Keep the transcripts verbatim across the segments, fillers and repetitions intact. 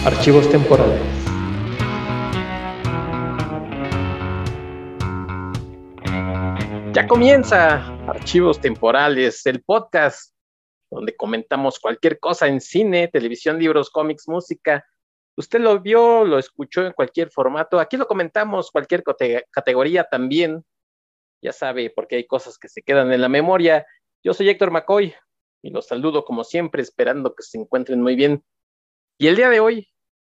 Archivos temporales. Ya comienza Archivos Temporales, el podcast donde comentamos cualquier cosa en cine, televisión, libros, cómics, música. Usted lo vio, lo escuchó en cualquier formato. Aquí lo comentamos, cualquier cate- categoría también. Ya sabe, porque hay cosas que se quedan en la memoria. Yo soy Héctor McCoy y los saludo como siempre, esperando que se encuentren muy bien. Y el día de hoy,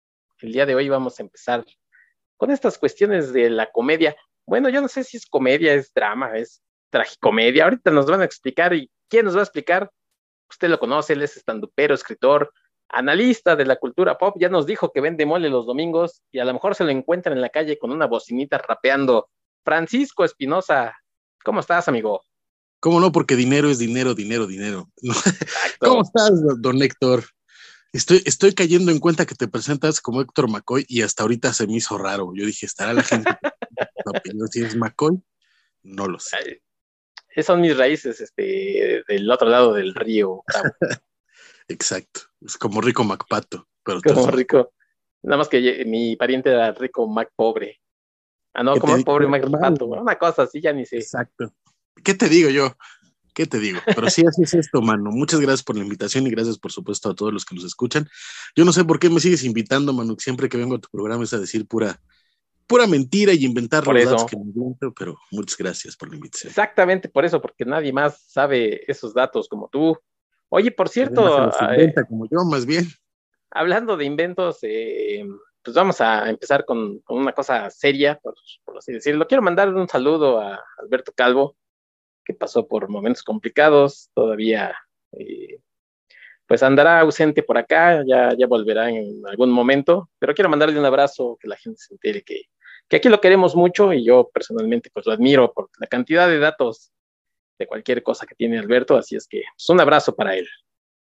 el día de hoy vamos a empezar con estas cuestiones de la comedia. Bueno, yo no sé si es comedia, es drama, es tragicomedia. Ahorita nos van a explicar. ¿Y quién nos va a explicar? Usted lo conoce, él es estandupero, escritor, analista de la cultura pop. Ya nos dijo que vende mole los domingos y a lo mejor se lo encuentran en la calle con una bocinita rapeando. Francisco Espinosa, ¿cómo estás, amigo? ¿Cómo no? Porque dinero es dinero, dinero, dinero. ¿Cómo Exacto. estás, don Héctor? Estoy, estoy cayendo en cuenta que te presentas como Héctor McCoy y hasta ahorita se me hizo raro. Yo dije, ¿estará la gente opinión si es McCoy? No lo sé. Ay, esas son mis raíces, este, del otro lado del río Bravo. Exacto. Es como Rico McPato, pero tú eres Como McCoy. rico. Nada más que ye- mi pariente era rico Mac pobre. Ah, no, ¿Qué te como digo? pobre Mac Hermano? pato. Una cosa así, ya ni sé. Exacto. ¿Qué te digo yo? ¿Qué te digo? Pero sí, así es esto, mano. Muchas gracias por la invitación y gracias, por supuesto, a todos los que nos escuchan. Yo no sé por qué me sigues invitando, Manu. Siempre que vengo a tu programa es a decir pura, pura mentira y inventar Por los datos eso, que me invento, pero muchas gracias por la invitación. exactamente por eso, porque nadie más sabe esos datos como tú. Oye, por Además se cierto, los eh, inventa como yo, más bien. hablando de inventos, eh, pues vamos a empezar con, con una cosa seria, por, por así decirlo. Quiero mandar un saludo a Alberto Calvo, que pasó por momentos complicados, todavía eh, pues andará ausente por acá, ya, ya volverá en algún momento, pero quiero mandarle un abrazo, que la gente se entere que, que aquí lo queremos mucho y yo personalmente pues lo admiro por la cantidad de datos de cualquier cosa que tiene Alberto, así es que pues, un abrazo para él.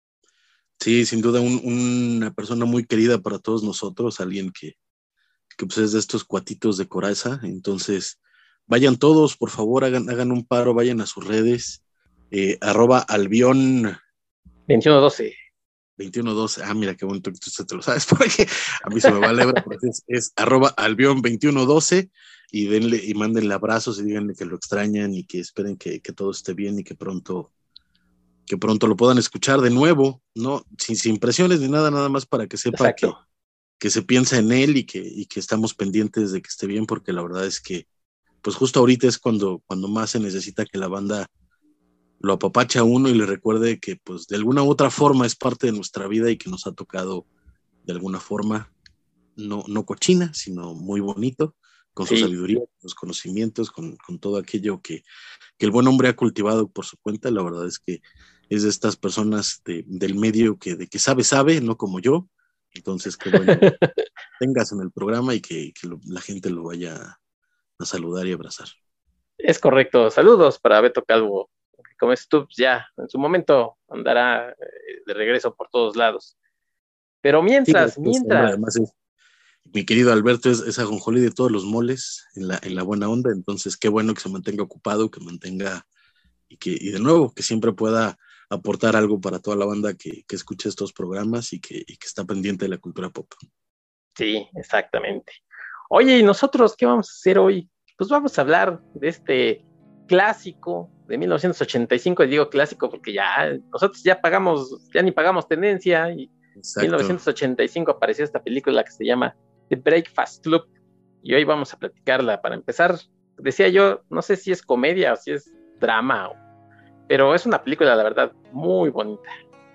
Sí, sin duda, un, una persona muy querida para todos nosotros, alguien que, que pues es de estos cuatitos de coraza. Entonces, vayan todos, por favor, hagan, hagan un paro, vayan a sus redes, eh, arroba albión veintiuno doce. veintiuno doce. Ah, mira qué bonito que tú te lo sabes, porque a mí se me va la hebra, pero es, es arroba albión veintiuno doce y denle y mándenle abrazos y díganle que lo extrañan y que esperen que, que todo esté bien y que pronto que pronto lo puedan escuchar de nuevo, ¿no? Sin, sin presiones ni nada, nada más para que sepa que, Exacto. que se piensa en él y que, y que estamos pendientes de que esté bien, porque la verdad es que, pues justo ahorita es cuando, cuando más se necesita que la banda lo apapache a uno y le recuerde que, pues, de alguna u otra forma es parte de nuestra vida y que nos ha tocado de alguna forma, no, no cochina, sino muy bonito, con su Sí, sabiduría, con sus conocimientos, con, con todo aquello que, que el buen hombre ha cultivado por su cuenta. La verdad es que es de estas personas de, del medio que de que sabe, sabe, no como yo. Entonces, qué bueno que tengas en el programa y que, que lo, la gente lo vaya a saludar y abrazar. es correcto. Saludos para Beto Calvo. Como es tú, pues, ya en su momento andará eh, de regreso por todos lados. Pero Sí, mientras, este hombre mientras, además es, mi querido Alberto es, es ajonjolí de todos los moles en la, en la buena onda. Entonces, qué bueno que se mantenga ocupado, que mantenga y que, y de nuevo, que siempre pueda aportar algo para toda la banda que, que escucha estos programas y que, y que está pendiente de la cultura pop. sí, exactamente. Oye, ¿y nosotros qué vamos a hacer hoy? Pues vamos a hablar de este clásico de mil novecientos ochenta y cinco, y digo clásico porque ya nosotros ya pagamos, ya ni pagamos tenencia, y Exacto. mil novecientos ochenta y cinco apareció esta película que se llama The Breakfast Club, y hoy vamos a platicarla. Para empezar, decía yo, no sé si es comedia o si es drama, pero es una película, la verdad, muy bonita.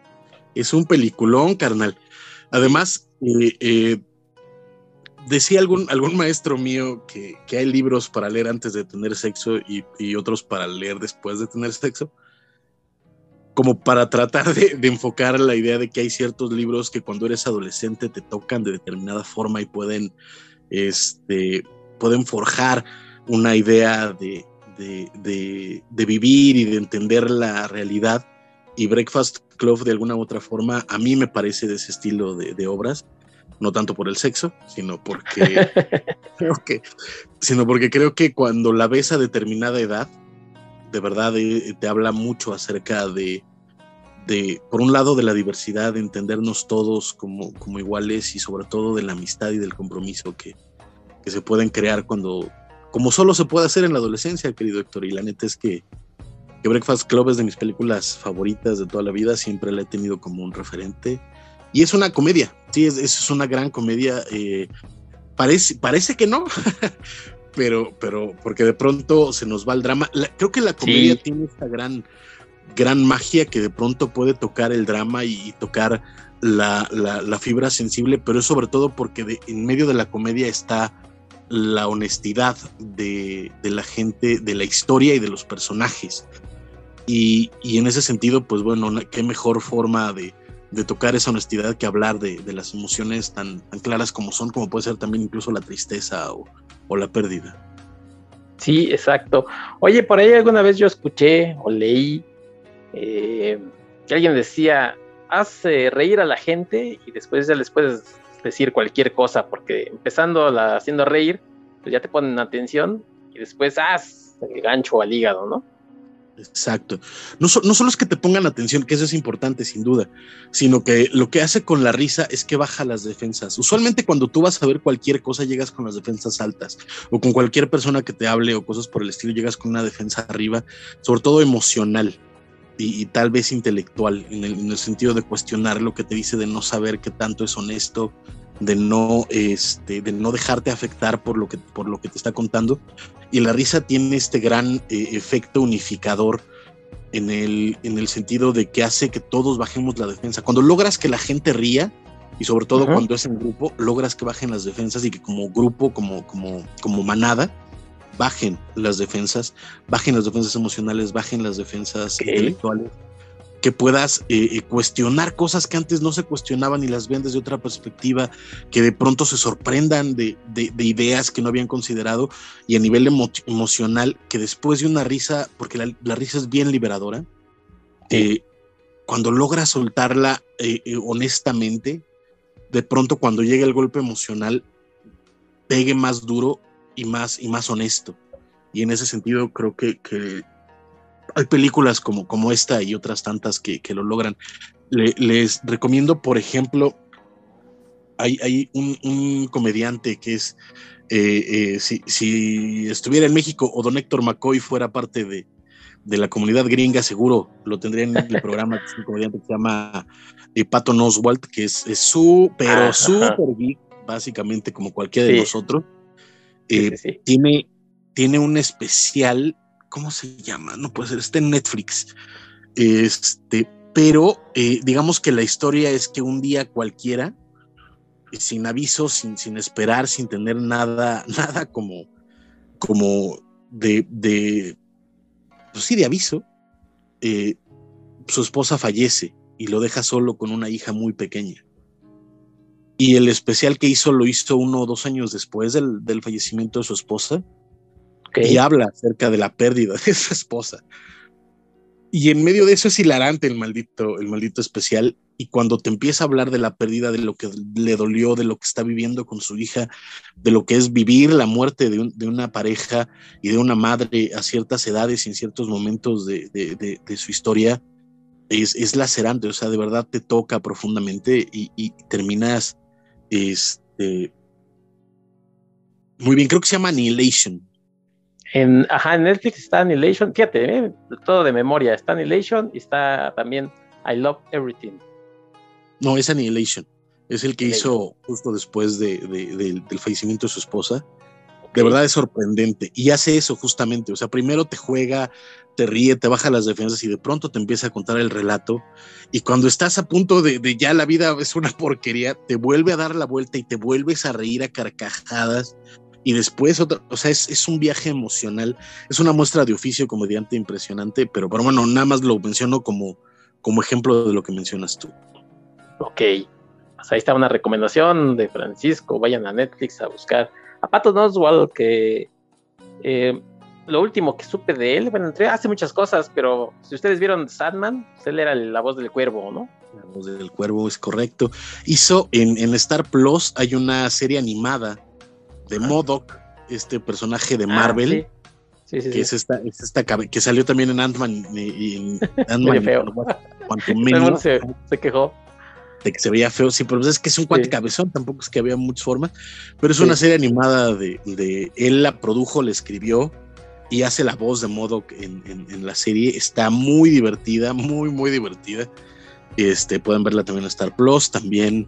Es un peliculón, carnal. Sí, Además, eh, eh, decía algún, algún maestro mío que, que hay libros para leer antes de tener sexo y, y otros para leer después de tener sexo, como para tratar de, de enfocar la idea de que hay ciertos libros que cuando eres adolescente te tocan de determinada forma y pueden, este, pueden forjar una idea de, de, de, de vivir y de entender la realidad. Y Breakfast Club, de alguna u otra forma, a mí me parece de ese estilo de, de obras, no tanto por el sexo, sino porque creo que, sino porque creo que cuando la ves a determinada edad, de verdad eh, te habla mucho acerca de, de, por un lado, de la diversidad, de entendernos todos como, como iguales y sobre todo de la amistad y del compromiso que, que se pueden crear cuando, como solo se puede hacer en la adolescencia, querido Héctor. Y la neta es que, que Breakfast Club es de mis películas favoritas de toda la vida, siempre la he tenido como un referente. Y es una comedia, sí, es, es una gran comedia. Eh, parece, parece que no, pero, pero porque de pronto se nos va el drama. La, creo que la comedia sí tiene esta gran, gran magia que de pronto puede tocar el drama y, y tocar la, la, la fibra sensible, pero es sobre todo porque de, en medio de la comedia está la honestidad de, de la gente, de la historia y de los personajes. Y, y en ese sentido, pues bueno, qué mejor forma de, de tocar esa honestidad que hablar de, de las emociones tan, tan claras como son, como puede ser también incluso la tristeza o, o la pérdida. Sí, exacto. Oye, por ahí alguna vez yo escuché o leí eh, que alguien decía, haz eh, reír a la gente y después ya les puedes decir cualquier cosa, porque empezando la, haciendo reír, pues ya te ponen atención y después haz el gancho al hígado, ¿no? Exacto. No, so, no solo es que te pongan atención, que eso es importante sin duda, sino que lo que hace con la risa es que baja las defensas. Usualmente cuando tú vas a ver cualquier cosa llegas con las defensas altas, o con cualquier persona que te hable o cosas por el estilo llegas con una defensa arriba, sobre todo emocional y, y tal vez intelectual, en el, en el sentido de cuestionar lo que te dice, de no saber qué tanto es honesto, de no, este, de no dejarte afectar por lo que, por lo que te está contando. Y la risa tiene este gran eh, efecto unificador en el, en el sentido de que hace que todos bajemos la defensa. Cuando logras que la gente ría, y sobre todo uh-huh. cuando es en grupo, logras que bajen las defensas y que como grupo, como, como, como manada, bajen las defensas, bajen las defensas emocionales, bajen las defensas okay. intelectuales, que puedas eh, cuestionar cosas que antes no se cuestionaban y las ven desde otra perspectiva, que de pronto se sorprendan de, de, de ideas que no habían considerado, y a nivel emo- emocional, que después de una risa, porque la, la risa es bien liberadora, sí. eh, cuando logras soltarla eh, eh, honestamente, de pronto cuando llega el golpe emocional, pegue más duro y más, y más honesto. Y en ese sentido creo que, que hay películas como, como esta y otras tantas que, que lo logran. Le, les recomiendo, por ejemplo, hay, hay un, un comediante que es, eh, eh, si, si estuviera en México o don Héctor McCoy fuera parte de, de la comunidad gringa, seguro lo tendría en el programa, que es un comediante que se llama eh, Patton Oswalt, que es, es su, pero ah, súper geek, básicamente como cualquiera sí. de nosotros. Eh, sí, sí, sí. Tiene, tiene un especial, ¿cómo se llama? No puede ser, está en Netflix. Este, pero eh, digamos que la historia es que un día cualquiera, sin aviso, sin, sin esperar, sin tener nada, nada como, como de, de, pues sí, de aviso, eh, su esposa fallece y lo deja solo con una hija muy pequeña. Y el especial que hizo lo hizo uno o dos años después del, del fallecimiento de su esposa. Okay. Y habla acerca de la pérdida de su esposa. Y en medio de eso es hilarante el maldito, el maldito especial. Y cuando te empieza a hablar de la pérdida, de lo que le dolió, de lo que está viviendo con su hija, de lo que es vivir la muerte de, un, de una pareja y de una madre a ciertas edades y en ciertos momentos de, de, de, de su historia, es, es lacerante. O sea, de verdad te toca profundamente y, y terminas este, muy bien. Creo que se llama Annihilation. En, ajá, en Netflix está Annihilation, fíjate, ¿eh? Todo de memoria, está Annihilation y está también I Love Everything. No, es Annihilation, es el que Annihilation. hizo justo después de, de, de, del fallecimiento de su esposa. Okay. De verdad es sorprendente y hace eso justamente, o sea, primero te juega, te ríe, te baja las defensas y de pronto te empieza a contar el relato, y cuando estás a punto de, de ya la vida es una porquería, te vuelve a dar la vuelta y te vuelves a reír a carcajadas. Y después, otra, o sea, es, es un viaje emocional, es una muestra de oficio comediante impresionante, pero, pero bueno, nada más lo menciono como, como ejemplo de lo que mencionas tú. Ok, pues ahí está una recomendación de Francisco, vayan a Netflix a buscar a Patton Oswalt, que eh, lo último que supe de él, bueno, hace muchas cosas, pero si ustedes vieron Sandman, pues él era la voz del cuervo, ¿no? La voz del cuervo, es correcto. Hizo, en, en Star Plus hay una serie animada de M O D O K, este personaje de Marvel, ah, sí. Sí, sí, que sí. es esta, es esta que salió también en Ant-Man y en Ant-Man feo. cuanto Todo el mundo menos. se, se quejó. De que se veía feo, sí, pero es que es un cuate Sí. cabezón, tampoco es que había muchas formas, pero es Sí. una serie animada de, de él la produjo, la escribió y hace la voz de M.O.D.O.K. en, en, en la serie. Está muy divertida, muy, muy divertida. Este, pueden verla también en Star Plus, también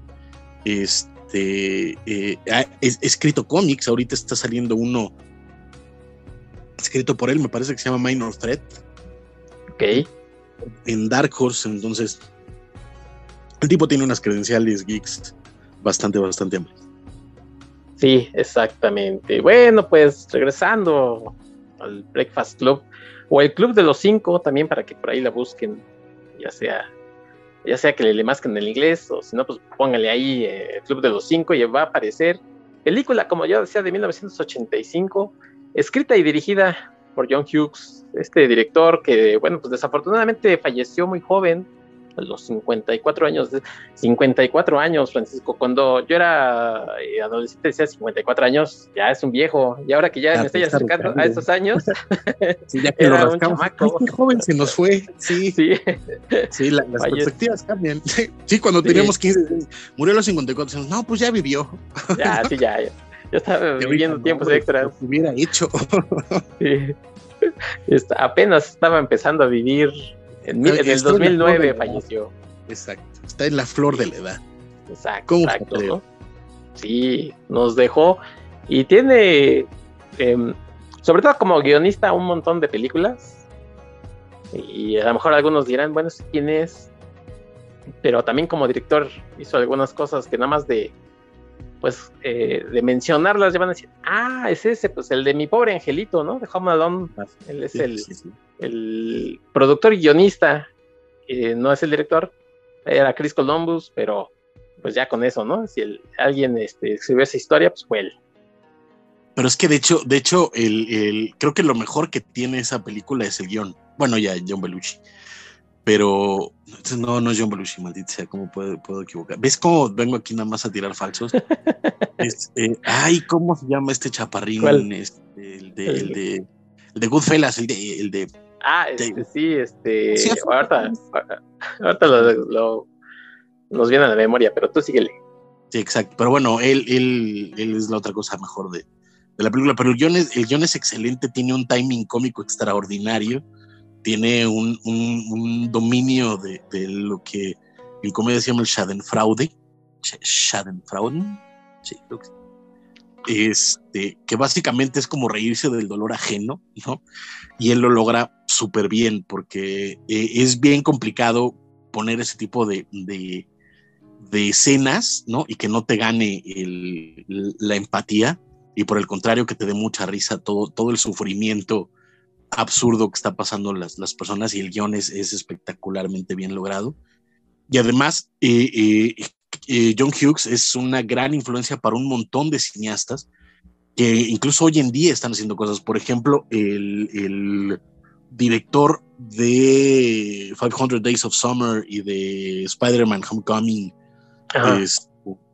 este, eh, ha es, escrito cómics, ahorita está saliendo uno escrito por él, me parece que se llama Minor Threat. Ok. En Dark Horse, entonces el tipo tiene unas credenciales geeks bastante, bastante amplias. Sí, exactamente. Bueno, pues regresando al Breakfast Club o el Club de los Cinco, también para que por ahí la busquen, ya sea, ya sea que le, le masquen el inglés o si no, pues póngale ahí eh, el Club de los Cinco y va a aparecer película, como yo decía, de mil novecientos ochenta y cinco, escrita y dirigida por John Hughes, este director que, bueno, pues desafortunadamente falleció muy joven, a los cincuenta y cuatro años, cincuenta y cuatro años, Francisco. Cuando yo era eh, adolescente decía cincuenta y cuatro años, ya es un viejo, y ahora que ya Ah, me estoy está acercando rotando. a estos años, Sí, ya que lo era un rascamos. chamaco. Ay, qué joven se nos fue. Sí, sí, Sí, la, las Falle- perspectivas cambian. Sí, cuando Sí. teníamos quince, murió a los cincuenta y cuatro, decimos, no, pues ya vivió. ya, sí, ya, ya. Yo estaba Y viviendo ahorita, tiempos no, extras. lo que hubiera hecho. Sí. Está- apenas estaba empezando a vivir. En, mil- en el Está en la dos mil flor de nueve la edad. falleció. Exacto, está en la flor de la edad. Exacto, ¿Cómo se exacto, atreve? ¿no? Sí, nos dejó. Y tiene, em, sobre todo como guionista, un montón de películas. Y a lo mejor algunos dirán, bueno, ¿sí ¿quién es? Pero también como director hizo algunas cosas que nada más de, pues, eh, de mencionarlas ya van a decir, ah, es ese, pues el de Mi Pobre Angelito, ¿no? De Home Alone. Él es Sí, el, sí, sí. el productor y guionista, eh, no es el director, era Chris Columbus, pero pues ya con eso, ¿no? Si el, alguien este, escribió esa historia, pues fue él. Pero es que de hecho, de hecho, el, el, creo que lo mejor que tiene esa película es el guión. Bueno, ya, John Belushi. Pero no, no es John Belushi, maldita sea, ¿cómo puedo, puedo equivocar? ¿Ves cómo vengo aquí nada más a tirar falsos? es, eh, ay, ¿cómo se llama este chaparrín? ¿Cuál? Este, el, de, el, de, el de Goodfellas, el de... El de Ah, este, de, sí, este, sí, ahorita, ahorita lo, lo, nos viene a la memoria, pero tú síguele. sí, exacto, pero bueno, él, él, él es la otra cosa mejor de, de la película, pero el guión, es, el guión es excelente, tiene un timing cómico extraordinario, tiene un, un, un dominio de, de lo que en comedia se llama el Schadenfreude, Schadenfreude, sí, creo que sí. Este, que básicamente es como reírse del dolor ajeno, ¿no? Y él lo logra súper bien, porque eh, es bien complicado poner ese tipo de, de, de escenas, ¿no? Y que no te gane el, la empatía, y por el contrario, que te dé mucha risa todo, todo el sufrimiento absurdo que está pasando las, las personas, y el guión es, es espectacularmente bien logrado. Y además, eh, eh, eh, John Hughes es una gran influencia para un montón de cineastas que incluso hoy en día están haciendo cosas. Por ejemplo, el, el director de five hundred Days of Summer y de Spider-Man Homecoming es,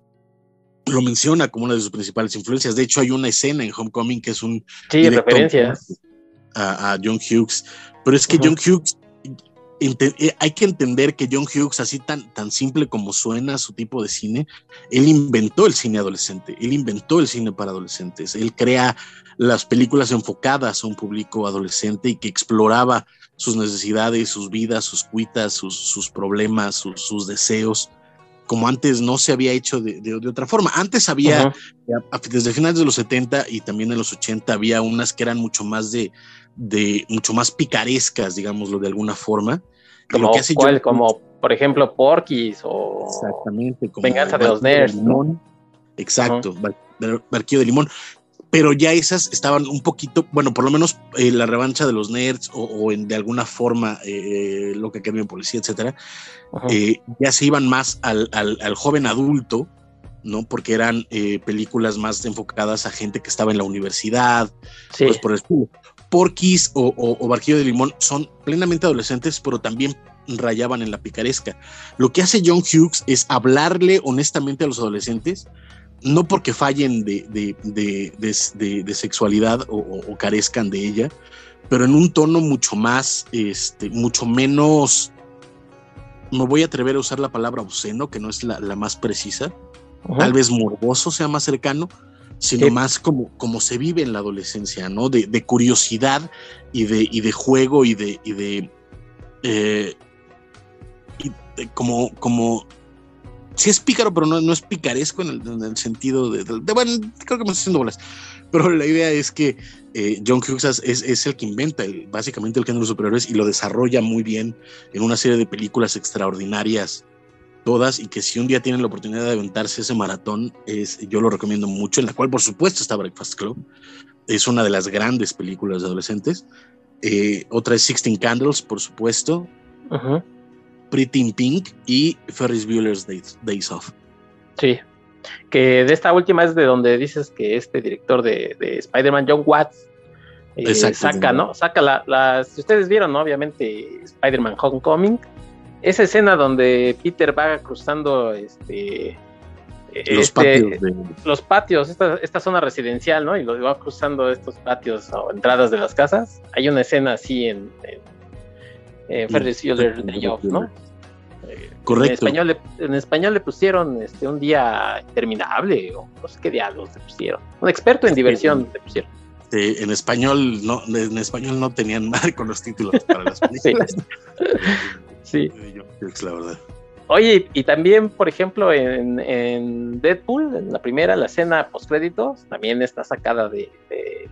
lo menciona como una de sus principales influencias. De hecho, hay una escena en Homecoming que es un sí, referencias a, a John Hughes, pero es que uh-huh. John Hughes, ente, hay que entender que John Hughes, así tan, tan simple como suena su tipo de cine, él inventó el cine adolescente, él inventó el cine para adolescentes, él crea las películas enfocadas a un público adolescente y que exploraba sus necesidades, sus vidas, sus cuitas, sus, sus problemas, sus, sus deseos, como antes no se había hecho de, de, de otra forma. Antes había, uh-huh. desde finales de los setenta y también en los ochenta, había unas que eran mucho más de, de mucho más picarescas, digámoslo de alguna forma. Como, lo que hace ¿cuál? John, Como, por ejemplo, Porky's o exactamente, como Venganza de los Nerds. De Limón. Exacto, uh-huh. Bar, Barquillo de Limón. Pero ya esas estaban un poquito, bueno, por lo menos eh, La Revancha de los Nerds o, o en, de alguna forma eh, Loca Academia de Policía, etcétera, uh-huh. eh, ya se iban más al, al, al joven adulto, ¿no? Porque eran eh, películas más enfocadas a gente que estaba en la universidad, sí. Pues por el estilo. Porky's o, o, o Barquillo de Limón son plenamente adolescentes, pero también rayaban en la picaresca. Lo que hace John Hughes es hablarle honestamente a los adolescentes, no porque fallen de, de, de, de, de, de sexualidad o, o, o carezcan de ella, pero en un tono mucho más, este, mucho menos me voy a atrever a usar la palabra obsceno, que no es la, la más precisa, Uh-huh. tal vez morboso sea más cercano, sino Sí. más como, como se vive en la adolescencia, ¿no? De, de curiosidad y de, y de juego y de, y de, eh, y de como, como, sí es pícaro, pero no, no es picaresco en el, en el sentido de, de, de, bueno, creo que me estoy haciendo bolas, pero la idea es que eh, John Hughes es, es el que inventa el, básicamente el género de superhéroes y lo desarrolla muy bien en una serie de películas extraordinarias todas, y que si un día tienen la oportunidad de aventarse ese maratón, es, yo lo recomiendo mucho, en la cual por supuesto está Breakfast Club, es una de las grandes películas de adolescentes. Eh, otra es Sixteen Candles, por supuesto, Uh-huh. Pretty in Pink y Ferris Bueller's Days, Days Off. Sí, que de esta última es de donde dices que este director de, de Spider-Man, John Watts, eh, Exacto, saca, ¿no? Saca la, la, si ustedes vieron, ¿no? Obviamente, Spider-Man Homecoming, esa escena donde Peter va cruzando este, los este, patios de... los patios, esta, esta zona residencial, ¿no? Y lo va cruzando estos patios o entradas de las casas. Hay una escena así en, en, en Ferris Bueller's Day Off, ¿no? Correcto. En español, le, en español le pusieron este, un día interminable, o no sé qué diablos le pusieron. Un experto en diversión le pusieron. Eh, en español no, en español no tenían madre con los títulos para las películas. Sí. Sí. La verdad. Oye, y también, por ejemplo, en, en Deadpool, en la primera, la escena postcréditos, también está sacada de, de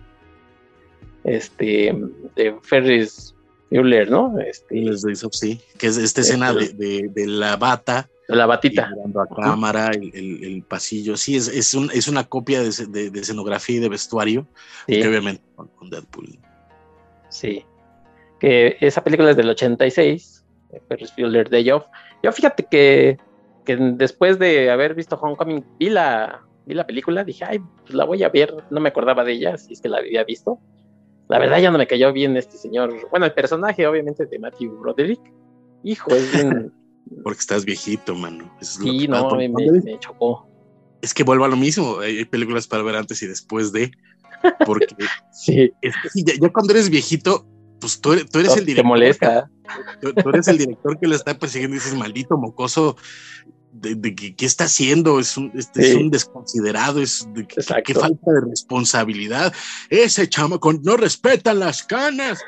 este de Ferris Bueller, ¿no? Este, sí, que es esta escena de, de, de la bata, de la batita, mirando a cámara, el, el, el pasillo, sí, es, es, un, es una copia de, de, de escenografía y de vestuario, sí. Que obviamente con, con Deadpool. Sí, que esa película es del ochenta y seis, Ferris Bueller's Day Off. Yo fíjate que, que después de haber visto Homecoming, vi la, vi la película, dije, ay, pues la voy a ver, no me acordaba de ella, si es que la había visto. La verdad ya no me cayó bien este señor, bueno, el personaje obviamente de Matthew Broderick, hijo, es bien... Porque estás viejito, mano. Eso sí, es no, me, me, me chocó. Es que vuelvo a lo mismo, hay películas para ver antes y después de, porque sí. es que ya, ya cuando eres viejito, pues tú eres, tú eres no, el director. Te molesta. Tú, tú eres el director que lo está persiguiendo y dices, maldito mocoso, de, de, de ¿qué está haciendo? Es un, este, sí. es un desconsiderado, es de, qué, qué falta de responsabilidad. Ese chamaco no respeta las canas.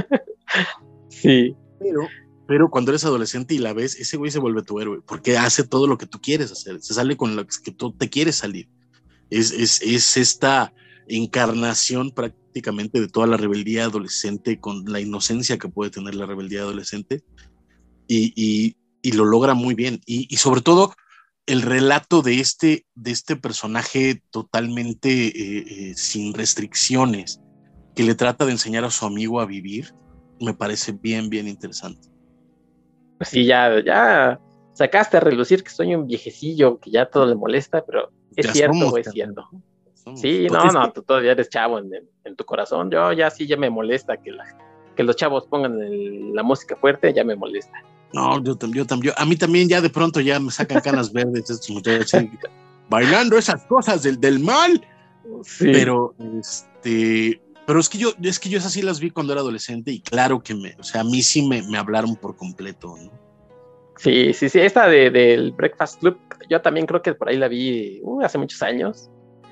Sí. Pero, pero cuando eres adolescente y la ves, ese güey se vuelve tu héroe, porque hace todo lo que tú quieres hacer, se sale con lo que tú te quieres salir. Es, es, es esta encarnación prácticamente de toda la rebeldía adolescente, con la inocencia que puede tener la rebeldía adolescente, y, y, y lo logra muy bien. Y, y sobre todo, el relato de este, de este personaje totalmente eh, eh, sin restricciones, que le trata de enseñar a su amigo a vivir, me parece bien, bien interesante. Pues sí, ya, ya sacaste a relucir que soy un viejecillo, que ya todo le molesta, pero es ya cierto, somos, es cierto. Somos. Sí, no, no, tú todavía eres chavo en, en, en tu corazón. Yo ya sí, ya me molesta que, la, que los chavos pongan el, la música fuerte, ya me molesta. No, yo también, yo también, a mí también ya de pronto ya me sacan canas verdes estos muchachos bailando esas cosas del, del mal. Sí. Pero, este, pero es que yo, es que yo esas sí las vi cuando era adolescente y claro que me, o sea, a mí sí me, me hablaron por completo, ¿no? Sí, sí, sí, esta de, del Breakfast Club, yo también creo que por ahí la vi uh, hace muchos años.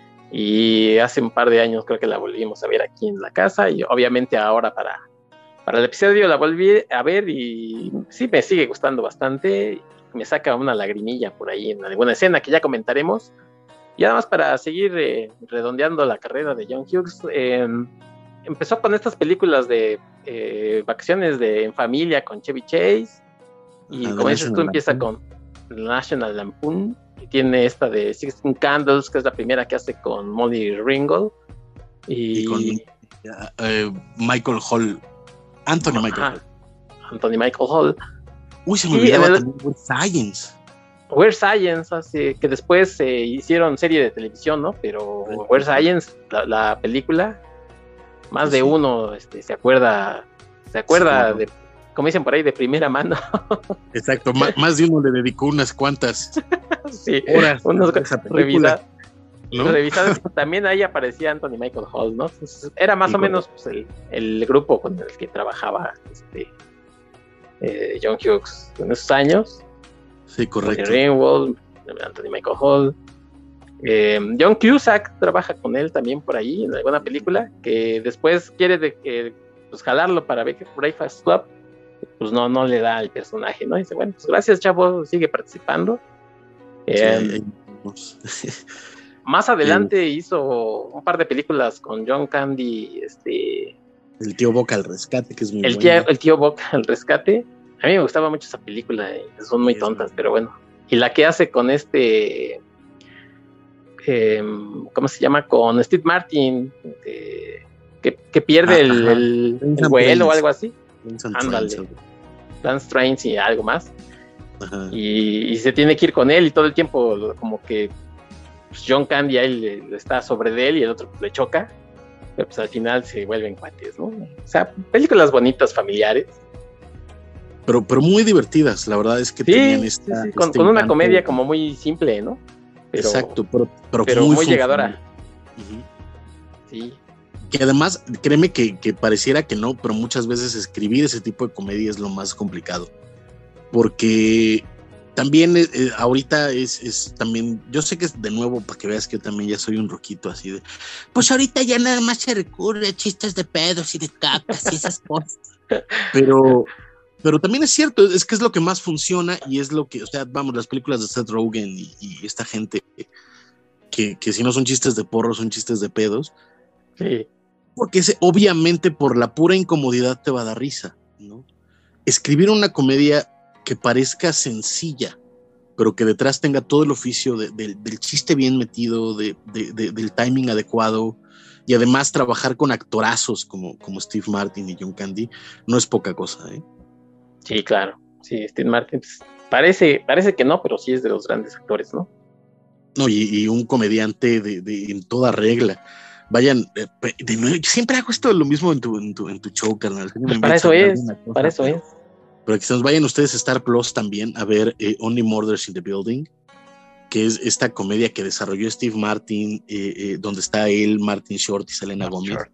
Y hace un par de años creo que la volvimos a ver aquí en la casa y obviamente ahora para, para el episodio la volví a ver y sí me sigue gustando bastante, me saca una lagrimilla por ahí en alguna escena que ya comentaremos. Y además para seguir eh, redondeando la carrera de John Hughes, eh, empezó con estas películas de eh, vacaciones de, en familia con Chevy Chase y como dices tú empieza con National Lampoon. Y tiene esta de Sixteen Candles, que es la primera que hace con Molly Ringwald. Y, y con uh, Michael Hall. Anthony Ajá, Michael Hall. Anthony Michael Hall. Uy, se me olvidaba el... también Weird Science. Weird Science, así, que después eh, hicieron serie de televisión, ¿no? Pero sí, Weird sí. Science, la, la película, más sí, de uno este, se acuerda, se acuerda sí, de... como dicen por ahí, de primera mano. Exacto, M- más de uno le dedicó unas cuantas sí, horas unos revisadas. ¿No? Revisadas, también ahí aparecía Anthony Michael Hall, ¿no? Entonces, era más sí, o bueno. menos pues, el, el grupo con el que trabajaba este, eh, John Hughes en esos años. Sí, correcto. Tony Ringwald, Anthony Michael Hall. Eh, John Cusack trabaja con él también por ahí en alguna película, que después quiere de que pues jalarlo para Breakfast Club, pues no, no le da al personaje, ¿no? Y dice, bueno, pues gracias, chavo, sigue participando. Eh, sí, más adelante sí. hizo un par de películas con John Candy, este... El tío Boca al rescate, que es muy el bueno. Tío, el tío Boca al rescate. A mí me gustaba mucho esa película, eh, son muy sí, tontas, pero bueno. Y la que hace con este... Eh, ¿cómo se llama? Con Steve Martin, eh, que, que pierde ah, el, el, el vuelo o algo así. Ándale. Lance Trains y algo más. Y, y se tiene que ir con él y todo el tiempo como que pues John Candy ahí le, le está sobre de él y el otro le choca, pero pues al final se vuelven cuates, ¿no? O sea, películas bonitas, familiares. Pero, pero muy divertidas, la verdad es que sí, tenían esta, sí, sí, con, este con una comedia como muy simple, ¿no? Pero, Exacto, pero, pero, pero muy, muy llegadora. Uh-huh. Sí. Que además, créeme que, que pareciera que no, pero muchas veces escribir ese tipo de comedia es lo más complicado. Porque también eh, ahorita es, es también, yo sé que es de nuevo para que veas que yo también ya soy un roquito así de, pues ahorita ya nada más se recurre a chistes de pedos y de cacas y esas cosas. Pero, pero también es cierto, es que es lo que más funciona y es lo que, o sea, vamos, las películas de Seth Rogen y, y esta gente que, que si no son chistes de porros, son chistes de pedos. Sí. Porque ese, obviamente por la pura incomodidad te va a dar risa, ¿no? Escribir una comedia que parezca sencilla, pero que detrás tenga todo el oficio de, de, del chiste bien metido, de, de, de, del timing adecuado, y además trabajar con actorazos como, como Steve Martin y John Candy, no es poca cosa, ¿eh? Sí, claro. Sí, Steve Martin pues, parece, parece que no, pero sí es de los grandes actores, ¿no? No, y, y un comediante de, de, en toda regla. Vayan, eh, de nuevo, yo siempre hago esto lo mismo en tu, en tu, en tu show, carnal. Pues para eso es, cosa, para eso pero, es. Pero que se nos vayan ustedes a Star Plus también a ver eh, Only Murders in the Building, que es esta comedia que desarrolló Steve Martin, eh, eh, donde está él, Martin Short y Selena Gomez. Sure.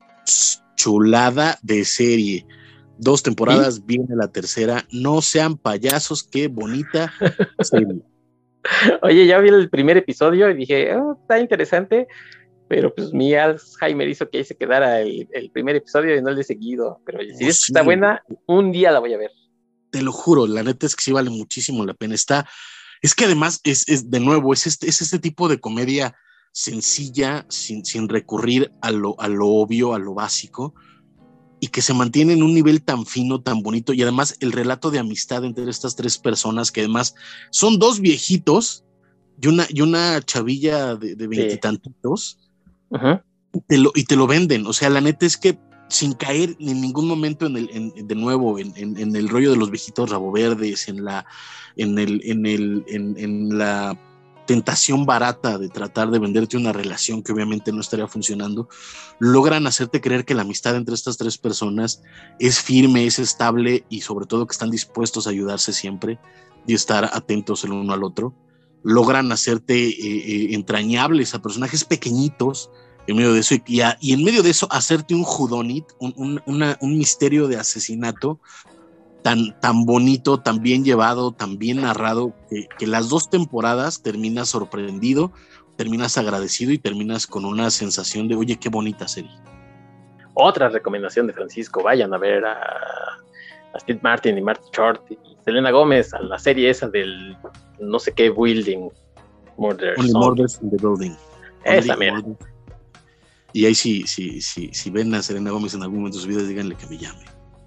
Chulada de serie. Dos temporadas, ¿sí? Viene la tercera. No sean payasos, qué bonita serie. Oye, ya vi el primer episodio y dije, oh, está interesante, pero pues mi Alzheimer hizo que ahí se quedara el, el primer episodio y no le he seguido. Pero si oh, es sí. está buena, un día la voy a ver. Te lo juro, la neta es que sí vale muchísimo la pena. Está, es que además es, es de nuevo, es este, es este tipo de comedia sencilla, sin, sin recurrir a lo, a lo obvio, a lo básico, y que se mantiene en un nivel tan fino, tan bonito, y además el relato de amistad entre estas tres personas, que además son dos viejitos y una, y una chavilla de veintitantitos, sí. uh-huh. y, te lo, y te lo venden. O sea, la neta es que sin caer en ningún momento en el, en, de nuevo en, en, en el rollo de los viejitos raboverdes, en la, en el, en el, en, en la tentación barata de tratar de venderte una relación que obviamente no estaría funcionando, logran hacerte creer que la amistad entre estas tres personas es firme, es estable y sobre todo que están dispuestos a ayudarse siempre y estar atentos el uno al otro. Logran hacerte eh, eh, entrañables a personajes pequeñitos en medio de eso y, a, y en medio de eso hacerte un whodunit, un, un, una, un misterio de asesinato tan, tan bonito, tan bien llevado, tan bien narrado, que, que las dos temporadas terminas sorprendido, terminas agradecido y terminas con una sensación de, oye, qué bonita serie. Otra recomendación de Francisco, vayan a ver a, a Steve Martin y Martin Short y Selena Gomez, a la serie esa del no sé qué building, Murders. Only Murders in the Building. Esa, mira. Y ahí si, si, si, si ven a Selena Gomez en algún momento de su vida, díganle que me llame.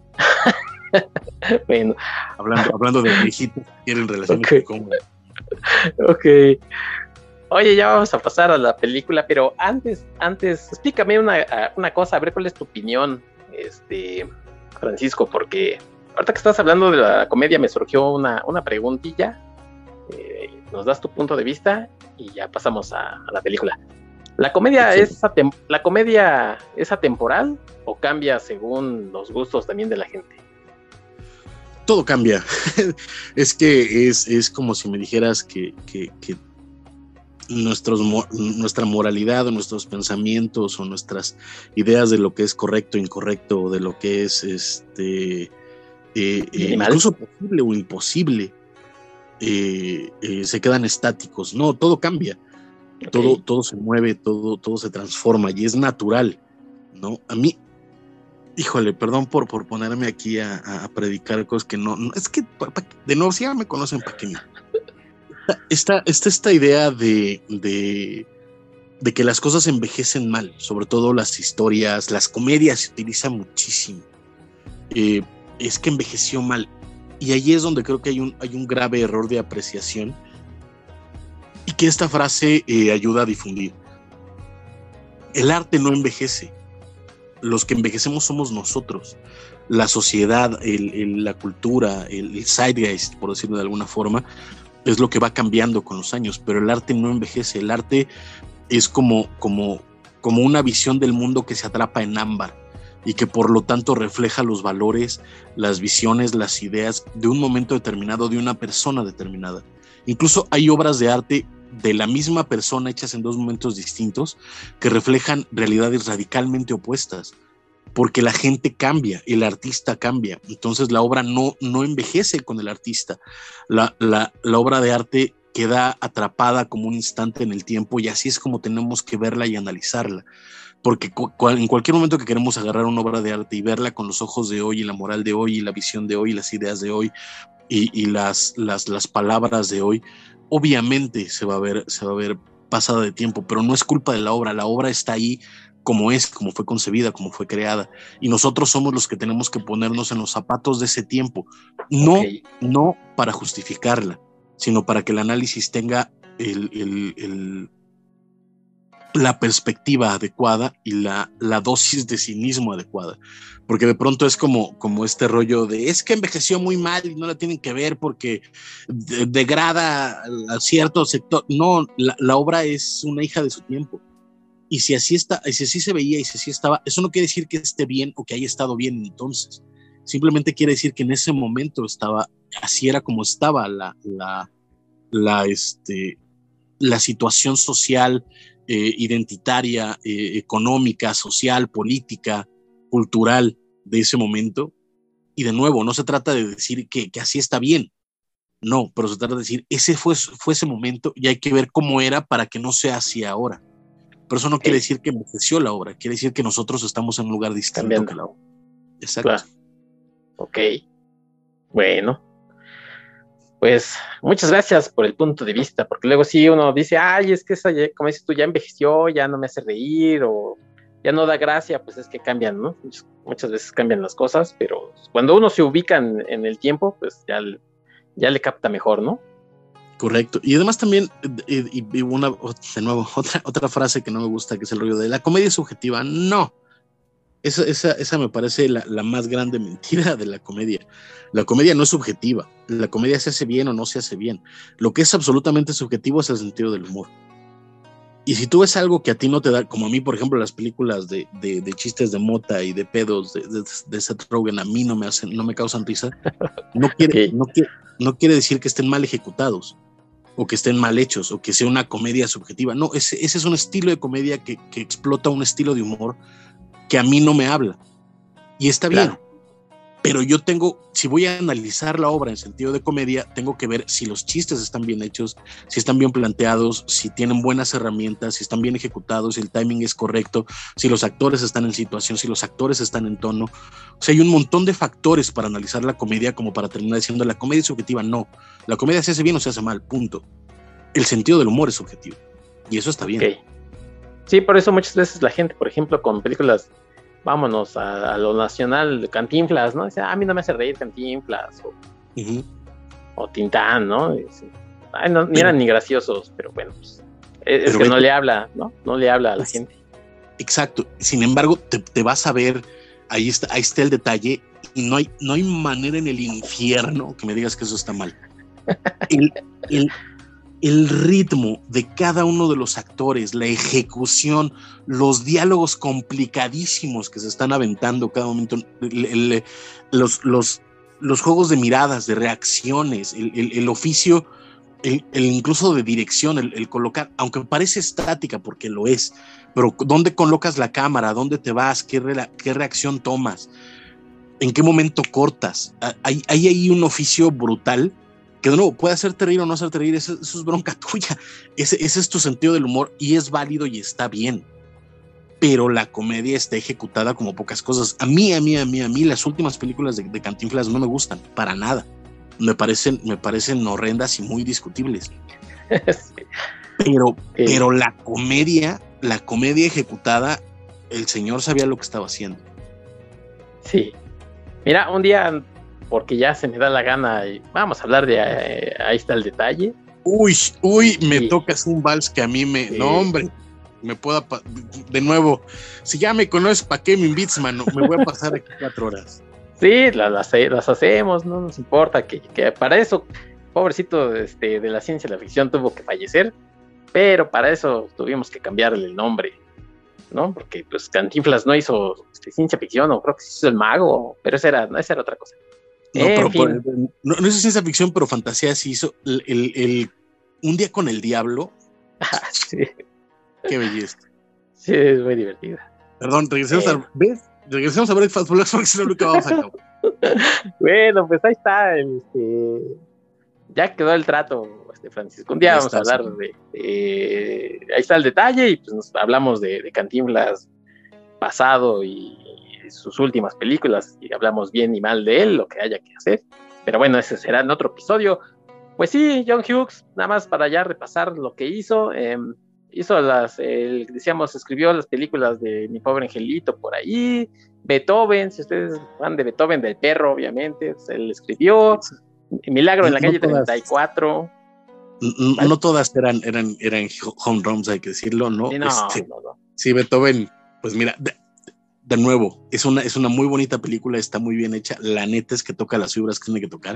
Bueno. Hablando, hablando de viejitos que quieren relaciones okay. con... Ok. Oye, ya vamos a pasar a la película, pero antes, antes, explícame una, una cosa, a ver cuál es tu opinión, este, Francisco, porque ahorita que estás hablando de la comedia me surgió una, una preguntilla, eh, nos das tu punto de vista y ya pasamos a, a la película. ¿La comedia, es atem- ¿La comedia es atemporal o cambia según los gustos también de la gente? Todo cambia. Es que es, es como si me dijeras que, que, que nuestros, nuestra moralidad o nuestros pensamientos o nuestras ideas de lo que es correcto, incorrecto, o de lo que es este eh, eh, incluso posible o imposible, eh, eh, se quedan estáticos. No, todo cambia, okay. todo, todo se mueve, todo, todo se transforma y es natural, ¿no? A mí, híjole, perdón por, por ponerme aquí a, a predicar cosas que no, no es que pa, pa, de nuevo, si ya me conocen, ¿para qué? Esta, esta, esta idea de, de, de que las cosas envejecen mal, sobre todo las historias, las comedias se utilizan muchísimo. Eh, es que envejeció mal. Y ahí es donde creo que hay un, hay un grave error de apreciación y que esta frase eh, ayuda a difundir. El arte no envejece. Los que envejecemos somos nosotros. La sociedad, el, el, la cultura, el, el zeitgeist, por decirlo de alguna forma, es lo que va cambiando con los años, pero el arte no envejece. El arte es como, como, como una visión del mundo que se atrapa en ámbar y que por lo tanto refleja los valores, las visiones, las ideas de un momento determinado, de una persona determinada. Incluso hay obras de arte de la misma persona hechas en dos momentos distintos que reflejan realidades radicalmente opuestas, porque la gente cambia, el artista cambia, entonces la obra no, no envejece con el artista, la, la, la obra de arte queda atrapada como un instante en el tiempo y así es como tenemos que verla y analizarla. Porque cu- en cualquier momento que queremos agarrar una obra de arte y verla con los ojos de hoy y la moral de hoy y la visión de hoy y las ideas de hoy y, y las, las, las palabras de hoy, obviamente se va a ver, se va a ver pasada de tiempo, pero no es culpa de la obra, la obra está ahí como es, como fue concebida, como fue creada, y nosotros somos los que tenemos que ponernos en los zapatos de ese tiempo, no, okay. no para justificarla, sino para que el análisis tenga el, el, el la perspectiva adecuada y la, la dosis de cinismo adecuada, porque de pronto es como, como este rollo de es que envejeció muy mal y no la tienen que ver porque de, degrada a cierto sector. No, la, la obra es una hija de su tiempo y si así está, y si así se veía y si así estaba, eso no quiere decir que esté bien o que haya estado bien entonces, simplemente quiere decir que en ese momento estaba, así era como estaba la, la, la, este, la situación social, Eh, identitaria, eh, económica, social, política, cultural de ese momento. Y de nuevo, no se trata de decir que, que así está bien, no, pero se trata de decir, ese fue, fue ese momento y hay que ver cómo era para que no sea así ahora. Pero eso no quiere decir que envejeció la obra, quiere decir que nosotros estamos en un lugar distinto Cambiando. que la obra. Exacto. Claro. Ok, bueno. Pues muchas gracias por el punto de vista, porque luego sí uno dice, ay, es que esa, como dices tú, ya envejeció, ya no me hace reír, o ya no da gracia, pues es que cambian, ¿no? Muchas, muchas veces cambian las cosas, pero cuando uno se ubica en, en el tiempo, pues ya, ya le capta mejor, ¿no? Correcto. Y además también, y, y una, de nuevo, otra, otra frase que no me gusta, que es el rollo de la comedia subjetiva. No. Esa, esa, esa me parece la, la más grande mentira de la comedia. La comedia no es subjetiva. La comedia se hace bien o no se hace bien. Lo que es absolutamente subjetivo es el sentido del humor. Y si tú ves algo que a ti no te da, como a mí, por ejemplo, las películas de, de, de chistes de mota y de pedos de, de, de Seth Rogen a mí no me, hacen, no me causan risa, no quiere, okay. no, quiere, no quiere decir que estén mal ejecutados o que estén mal hechos o que sea una comedia subjetiva. No, ese, ese es un estilo de comedia que, que explota un estilo de humor que a mí no me habla y está bien, claro. Pero yo tengo, si voy a analizar la obra en sentido de comedia, tengo que ver si los chistes están bien hechos, si están bien planteados, si tienen buenas herramientas, si están bien ejecutados, si el timing es correcto, si los actores están en situación, si los actores están en tono. O sea, hay un montón de factores para analizar la comedia como para terminar diciendo la comedia es subjetiva. No, la comedia se hace bien o se hace mal, punto. El sentido del humor es subjetivo y eso está bien. Okay. Sí, por eso muchas veces la gente, por ejemplo, con películas, vámonos a, a lo nacional, de Cantinflas, ¿no? Dice, ah, a mí no me hace reír Cantinflas, o, uh-huh. o Tintán, ¿no? Dice, ay, no, ni eran ni graciosos, pero bueno, pues, es, es que no le habla, ¿no? No le habla a la gente. Exacto. Sin embargo, te, te vas a ver, ahí está, ahí está el detalle, y no hay, no hay manera en el infierno que me digas que eso está mal. El, el, el ritmo de cada uno de los actores, la ejecución, los diálogos complicadísimos que se están aventando cada momento, el, el, los, los, los juegos de miradas, de reacciones, el, el, el oficio, el, el incluso de dirección, el, el colocar, aunque parece estática porque lo es, pero ¿dónde colocas la cámara? ¿Dónde te vas? ¿Qué, re, qué reacción tomas? ¿en qué momento cortas? Hay, hay ahí un oficio brutal que de nuevo puede hacerte reír o no hacerte reír, eso, eso es bronca tuya, ese, ese es tu sentido del humor y es válido y está bien, pero la comedia está ejecutada como pocas cosas. A mí, a mí, a mí, a mí las últimas películas de, de Cantinflas no me gustan, para nada, me parecen, me parecen horrendas y muy discutibles. Sí. Pero, sí. pero la comedia, la comedia ejecutada, el señor sabía lo que estaba haciendo. Sí. Mira, un día, porque ya se me da la gana, y vamos a hablar de eh, ahí está el detalle. Uy, uy, me sí. tocas un vals que a mí me... Sí. No, hombre, me pueda... Pa- de nuevo, si ya me conoces, ¿para qué me invites, mano? Me voy a pasar aquí cuatro horas. Sí, las, las, las hacemos, no nos importa, que, que para eso, pobrecito este, de la ciencia y la ficción tuvo que fallecer, pero para eso tuvimos que cambiarle el nombre, ¿no? Porque pues Cantinflas no hizo este, ciencia ficción, o creo que hizo El Mago, pero esa era, esa era otra cosa. No, en pero, fin. Pero, no, no hizo ciencia ficción, pero fantasía sí hizo el, el, el Un Día con el Diablo. Ah, sí. Qué belleza. Sí, es muy divertida. Perdón, regresemos eh. a... ¿Ves? Regresemos a Breakfast Club porque es lo único que vamos a acabar. Bueno, pues ahí está. Este, ya quedó el trato, este, Francisco. Un día ya vamos está, a hablar sí. de, de... Ahí está el detalle y pues nos hablamos de, de Cantinflas pasado y sus últimas películas y hablamos bien y mal de él, lo que haya que hacer. Pero bueno, ese será en otro episodio. Pues sí, John Hughes, nada más para ya repasar lo que hizo. Eh, hizo las, eh, decíamos, escribió las películas de Mi Pobre Angelito por ahí, Beethoven, si ustedes van de Beethoven, del perro, obviamente, pues él escribió, Milagro en la no calle todas, treinta y cuatro. No, ¿vale? no todas eran, eran, eran home runs, hay que decirlo, ¿no? Sí, no, este, no, no. Sí, Beethoven, pues mira, de, de nuevo, es una, es una muy bonita película, está muy bien hecha, la neta es que toca las fibras que tiene que tocar.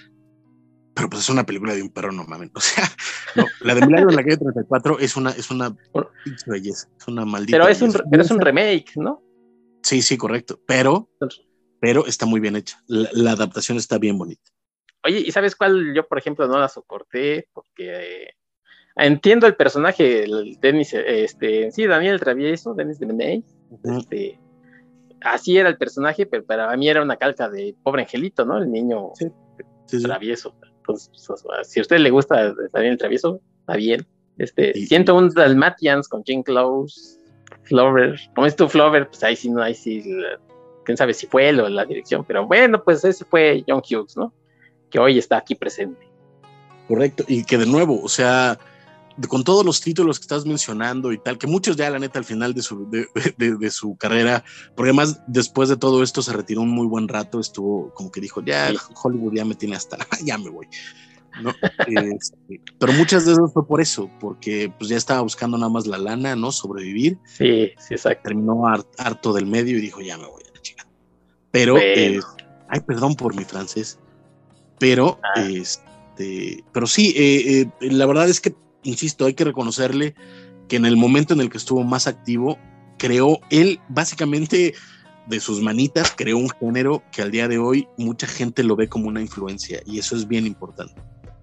Pero pues es una película de un perro, no mames. O sea, no, la de Milagro en la calle treinta y cuatro es una, es una belleza, es una maldita pero es belleza. un, pero es un remake, ¿no? Sí, sí, correcto. Pero, pero está muy bien hecha. La, la adaptación está bien bonita. Oye, ¿y sabes cuál? Yo, por ejemplo, no la soporté porque eh, entiendo el personaje, el Denis, este, sí, Daniel Travieso, Denis de Meney, uh-huh. este, así era el personaje, pero para mí era una calca de Pobre Angelito, ¿no? El niño sí. Sí, sí. travieso. Entonces, si a usted le gusta Daniel Travieso, está bien. Este, sí, ciento uno sí. Dalmatians con Jim Close, Flover. Como es tu Flover, pues ahí sí, no, ahí sí, la, quién sabe si fue él o la dirección, pero bueno, pues ese fue John Hughes, ¿no? Que hoy está aquí presente. Correcto, y que de nuevo, o sea, de, con todos los títulos que estás mencionando y tal, que muchos ya la neta al final de su, de, de, de su carrera, porque además después de todo esto se retiró un muy buen rato, estuvo como que dijo, ya sí. Hollywood ya me tiene hasta, ya me voy, ¿no? este, pero muchas de esas fue por eso, porque pues ya estaba buscando nada más la lana, ¿no? Sobrevivir. Sí, sí, exacto. Terminó hart, harto del medio y dijo, ya me voy a la chica. Pero, bueno. eh, ay, perdón por mi francés, pero, ah. este, pero sí, eh, eh, la verdad es que insisto, hay que reconocerle que en el momento en el que estuvo más activo, creó él básicamente de sus manitas, creó un género que al día de hoy mucha gente lo ve como una influencia y eso es bien importante.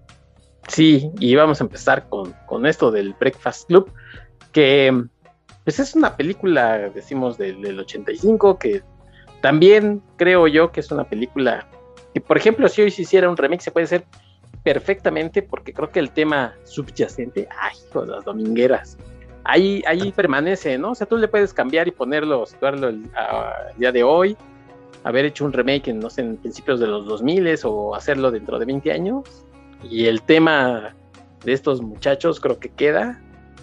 Sí, y vamos a empezar con, con esto del Breakfast Club, que pues es una película, decimos, del, del ochenta y cinco, que también creo yo que es una película que, por ejemplo, si hoy se hiciera un remake, se puede hacer perfectamente, porque creo que el tema subyacente, ay, con las domingueras, ahí, ahí permanece, ¿no? O sea, tú le puedes cambiar y ponerlo, situarlo el, a, el día de hoy, haber hecho un remake en, no sé, en principios de los dos mil o hacerlo dentro de veinte años, y el tema de estos muchachos creo que queda,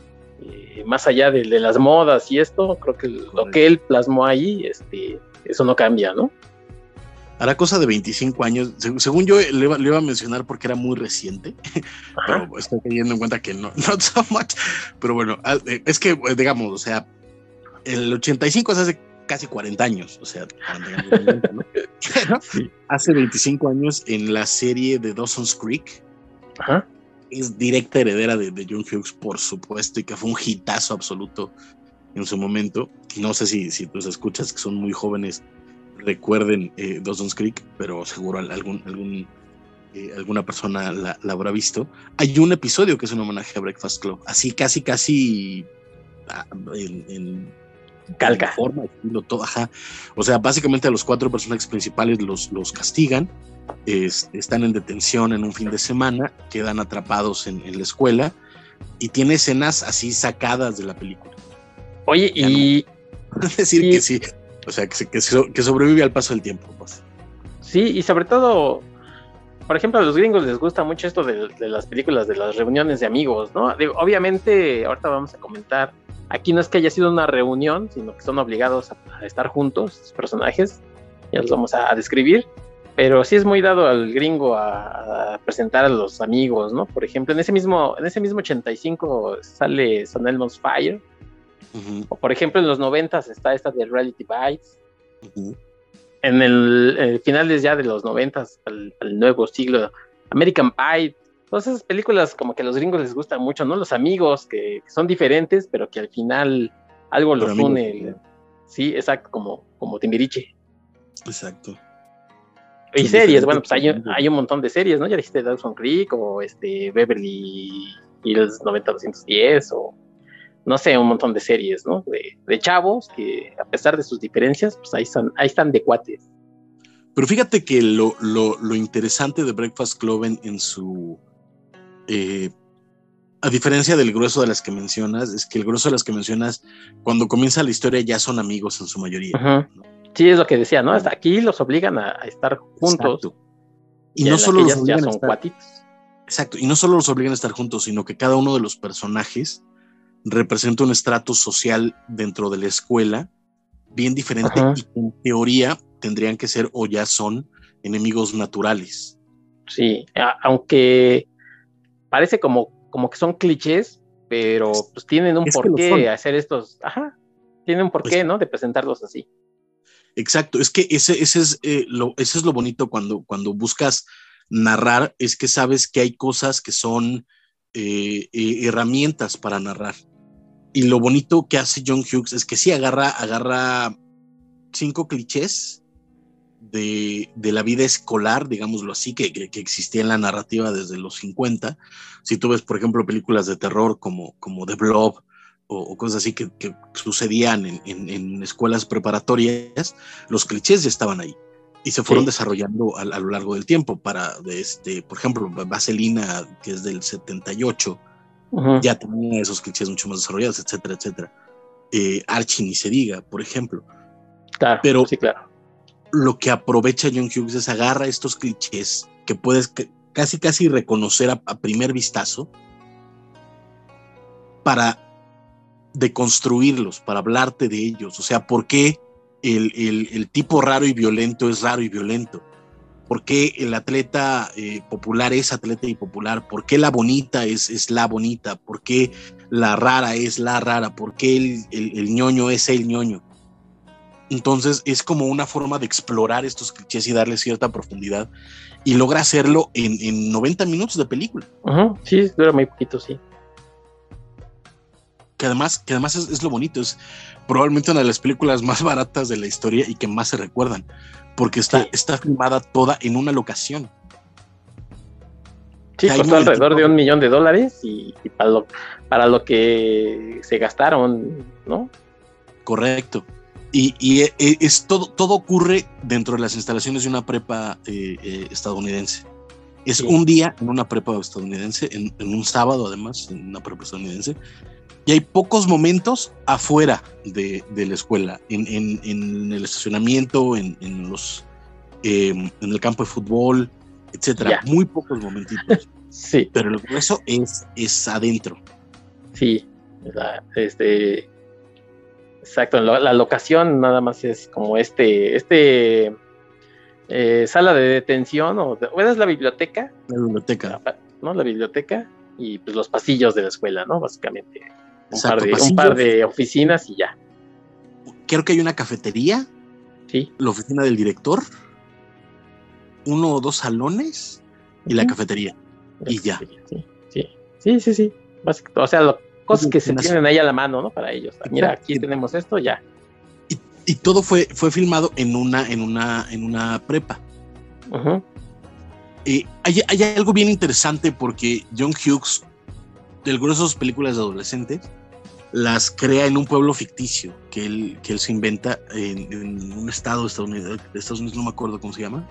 eh, más allá de, de las modas y esto, creo que lo que él plasmó ahí, este, eso no cambia, ¿no? Hará cosa de veinticinco años, según yo le iba, le iba a mencionar porque era muy reciente, ajá. Pero estoy teniendo en cuenta que no, not so much, pero bueno, es que digamos, o sea, el ochenta y cinco es hace casi cuarenta años, o sea, ¿no? Pero sí. Hace veinticinco años en la serie de Dawson's Creek, ajá. Es directa heredera de, de John Hughes, por supuesto, y que fue un hitazo absoluto en su momento. No sé si, si tus escuchas que son muy jóvenes recuerden eh, Dawson's Creek, pero seguro algún, algún, eh, alguna persona la, la habrá visto. Hay un episodio que es un homenaje a Breakfast Club, así casi casi en, en Calca. Forma, estilo, todo, ajá. O sea, básicamente a los cuatro personajes principales los, los castigan, es, están en detención en un fin de semana, quedan atrapados en, en la escuela y tiene escenas así sacadas de la película. Oye, ya y... No, decir y, que sí, o sea, que, que, que sobrevive al paso del tiempo. Pues. Sí, y sobre todo, por ejemplo, a los gringos les gusta mucho esto de, de las películas, de las reuniones de amigos, ¿no? Digo, obviamente, ahorita vamos a comentar, aquí no es que haya sido una reunión, sino que son obligados a, a estar juntos, los personajes, ya los vamos a, a describir, pero sí es muy dado al gringo a, a presentar a los amigos, ¿no? Por ejemplo, en ese mismo, en ese mismo ochenta y cinco sale Son Elmo's Fire, uh-huh. O por ejemplo en los noventas está esta de Reality Bites, uh-huh. En el, el finales ya de los noventas, al, al nuevo siglo, American Pie, todas esas películas como que a los gringos les gustan mucho, ¿no? Los amigos que, que son diferentes, pero que al final algo pero los amigos, une. Sí, exacto, como, como Timbiriche. Exacto. Y son series, bueno, pues hay, hay un montón de series, ¿no? Ya dijiste Dawson Creek o este Beverly Hills noventa doscientos diez o no sé, un montón de series, ¿no? De, de chavos que a pesar de sus diferencias, pues ahí están, ahí están de cuates. Pero fíjate que lo, lo, lo interesante de Breakfast Club en, en su... Eh, a diferencia del grueso de las que mencionas, es que el grueso de las que mencionas, cuando comienza la historia ya son amigos en su mayoría. Uh-huh. ¿No? Sí, es lo que decía, ¿no? Hasta aquí los obligan a, a estar juntos. Exacto. Y, y no solo los obligan ya son a estar... cuatitos. Exacto, y no solo los obligan a estar juntos, sino que cada uno de los personajes representa un estrato social dentro de la escuela bien diferente. Uh-huh. Y en teoría tendrían que ser o ya son enemigos naturales. Sí, a- aunque parece como, como que son clichés, pero pues tienen un es porqué hacer estos, ajá, tienen un porqué, pues, ¿no? De presentarlos así. Exacto, es que ese, ese, es, eh, lo, ese es lo bonito cuando, cuando buscas narrar, es que sabes que hay cosas que son eh, eh, herramientas para narrar. Y lo bonito que hace John Hughes es que sí agarra, agarra cinco clichés de, de la vida escolar, digámoslo así, que, que, que existía en la narrativa desde los cincuenta. Si tú ves, por ejemplo, películas de terror como, como The Blob o, o cosas así que, que sucedían en, en, en escuelas preparatorias, los clichés ya estaban ahí y se fueron sí. desarrollando a, a lo largo del tiempo. Para, este, por ejemplo, Vaselina, que es del setenta y ocho, uh-huh. ya tenía esos clichés mucho más desarrollados, etcétera, etcétera. Eh, Archie ni se diga, por ejemplo. Claro, pero sí, claro. Lo que aprovecha John Hughes es agarra estos clichés que puedes c- casi casi reconocer a, a primer vistazo para deconstruirlos, para hablarte de ellos. O sea, ¿por qué el, el, el tipo raro y violento es raro y violento? ¿Por qué el atleta eh, popular es atleta y popular? ¿Por qué la bonita es, es la bonita? ¿Por qué la rara es la rara? ¿Por qué el, el, el ñoño es el ñoño? Entonces es como una forma de explorar estos clichés y darle cierta profundidad, y logra hacerlo en, en noventa minutos de película. Uh-huh. Sí, dura muy poquito, sí. Que además, que además es, es lo bonito, es probablemente una de las películas más baratas de la historia y que más se recuerdan, porque está, sí. está filmada toda en una locación. Sí, costó alrededor de un millón de dólares y, y para, lo, para lo que se gastaron, ¿no? Correcto. Y, y es todo, todo ocurre dentro de las instalaciones de una prepa eh, eh, estadounidense. Es sí. un día en una prepa estadounidense, en, en un sábado además, en una prepa estadounidense, y hay pocos momentos afuera de, de la escuela, en, en, en el estacionamiento, en, en, los, eh, en el campo de fútbol, etcétera. Muy pocos momentitos. Sí. Pero el grueso es, es adentro. Sí, la, este... Exacto, la, la locación nada más es como este, este eh, sala de detención, o bueno, es la biblioteca. La biblioteca. ¿No? La biblioteca y pues los pasillos de la escuela, ¿no? Básicamente. Un, Exacto, par, de, un par de oficinas y ya. Creo que hay una cafetería. Sí. La oficina del director. Uno o dos salones y uh-huh. la cafetería. La y cafetería, ya. Sí, sí, sí, sí. sí. Básicamente, o sea, lo, cosas que se tienen ahí a la mano, ¿no? Para ellos. Mira, aquí tenemos esto, ya. Y, y todo fue, fue filmado en una, en una, en una prepa. Uh-huh. Eh, hay, hay algo bien interesante porque John Hughes, del grueso de sus películas de adolescentes, las crea en un pueblo ficticio que él, que él se inventa en, en un estado de Estados Unidos, de Estados Unidos, no me acuerdo cómo se llama,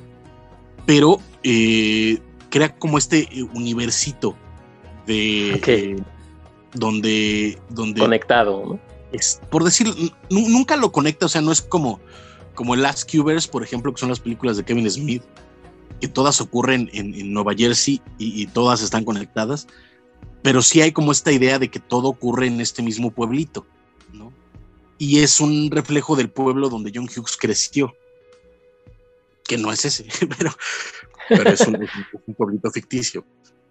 pero eh, crea como este universito de okay. eh, donde, donde conectado, ¿no? Es, por decirlo, nunca lo conecta, o sea, no es como, como el Last Cubers, por ejemplo, que son las películas de Kevin Smith, que todas ocurren en, en Nueva Jersey y, y todas están conectadas, pero sí hay como esta idea de que todo ocurre en este mismo pueblito, ¿no? Y es un reflejo del pueblo donde John Hughes creció, que no es ese, pero, pero es, un, es un pueblito ficticio.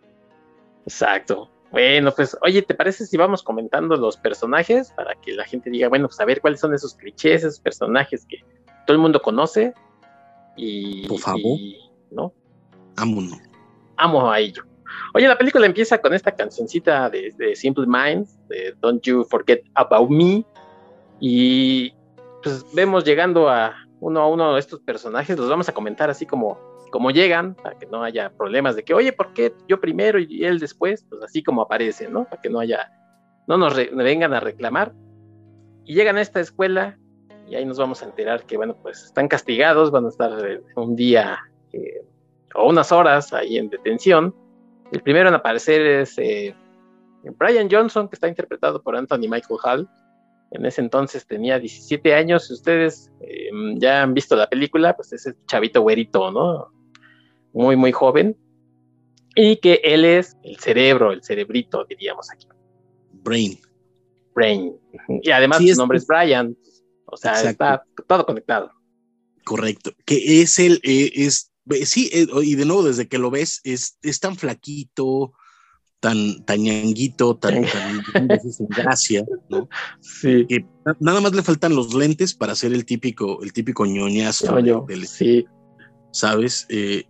Exacto. Bueno, pues, oye, ¿te parece si vamos comentando los personajes para que la gente diga, bueno, pues a ver cuáles son esos clichés, esos personajes que todo el mundo conoce? Y, por favor, y, ¿no? Ámonos. Amo a ello. Oye, la película empieza con esta cancioncita de, de Simple Minds, de Don't You Forget About Me, y pues vemos llegando a uno a uno de estos personajes, los vamos a comentar así como como llegan, para que no haya problemas de que, oye, ¿por qué yo primero y él después? Pues así como aparece, ¿no? Para que no haya, no nos re, vengan a reclamar. Y llegan a esta escuela y ahí nos vamos a enterar que, bueno, pues están castigados, van a estar un día eh, o unas horas ahí en detención. El primero en aparecer es eh, Brian Johnson, que está interpretado por Anthony Michael Hall. En ese entonces tenía diecisiete años. Si ustedes eh, ya han visto la película, pues ese chavito güerito, ¿no? Muy, muy joven, y que él es el cerebro, el cerebrito, diríamos aquí. Brain. Brain. Y además sí, su es, nombre es Brian, o sea, exacto. Está todo conectado. Correcto, que es el, eh, es, sí, eh, y de nuevo, desde que lo ves, es, es tan flaquito, tan, tan ñanguito, tan, tan, tan sin gracia, ¿no? Sí. Que nada más le faltan los lentes para ser el típico, el típico ñoñazo. Ñoño, del, sí. ¿Sabes? Eh,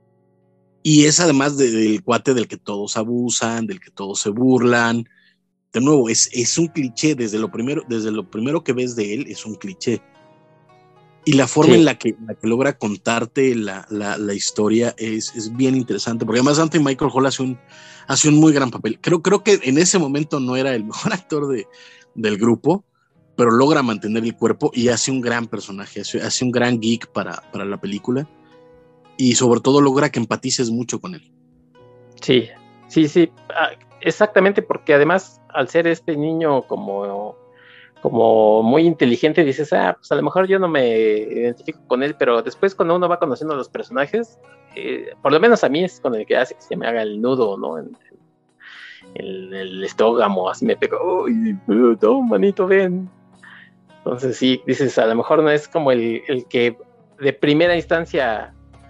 y es además de, del cuate del que todos abusan, del que todos se burlan. De nuevo, es, es un cliché, desde lo, primero, desde lo primero que ves de él, es un cliché. Y la forma sí. en la que, la que logra contarte la, la, la historia es, es bien interesante, porque además Anthony Michael Hall hace un, hace un muy gran papel. Creo, creo que en ese momento no era el mejor actor de, del grupo, pero logra mantener el cuerpo y hace un gran personaje, hace, hace un gran geek para, para la película, y sobre todo logra que empatices mucho con él. Sí, sí, sí, exactamente, porque además al ser este niño como... como muy inteligente, dices, ah, pues a lo mejor yo no me identifico con él, pero después cuando uno va conociendo a los personajes, eh, por lo menos a mí es con el que hace que se me haga el nudo, ¿no? En, en, en el estómago, así me pego, uy, no, manito, ven. Entonces sí, dices, a lo mejor no es como el, el que de primera instancia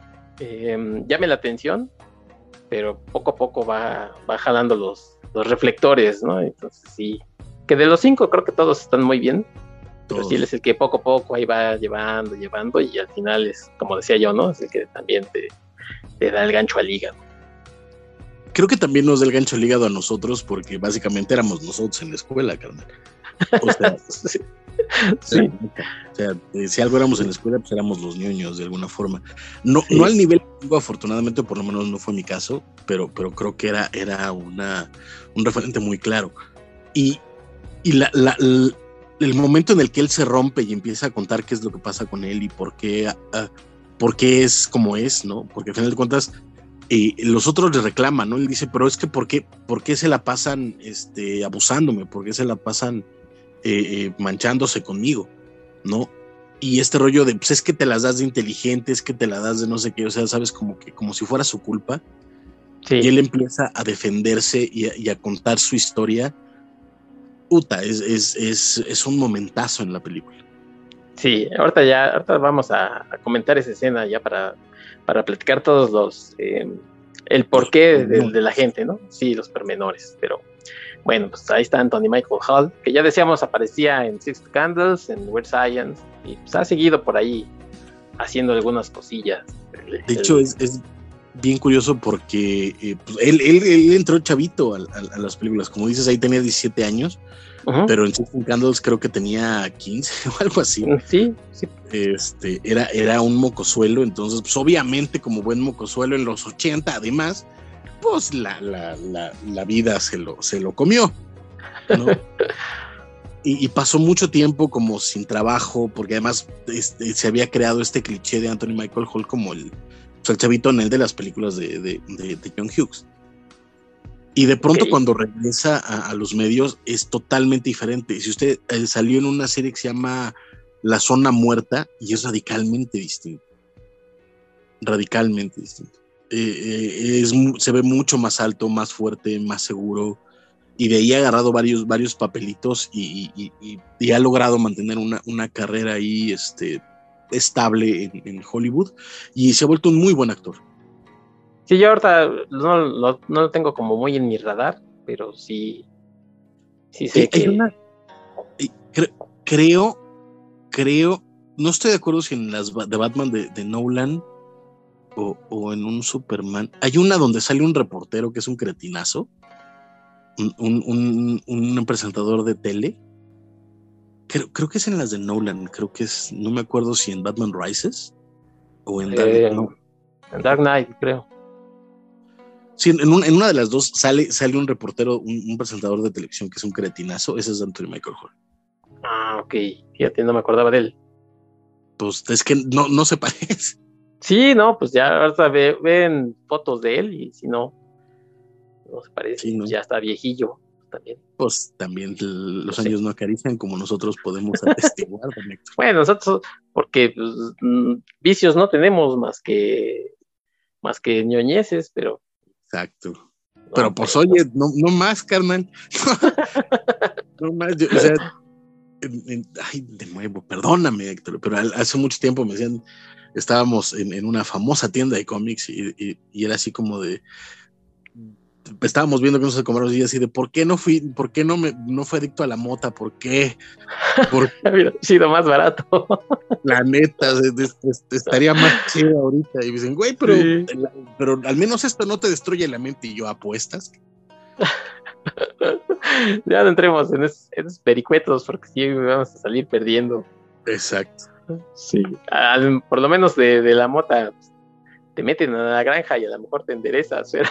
eh, llame la atención, pero poco a poco va, va jalando los, los reflectores, ¿no? Entonces sí, que de los cinco creo que todos están muy bien, pero todos. Sí él es el que poco a poco ahí va llevando, llevando, y al final es, como decía yo, ¿no? Es el que también te, te da el gancho al hígado. Creo que también nos da el gancho al hígado a nosotros, porque básicamente éramos nosotros en la escuela, carnal. O sea, sí. Sí. O sea, si algo éramos en la escuela, pues éramos los ñoños de alguna forma. No, sí. no al nivel, afortunadamente, por lo menos no fue mi caso, pero, pero creo que era, era una, un referente muy claro. Y Y la, la, la, el momento en el que él se rompe y empieza a contar qué es lo que pasa con él y por qué, uh, por qué es como es, ¿no? Porque al final de cuentas, eh, los otros le reclaman, ¿no? Él dice, pero es que ¿por qué, por qué se la pasan este, abusándome? ¿Por qué se la pasan eh, eh, manchándose conmigo? ¿No? Y este rollo de, pues es que te las das de inteligente, es que te la das de no sé qué, o sea, sabes, como que como si fuera su culpa. Sí. Y él empieza a defenderse y a, y a contar su historia. Puta, es, es, es, es un momentazo en la película. Sí, ahorita ya, ahorita vamos a, a comentar esa escena ya para, para platicar todos los, eh, el porqué de, de la gente, ¿no? Sí, los pormenores, pero bueno, pues ahí está Anthony Michael Hall, que ya decíamos aparecía en Six Candles, en Weird Science, y pues ha seguido por ahí haciendo algunas cosillas. El, de el, hecho, es, es bien curioso porque eh, pues él, él, él entró chavito a, a, a las películas, como dices, ahí tenía diecisiete años, uh-huh. pero en Six Candles creo que tenía quince o algo así. Sí, sí. Este, era, era un mocosuelo, entonces pues obviamente como buen mocosuelo en los ochenta, además, pues la, la, la, la vida se lo, se lo comió. ¿no? y, y pasó mucho tiempo como sin trabajo, porque además este, se había creado este cliché de Anthony Michael Hall como el, o sea, el chavito Nell de las películas de, de, de, de John Hughes. Y de pronto okay. cuando regresa a, a los medios es totalmente diferente. Si usted eh, salió en una serie que se llama La Zona Muerta y es radicalmente distinto. Radicalmente distinto. Eh, eh, es, se ve mucho más alto, más fuerte, más seguro. Y de ahí ha agarrado varios, varios papelitos y, y, y, y ha logrado mantener una, una carrera ahí este, estable en, en Hollywood. Y se ha vuelto un muy buen actor. Sí, yo ahorita no, no, no lo tengo como muy en mi radar, pero sí, sí sé hay, que... Hay una, cre- creo, creo, no estoy de acuerdo si en las de Batman de, de Nolan o, o en un Superman. Hay una donde sale un reportero que es un cretinazo, un, un, un, un presentador de tele. Creo, creo que es en las de Nolan, creo que es, no me acuerdo si en Batman Rises o en Dark, eh, no. en Dark Knight, creo. Sí, en, un, en una de las dos sale, sale un reportero, un, un presentador de televisión que es un cretinazo. Ese es Anthony Michael Hall. Ah, ok. Fíjate, no me acordaba de él. Pues es que no, no se parece. Sí, no, pues ya ahorita ve, ven fotos de él y si no, no se parece. Sí, ¿no? Ya está viejillo también. Pues también los no años sé. No acarician como nosotros podemos atestiguar. Bueno, nosotros, porque pues, vicios no tenemos más que más que ñoñeces, pero... Exacto. No, pero pues pero, oye, no, no más, carnal. No más, yo, o sea, en, en, ay, de nuevo, perdóname, Héctor, pero hace mucho tiempo me decían, estábamos en, en una famosa tienda de cómics y, y, y era así como de, estábamos viendo que no se compraron y así de, ¿por qué no fui, por qué no me, no fui adicto a la mota? ¿Por qué? Por... Hubiera sido más barato. La neta, estaría más chido ahorita. Y me dicen, güey, pero, sí. pero al menos esto no te destruye la mente. Y yo, ¿apuestas? Ya no entremos en esos, en esos pericuetos porque sí vamos a salir perdiendo. Exacto. Sí, al, por lo menos de, de la mota te meten a la granja y a lo mejor te enderezas, pero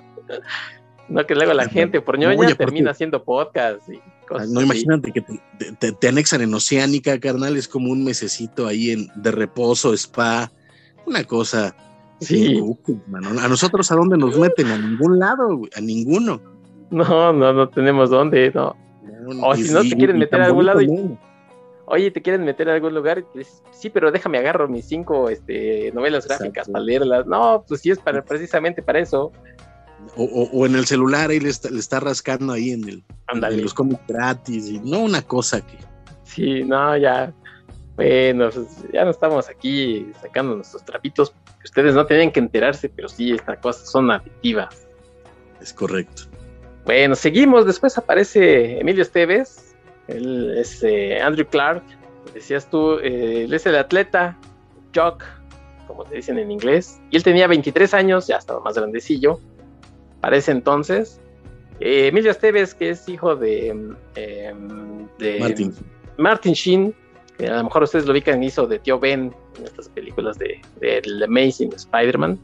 no que luego la gente por ñoña Oye, termina haciendo podcast y cosas no, así. Imagínate que te, te, te anexan en Oceánica, carnal, es como un mesecito ahí en, de reposo, spa, una cosa. Sí. Cookie, mano. A nosotros, ¿a dónde nos meten? A ningún lado, güey, a ninguno. No, no, no tenemos dónde, no. no o y, si no y, te quieren meter a algún lado y, oye, te quieren meter a algún lugar, y dices, sí, pero déjame agarro mis cinco este, novelas Exacto. gráficas para leerlas. No, pues sí es para, precisamente para eso. O, o, o en el celular ahí le está, le está rascando ahí en, el, en los cómics gratis, y no una cosa que... Sí, no, ya, bueno, pues ya no estamos aquí sacando nuestros trapitos, que ustedes no tenían que enterarse, pero sí, estas cosas son adictivas. Es correcto. Bueno, seguimos, después aparece Emilio Esteves, él es eh, Andrew Clark, decías tú, eh, él es el atleta, jock, como te dicen en inglés, y él tenía veintitrés años, ya estaba más grandecillo, para ese entonces. Eh, Emilio Esteves, que es hijo de, eh, de Martin. Martin Sheen, que a lo mejor ustedes lo ubican, hizo de Tío Ben en estas películas de, de The Amazing Spider-Man,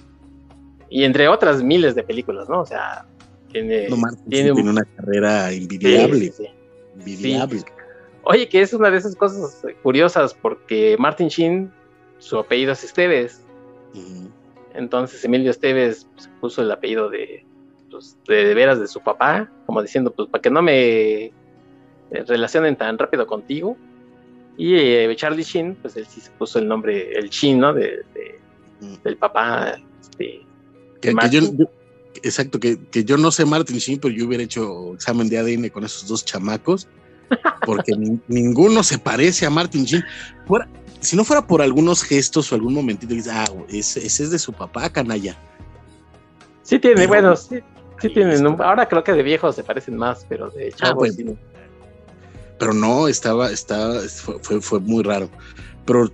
y entre otras miles de películas, ¿no? O sea, tiene, no, Martin tiene, un... tiene una carrera envidiable. Sí, sí, sí. Envidiable. Sí. Oye, que es una de esas cosas curiosas, porque Martin Sheen, su apellido es Esteves. Uh-huh. Entonces Emilio Esteves pues, puso el apellido de, pues, de, de veras de su papá, como diciendo, pues para que no me relacionen tan rápido contigo. Y eh, Charlie Sheen, pues él sí se puso el nombre, el Sheen, ¿no? De, de, uh-huh. Del papá. Este, que, que yo, yo, exacto, que, que yo no sé Martin Sheen, pero yo hubiera hecho examen de A D N con esos dos chamacos, porque ni, ninguno se parece a Martin Sheen. Fuera, si no fuera por algunos gestos o algún momentito, dices, ah, ese, ese es de su papá, canalla. Sí tiene, pero, bueno, sí, sí tienen, un, ahora creo que de viejos se parecen más, pero de chavos ah, bueno, sí. Pero no, estaba, estaba, fue, fue, fue muy raro. Pero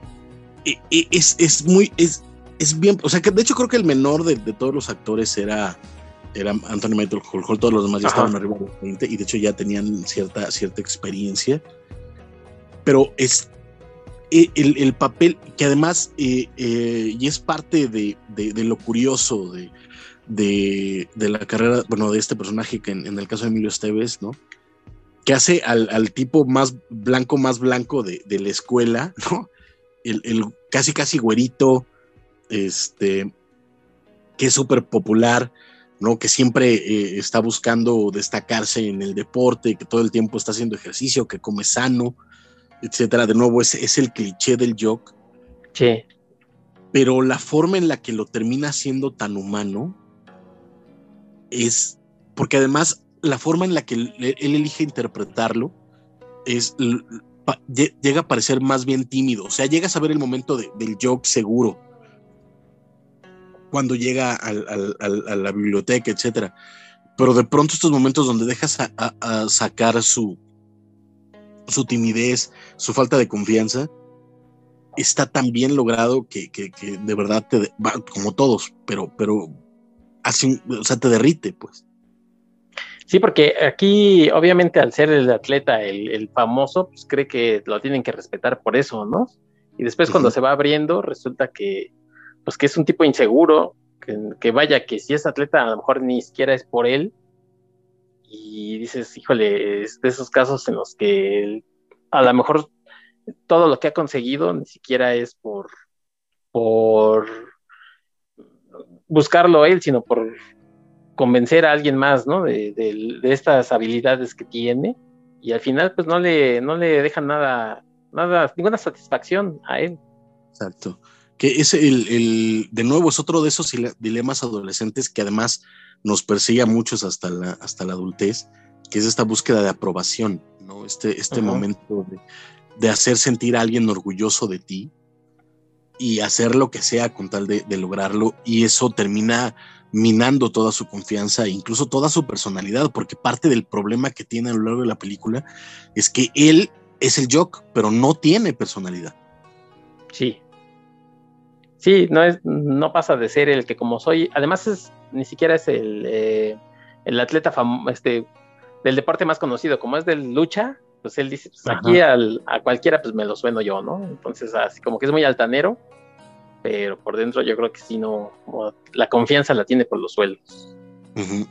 es, es muy, es, es bien, o sea, que de hecho creo que el menor de, de todos los actores era, era Anthony Michael Hall, todos los demás ya Ajá. estaban arriba de los veinte y de hecho ya tenían cierta, cierta experiencia. Pero es el, el papel que además, eh, eh, y es parte de, de, de lo curioso de, de, de la carrera, bueno, de este personaje que en, en el caso de Emilio Estevez, ¿no? Que hace al, al tipo más blanco, más blanco de, de la escuela, ¿no? El, el casi, casi güerito, este, que es súper popular, ¿no? Que siempre eh, está buscando destacarse en el deporte, que todo el tiempo está haciendo ejercicio, que come sano, etcétera. De nuevo, es, es el cliché del jock. Sí. Pero la forma en la que lo termina siendo tan humano es, porque además la forma en la que él, él elige interpretarlo es, pa, llega a parecer más bien tímido, o sea, llegas a ver el momento de, del joke seguro, cuando llega al, al, al, a la biblioteca, etcétera, pero de pronto estos momentos donde dejas a, a, a sacar su, su timidez, su falta de confianza, está tan bien logrado que, que, que de verdad te, como todos, pero, pero así, o sea, te derrite, pues. Sí, porque aquí, obviamente, al ser el atleta, el, el famoso, pues cree que lo tienen que respetar por eso, ¿no? Y después, uh-huh. cuando se va abriendo, resulta que, pues, que es un tipo inseguro, que, que vaya, que si es atleta, a lo mejor ni siquiera es por él. Y dices, híjole, es de esos casos en los que él, a lo mejor todo lo que ha conseguido ni siquiera es por, por buscarlo él, sino por convencer a alguien más, ¿no? De, de, de estas habilidades que tiene, y al final pues no le, no le dejan nada, nada, ninguna satisfacción a él. Exacto. Que es el, el, de nuevo, es otro de esos dilemas adolescentes que además nos persigue a muchos hasta la, hasta la adultez, que es esta búsqueda de aprobación, ¿no? Este, este uh-huh. momento de, de hacer sentir a alguien orgulloso de ti y hacer lo que sea con tal de, de lograrlo, y eso termina minando toda su confianza e incluso toda su personalidad, porque parte del problema que tiene a lo largo de la película es que él es el jock, pero no tiene personalidad. Sí. Sí, no es, no pasa de ser el que como soy, además es, ni siquiera es el, eh, el atleta fam- este, del deporte más conocido, como es de lucha, pues él dice, pues Ajá. aquí al, a cualquiera pues me lo sueno yo, ¿no? Entonces así como que es muy altanero, pero por dentro yo creo que sí no, la confianza la tiene por los suelos. Uh-huh.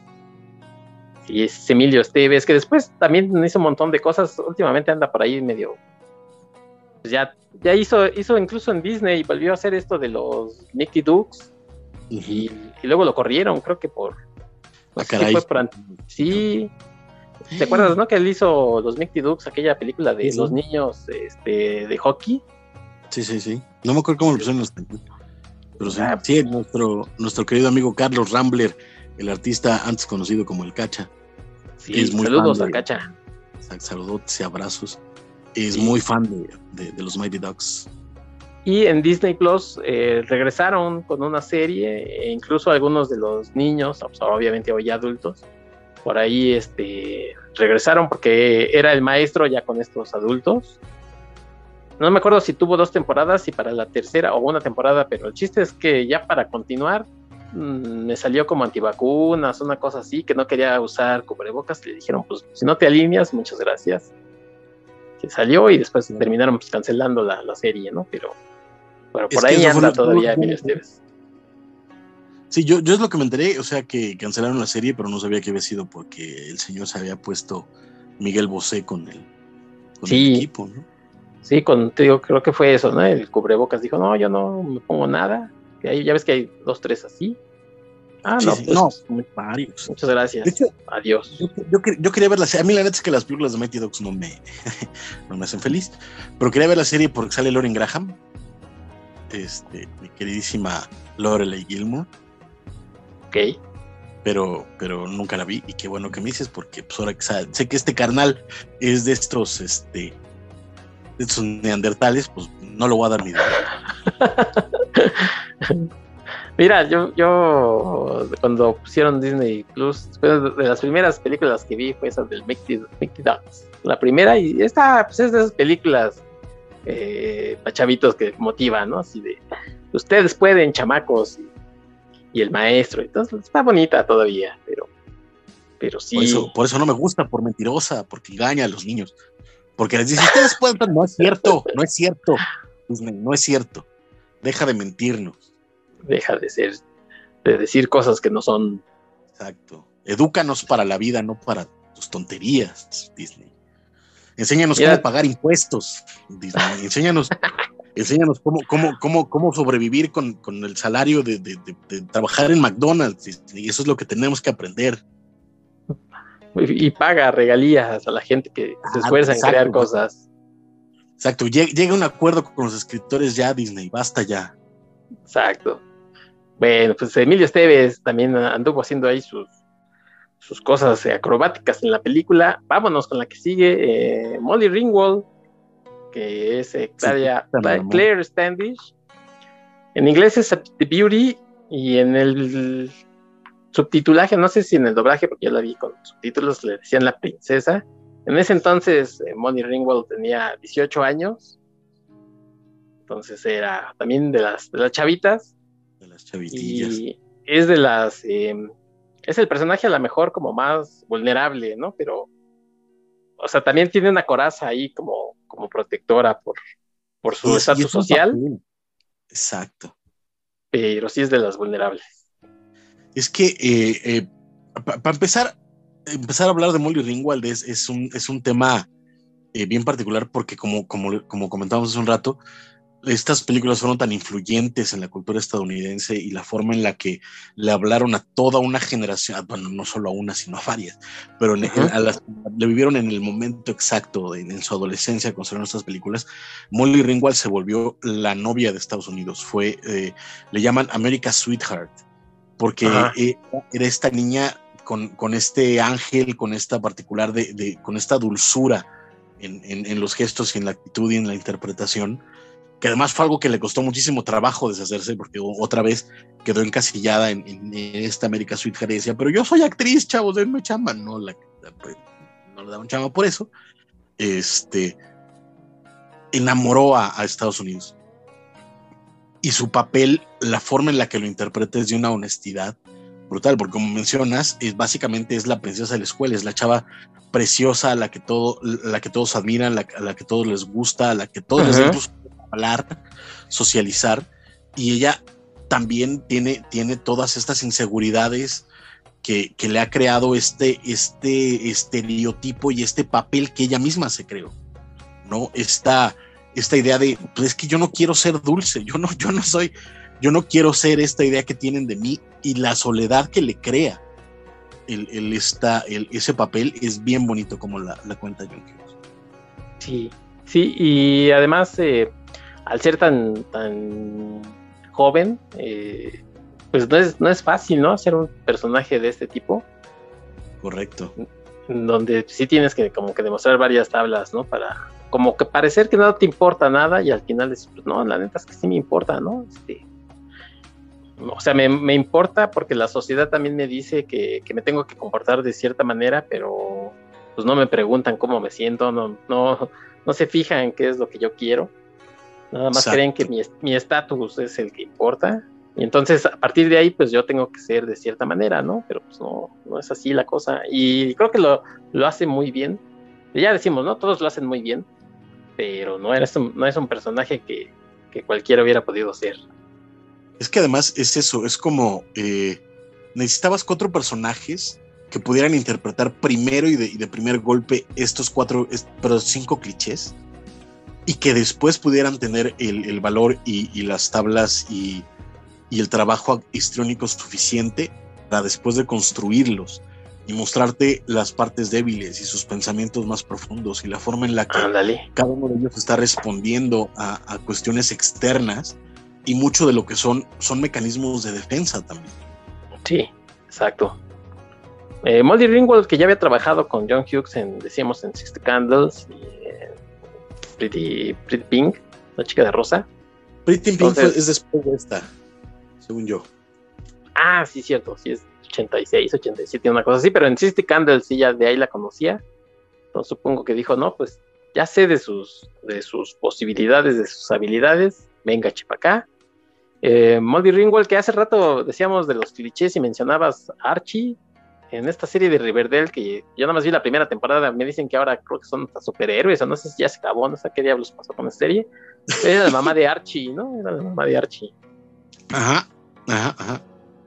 Y es Emilio Estevez, que después también hizo un montón de cosas, últimamente anda por ahí medio, pues ya, ya hizo, hizo incluso en Disney, volvió a hacer esto de los Mighty Ducks, uh-huh. y, y luego lo corrieron, creo que por... No sé si fue por sí, ¿te acuerdas, no? Que él hizo los Mighty Ducks, aquella película de ¿Sí? los niños este, de hockey. Sí, sí, sí. No me acuerdo cómo lo pusieron los pero sí. Ah, sí, nuestro, nuestro querido amigo Carlos Rambler, el artista antes conocido como el Cacha. Sí, es muy saludos al Cacha. Saludos y abrazos. Es sí. muy fan de, de, de los Mighty Ducks. Y en Disney Plus eh, regresaron con una serie, e incluso algunos de los niños, obviamente hoy adultos, por ahí este, regresaron porque era el maestro ya con estos adultos. No me acuerdo si tuvo dos temporadas y para la tercera o una temporada, pero el chiste es que ya para continuar mmm, me salió como antivacunas, una cosa así, que no quería usar cubrebocas. Le dijeron, pues si no te alineas, muchas gracias. Se salió y después sí. terminaron pues, cancelando la, la serie, ¿no? Pero, pero por ahí anda todavía Emilio Estevez. Sí, yo, yo es lo que me enteré, o sea que cancelaron la serie, pero no sabía que había sido porque el señor se había puesto Miguel Bosé con el, con sí. el equipo, ¿no? Sí, con, te digo, creo que fue eso, ¿no? El cubrebocas dijo, no, yo no me pongo nada. Que ahí, ya ves que hay dos, tres así. Ah, sí, no, sí. pues, no, muy varios. Muchas gracias. De hecho, adiós. Yo, yo, yo quería ver la serie. A mí la neta es que las películas de Mighty Ducks no me, no me hacen feliz. Pero quería ver la serie porque sale Lauren Graham. Este, mi queridísima Lorelai Gilmore. Ok. Pero, pero nunca la vi. Y qué bueno que me dices, porque pues ahora que sabe, sé que este carnal es de estos, este. de estos neandertales, pues no lo voy a dar ni idea. Mira, yo, yo cuando pusieron Disney Plus, de las primeras películas que vi fue esa del Mighty, Mighty Ducks. La primera, y esta pues es de esas películas eh, para chavitos que motivan, ¿no? Así de, ustedes pueden, chamacos, y, y el maestro. Entonces está bonita todavía, pero, pero sí. Por eso, por eso no me gusta, por mentirosa, porque engaña a los niños. Porque les dice, ustedes pueden, no es cierto, no es cierto, Disney, no es cierto. Deja de mentirnos. Deja de ser de decir cosas que no son. Exacto. Edúcanos para la vida, no para tus tonterías, Disney. Enséñanos Mira, cómo pagar impuestos, Disney. Enséñanos, enséñanos cómo, cómo, cómo, cómo sobrevivir con, con el salario de, de, de, de trabajar en McDonald's, Disney. Eso es lo que tenemos que aprender. y paga regalías a la gente que se Ah, esfuerza exacto, en crear cosas. Exacto, llega un acuerdo con los escritores ya, Disney, basta ya. Exacto. Bueno, pues Emilio Esteves también anduvo haciendo ahí sus, sus cosas acrobáticas en la película. Vámonos con la que sigue, eh, Molly Ringwald, que es eh, Claria, Sí, Claire, Claire Standish. En inglés es The Beauty, y en el subtitulaje, no sé si en el doblaje, porque yo la vi con subtítulos, le decían la princesa. En ese entonces, eh, Molly Ringwald tenía dieciocho años, entonces era también de las, de las chavitas. De las chavitillas. Y es de las, eh, es el personaje a lo mejor como más vulnerable, ¿no? Pero, o sea, también tiene una coraza ahí como, como protectora por, por su estatus social. Papel. Exacto. Pero sí es de las vulnerables. Es que, eh, eh, para pa empezar, empezar a hablar de Molly Ringwald es, es, un, es un tema eh, bien particular porque, como, como, como comentábamos hace un rato, estas películas fueron tan influyentes en la cultura estadounidense y la forma en la que le hablaron a toda una generación, bueno, no solo a una, sino a varias, pero en, uh-huh. en, a las, le vivieron en el momento exacto, de, en su adolescencia, cuando salieron estas películas. Molly Ringwald se volvió la novia de Estados Unidos, fue, eh, le llaman America's Sweetheart, porque uh-huh. era esta niña con, con este ángel, con esta particular, de, de, con esta dulzura en, en, en los gestos y en la actitud y en la interpretación, que además fue algo que le costó muchísimo trabajo deshacerse, porque otra vez quedó encasillada en, en esta America's Sweetheart y decía, pero yo soy actriz, chavos, denme chamba. No, la, pues, no le daban chamba por eso. Este, enamoró a, a Estados Unidos. Y su papel, la forma en la que lo interpreta es de una honestidad brutal, porque como mencionas, es, básicamente es la princesa de la escuela, es la chava preciosa, a la que, todo, la que todos admiran, la, a la que todos les gusta, a la que todos uh-huh. les da incluso hablar, socializar, y ella también tiene, tiene todas estas inseguridades que, que le ha creado este, este estereotipo y este papel que ella misma se creó, ¿no? Esta, esta idea de, pues es que yo no quiero ser dulce, yo no, yo no soy, yo no quiero ser esta idea que tienen de mí, y la soledad que le crea el, el, esta, el, ese papel es bien bonito como la, la cuenta John Hughes. Sí, sí, y además eh, al ser tan, tan joven, eh, pues no es, no es fácil, ¿no? Hacer un personaje de este tipo. Correcto. Donde sí tienes que como que demostrar varias tablas, ¿no? Para como que parecer que no te importa nada y al final es, pues no, la neta es que sí me importa, ¿no? Este, o sea, me, me importa porque la sociedad también me dice que, que me tengo que comportar de cierta manera, pero pues no me preguntan cómo me siento, no, no, no se fijan en qué es lo que yo quiero. Nada más Exacto. creen que mi estatus es el que importa. Y entonces, a partir de ahí, pues yo tengo que ser de cierta manera, ¿no? Pero pues no, no es así la cosa. Y creo que lo, lo hace muy bien. Ya decimos, ¿no? Todos lo hacen muy bien. Pero no, eres un, no es un personaje que, que cualquiera hubiera podido ser. Es que además es eso, es como... Eh, necesitabas cuatro personajes que pudieran interpretar primero y de, y de primer golpe estos cuatro, est- pero cinco clichés. Y que después pudieran tener el, el valor y, y las tablas y, y el trabajo histriónico suficiente para después de construirlos y mostrarte las partes débiles y sus pensamientos más profundos y la forma en la que Ándale. cada uno de ellos está respondiendo a, a cuestiones externas, y mucho de lo que son son mecanismos de defensa también. Sí, exacto. Eh, Molly Ringwald, que ya había trabajado con John Hughes en, decíamos, en Sixty Candles y eh, Pretty, Pretty Pink, la chica de rosa. Pretty Entonces, Pink fue, es después de esta, según yo. Ah, sí, cierto, sí es ochenta y seis, ochenta y siete, una cosa así, pero en Sixty Candles sí ya de ahí la conocía. Entonces supongo que dijo, no, pues ya sé de sus, de sus posibilidades, de sus habilidades, venga, chepa acá. Eh, Molly Ringwald, que hace rato decíamos de los clichés y mencionabas Archie, en esta serie de Riverdale, que yo nada más vi la primera temporada, me dicen que ahora creo que son superhéroes, o no sé si ya se acabó, no sé qué diablos pasó con la serie. Era la mamá de Archie, ¿no? Era la mamá de Archie. Ajá, ajá, ajá.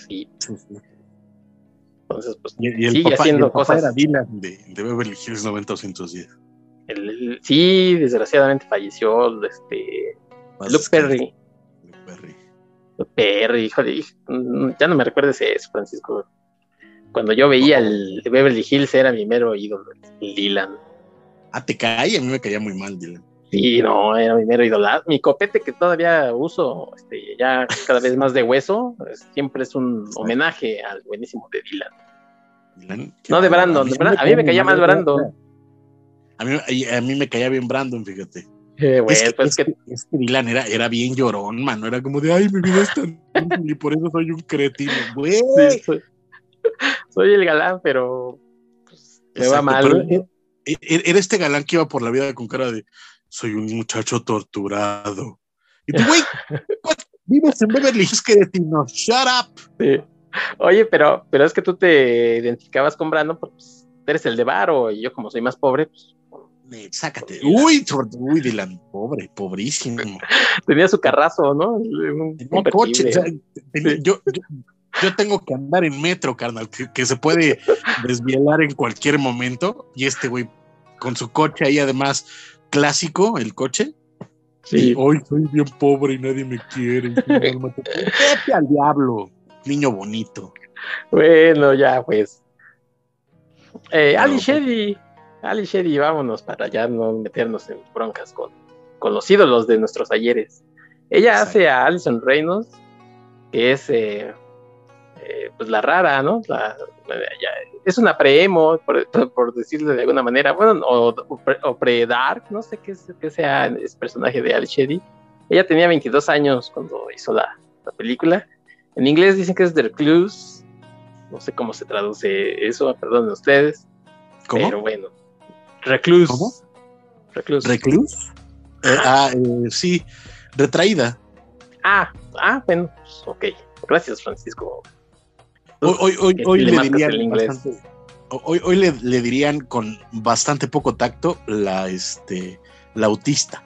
Sí. Sí, sí. Entonces, pues, Y, y el sigue papá, haciendo y el papá cosas. era Dylan de, de Beverly Hills noventa doscientos diez. El, el, sí, desgraciadamente falleció este Más Luke descanso. Perry. Luke Perry. Luke Perry, híjole, hijo, ya no me recuerdes eso, Francisco. Cuando yo veía Oh. el Beverly Hills era mi mero ídolo, el Dylan. Ah, te cae, a mí me caía muy mal, Dylan. Sí, no, era mi mero ídolo. Mi copete que todavía uso, este, ya cada vez más de hueso, es, siempre es un homenaje al buenísimo de Dylan. Dylan, qué No de bárbaro. Brandon, A mí, de a mí Brandon, me a mí caía me muy caía mal. más Era, era, Brandon. a, mí, a mí me caía bien Brandon, fíjate. Eh, güey, Es que, pues es, que... que, es que Dylan era, era bien llorón, mano. Era como de, ay, mi vida es tan difícil y por eso soy un cretino. Güey. Sí, soy, soy el galán, pero pues, me va Exacto, mal. pero era, era este galán que iba por la vida con cara de, soy un muchacho torturado. Y tú, güey, vives en Beverly Hills, cretino. Shut up. Sí. Oye, pero, pero es que tú te identificabas con Brandon, porque pues, eres el de varo, y yo como soy más pobre, pues... Sácate. Uy, uy, Dylan, pobre, pobrísimo. Tenía su carrazo, ¿no? Un Tenía coche, o sea, convertible. tenía, Sí. yo, yo, yo tengo que andar en metro, carnal, que, que se puede desvielar en cualquier momento. Y este güey, con su coche ahí, además, clásico, el coche. Sí. Y hoy soy bien pobre y nadie me quiere. Vete al diablo, niño bonito. Bueno, ya pues. Eh, Ali Pero, Shady, Ali Shady, vámonos para ya no meternos en broncas con, con los ídolos de nuestros ayeres. Ella exacto. hace a Alison Reynolds, que es eh, eh, pues la rara, ¿no? La, ya, es una pre-emo, por, por decirlo de alguna manera, bueno, o, o pre-dark, no sé qué, qué sea ese personaje de Ali Shady. Ella tenía veintidós años cuando hizo la, la película. En inglés dicen que es The Recluse. No sé cómo se traduce eso, perdonen ustedes. ¿Cómo? Pero bueno. Recluse. ¿Cómo? Recluse. ¿Recluse? Eh, ah, eh, sí, retraída. Ah, ah, bueno, pues, ok. Gracias, Francisco. Hoy, hoy, hoy, que hoy sí le le marcas dirían el inglés. bastante, hoy, hoy le, le dirían con bastante poco tacto la, este, la autista.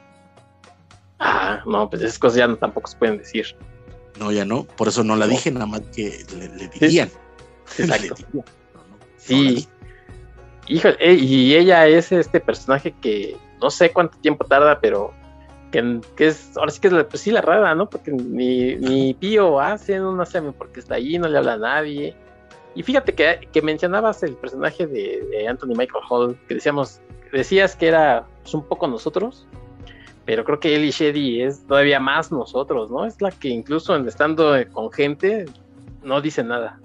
Ah, no, pues esas cosas ya no, tampoco se pueden decir. No, ya no, por eso no la No. dije, nada más que le, le dirían. Sí, exacto. Le dirían. No, no, Sí. no Híjole, eh, y ella es este personaje que no sé cuánto tiempo tarda, pero que, que es, ahora sí que es la, pues sí, la rara, ¿no? Porque ni, ni Pío hace, no sé por qué está ahí, no le habla a nadie. Y fíjate que, que mencionabas el personaje de, de Anthony Michael Hall, que decíamos, decías que era pues, un poco nosotros, pero creo que Ellie Shady es todavía más nosotros, ¿no? Es la que incluso estando con gente no dice nada.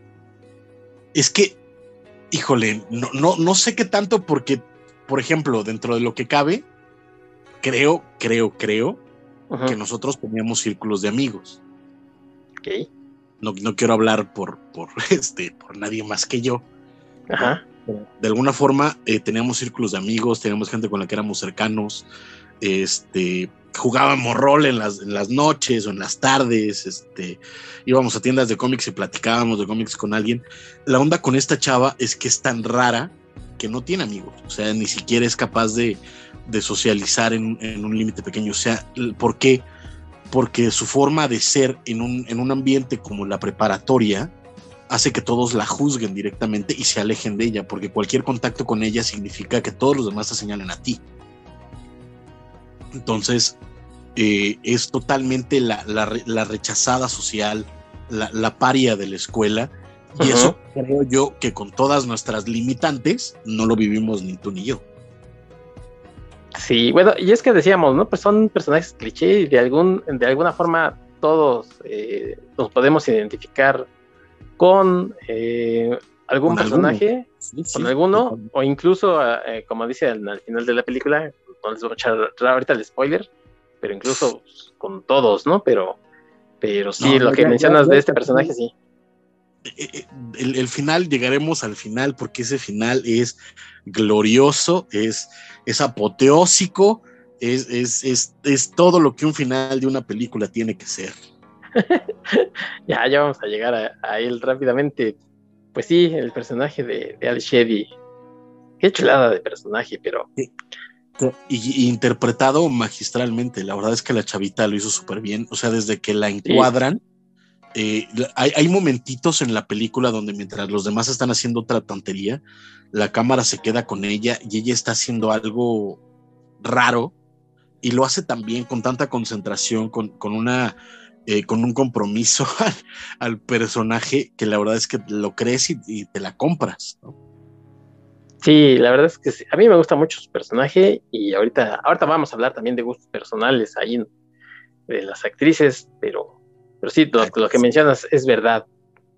Es que, híjole, no, no, no sé qué tanto porque, por ejemplo, dentro de lo que cabe, creo, creo, creo uh-huh. que nosotros teníamos círculos de amigos. Ok. No, no quiero hablar por, por, este, por nadie más que yo. Ajá. De alguna forma eh, teníamos círculos de amigos, teníamos gente con la que éramos cercanos, este, jugábamos rol en las, en las noches o en las tardes, este, íbamos a tiendas de cómics y platicábamos de cómics con alguien. La onda con esta chava es que es tan rara que no tiene amigos, o sea, ni siquiera es capaz de, de socializar en, en un límite pequeño. O sea, ¿por qué? Porque su forma de ser en un, en un ambiente como la preparatoria hace que todos la juzguen directamente y se alejen de ella, porque cualquier contacto con ella significa que todos los demás te señalen a ti. Entonces, eh, es totalmente la, la, la rechazada social, la, la paria de la escuela, y uh-huh. eso creo yo que con todas nuestras limitantes no lo vivimos ni tú ni yo. Sí, bueno, y es que decíamos, ¿no? Pues son personajes cliché y de, algún, de alguna forma todos eh, nos podemos identificar con eh, algún con personaje, sí, sí, con alguno, totalmente. O incluso, eh, como dice al, al final de la película, no les voy a echar ahorita el spoiler, pero incluso pues, con todos, ¿no? Pero, pero sí, no, lo no, que ya, mencionas ya, ya, de este personaje, sí. El, el final, llegaremos al final, porque ese final es glorioso, es, es apoteósico, es, es, es, es todo lo que un final de una película tiene que ser. ya, ya vamos a llegar a, a él rápidamente. Pues sí, el personaje de, de Ali Shady. Qué chulada de personaje, pero... Sí. Y, y interpretado magistralmente. La verdad es que la chavita lo hizo súper bien. O sea, desde que la encuadran, Eh, hay, hay momentitos en la película donde mientras los demás están haciendo otra tontería, la cámara se queda con ella y ella está haciendo algo raro y lo hace también con tanta concentración, con, con, una, eh, con un compromiso al, al personaje, que la verdad es que lo crees y, y te la compras, ¿no? Sí, la verdad es que sí. A mí me gusta mucho su personaje y ahorita, ahorita vamos a hablar también de gustos personales ahí de las actrices, pero, pero sí, lo, lo que mencionas es verdad.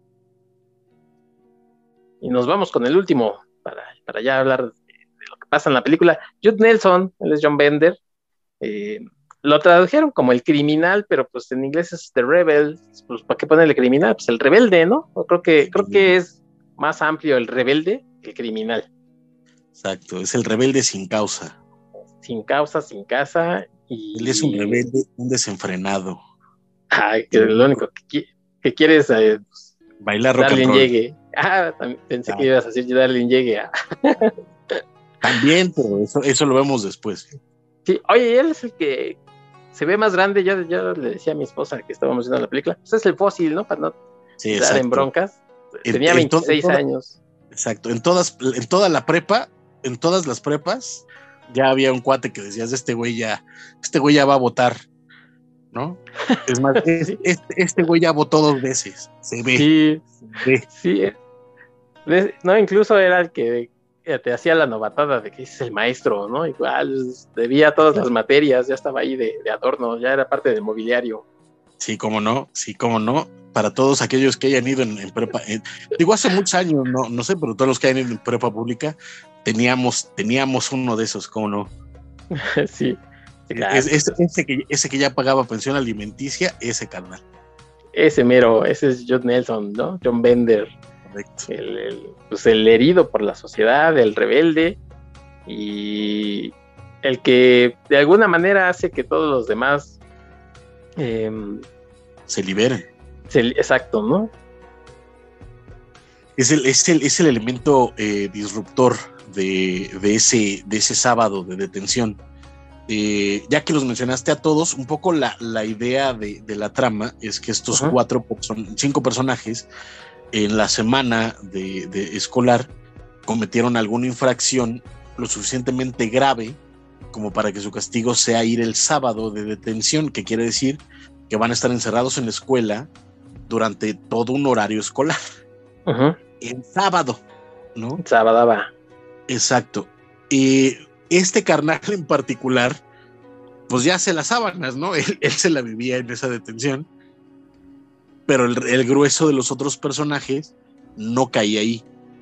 Y nos vamos con el último para, para ya hablar de, de lo que pasa en la película. Jude Nelson, él es John Bender. Eh, lo tradujeron como el criminal, pero pues en inglés es The Rebel. Pues ¿para qué ponerle criminal? Pues el rebelde, ¿no? O creo que, creo que es más amplio el rebelde que el criminal. Exacto, es el rebelde sin causa. Sin causa, sin casa. Y... Él es un rebelde, un desenfrenado. Ay, que lo único que, que quiere es eh, pues, bailar rock Darlene and roll. Llegue. Ah, también pensé ah. que ibas a decir Darlene Llegue. Ah. También, pero eso, eso lo vemos después. Sí, oye, él es el que se ve más grande. Yo, yo le decía a mi esposa que estábamos viendo la película, pues es el fósil, ¿no? Para no sí, entrar en broncas. En, Tenía en veintiséis to, en toda, años. Exacto, en todas, en toda la prepa, en todas las prepas, ya había un cuate que decías, este güey ya, este güey ya va a votar, ¿no? Es más, sí. este, este güey ya votó dos veces, se ve. Sí, se ve. sí. No, incluso era el que te hacía la novatada de que es el maestro, ¿no? Igual debía todas las materias, ya estaba ahí de, de adorno, ya era parte del mobiliario. Sí, cómo no, sí, cómo no. Para todos aquellos que hayan ido en, en prepa, en, digo, hace muchos años, no, no sé, pero todos los que hayan ido en prepa pública, teníamos, teníamos uno de esos, cómo no. Sí. Claro. Es, es, ese, que, ese que ya pagaba pensión alimenticia, ese carnal. Ese mero, ese es Jude Nelson, ¿no? John Bender. Correcto. El, el, pues el herido por la sociedad, el rebelde y el que de alguna manera hace que todos los demás eh, se liberen. Se, exacto, ¿no? Es el, es el, es el elemento eh, disruptor de, de, ese, de ese sábado de detención. Eh, ya que los mencionaste a todos, un poco la, la idea de, de la trama es que estos uh-huh. cuatro, son cinco personajes en la semana de, de escolar cometieron alguna infracción lo suficientemente grave como para que su castigo sea ir el sábado de detención, que quiere decir que van a estar encerrados en la escuela durante todo un horario escolar. Uh-huh. En sábado, ¿no? Sábado va. Exacto. Y este carnal en particular, pues ya se las sábanas, ¿no? Él, él se la vivía en esa detención, pero el, el grueso de los otros personajes no caía ahí.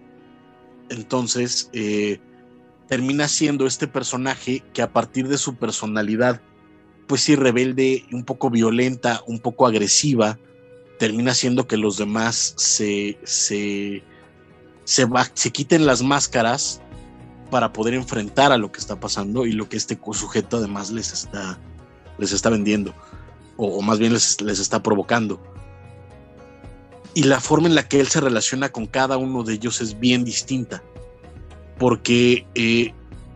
Entonces, eh, termina siendo este personaje que a partir de su personalidad, pues sí, rebelde, un poco violenta, un poco agresiva, termina siendo que los demás se, se, se, va, se quiten las máscaras para poder enfrentar a lo que está pasando y lo que este sujeto además les está, les está vendiendo, o, o más bien les, les está provocando. Y la forma en la que él se relaciona con cada uno de ellos es bien distinta, porque eh,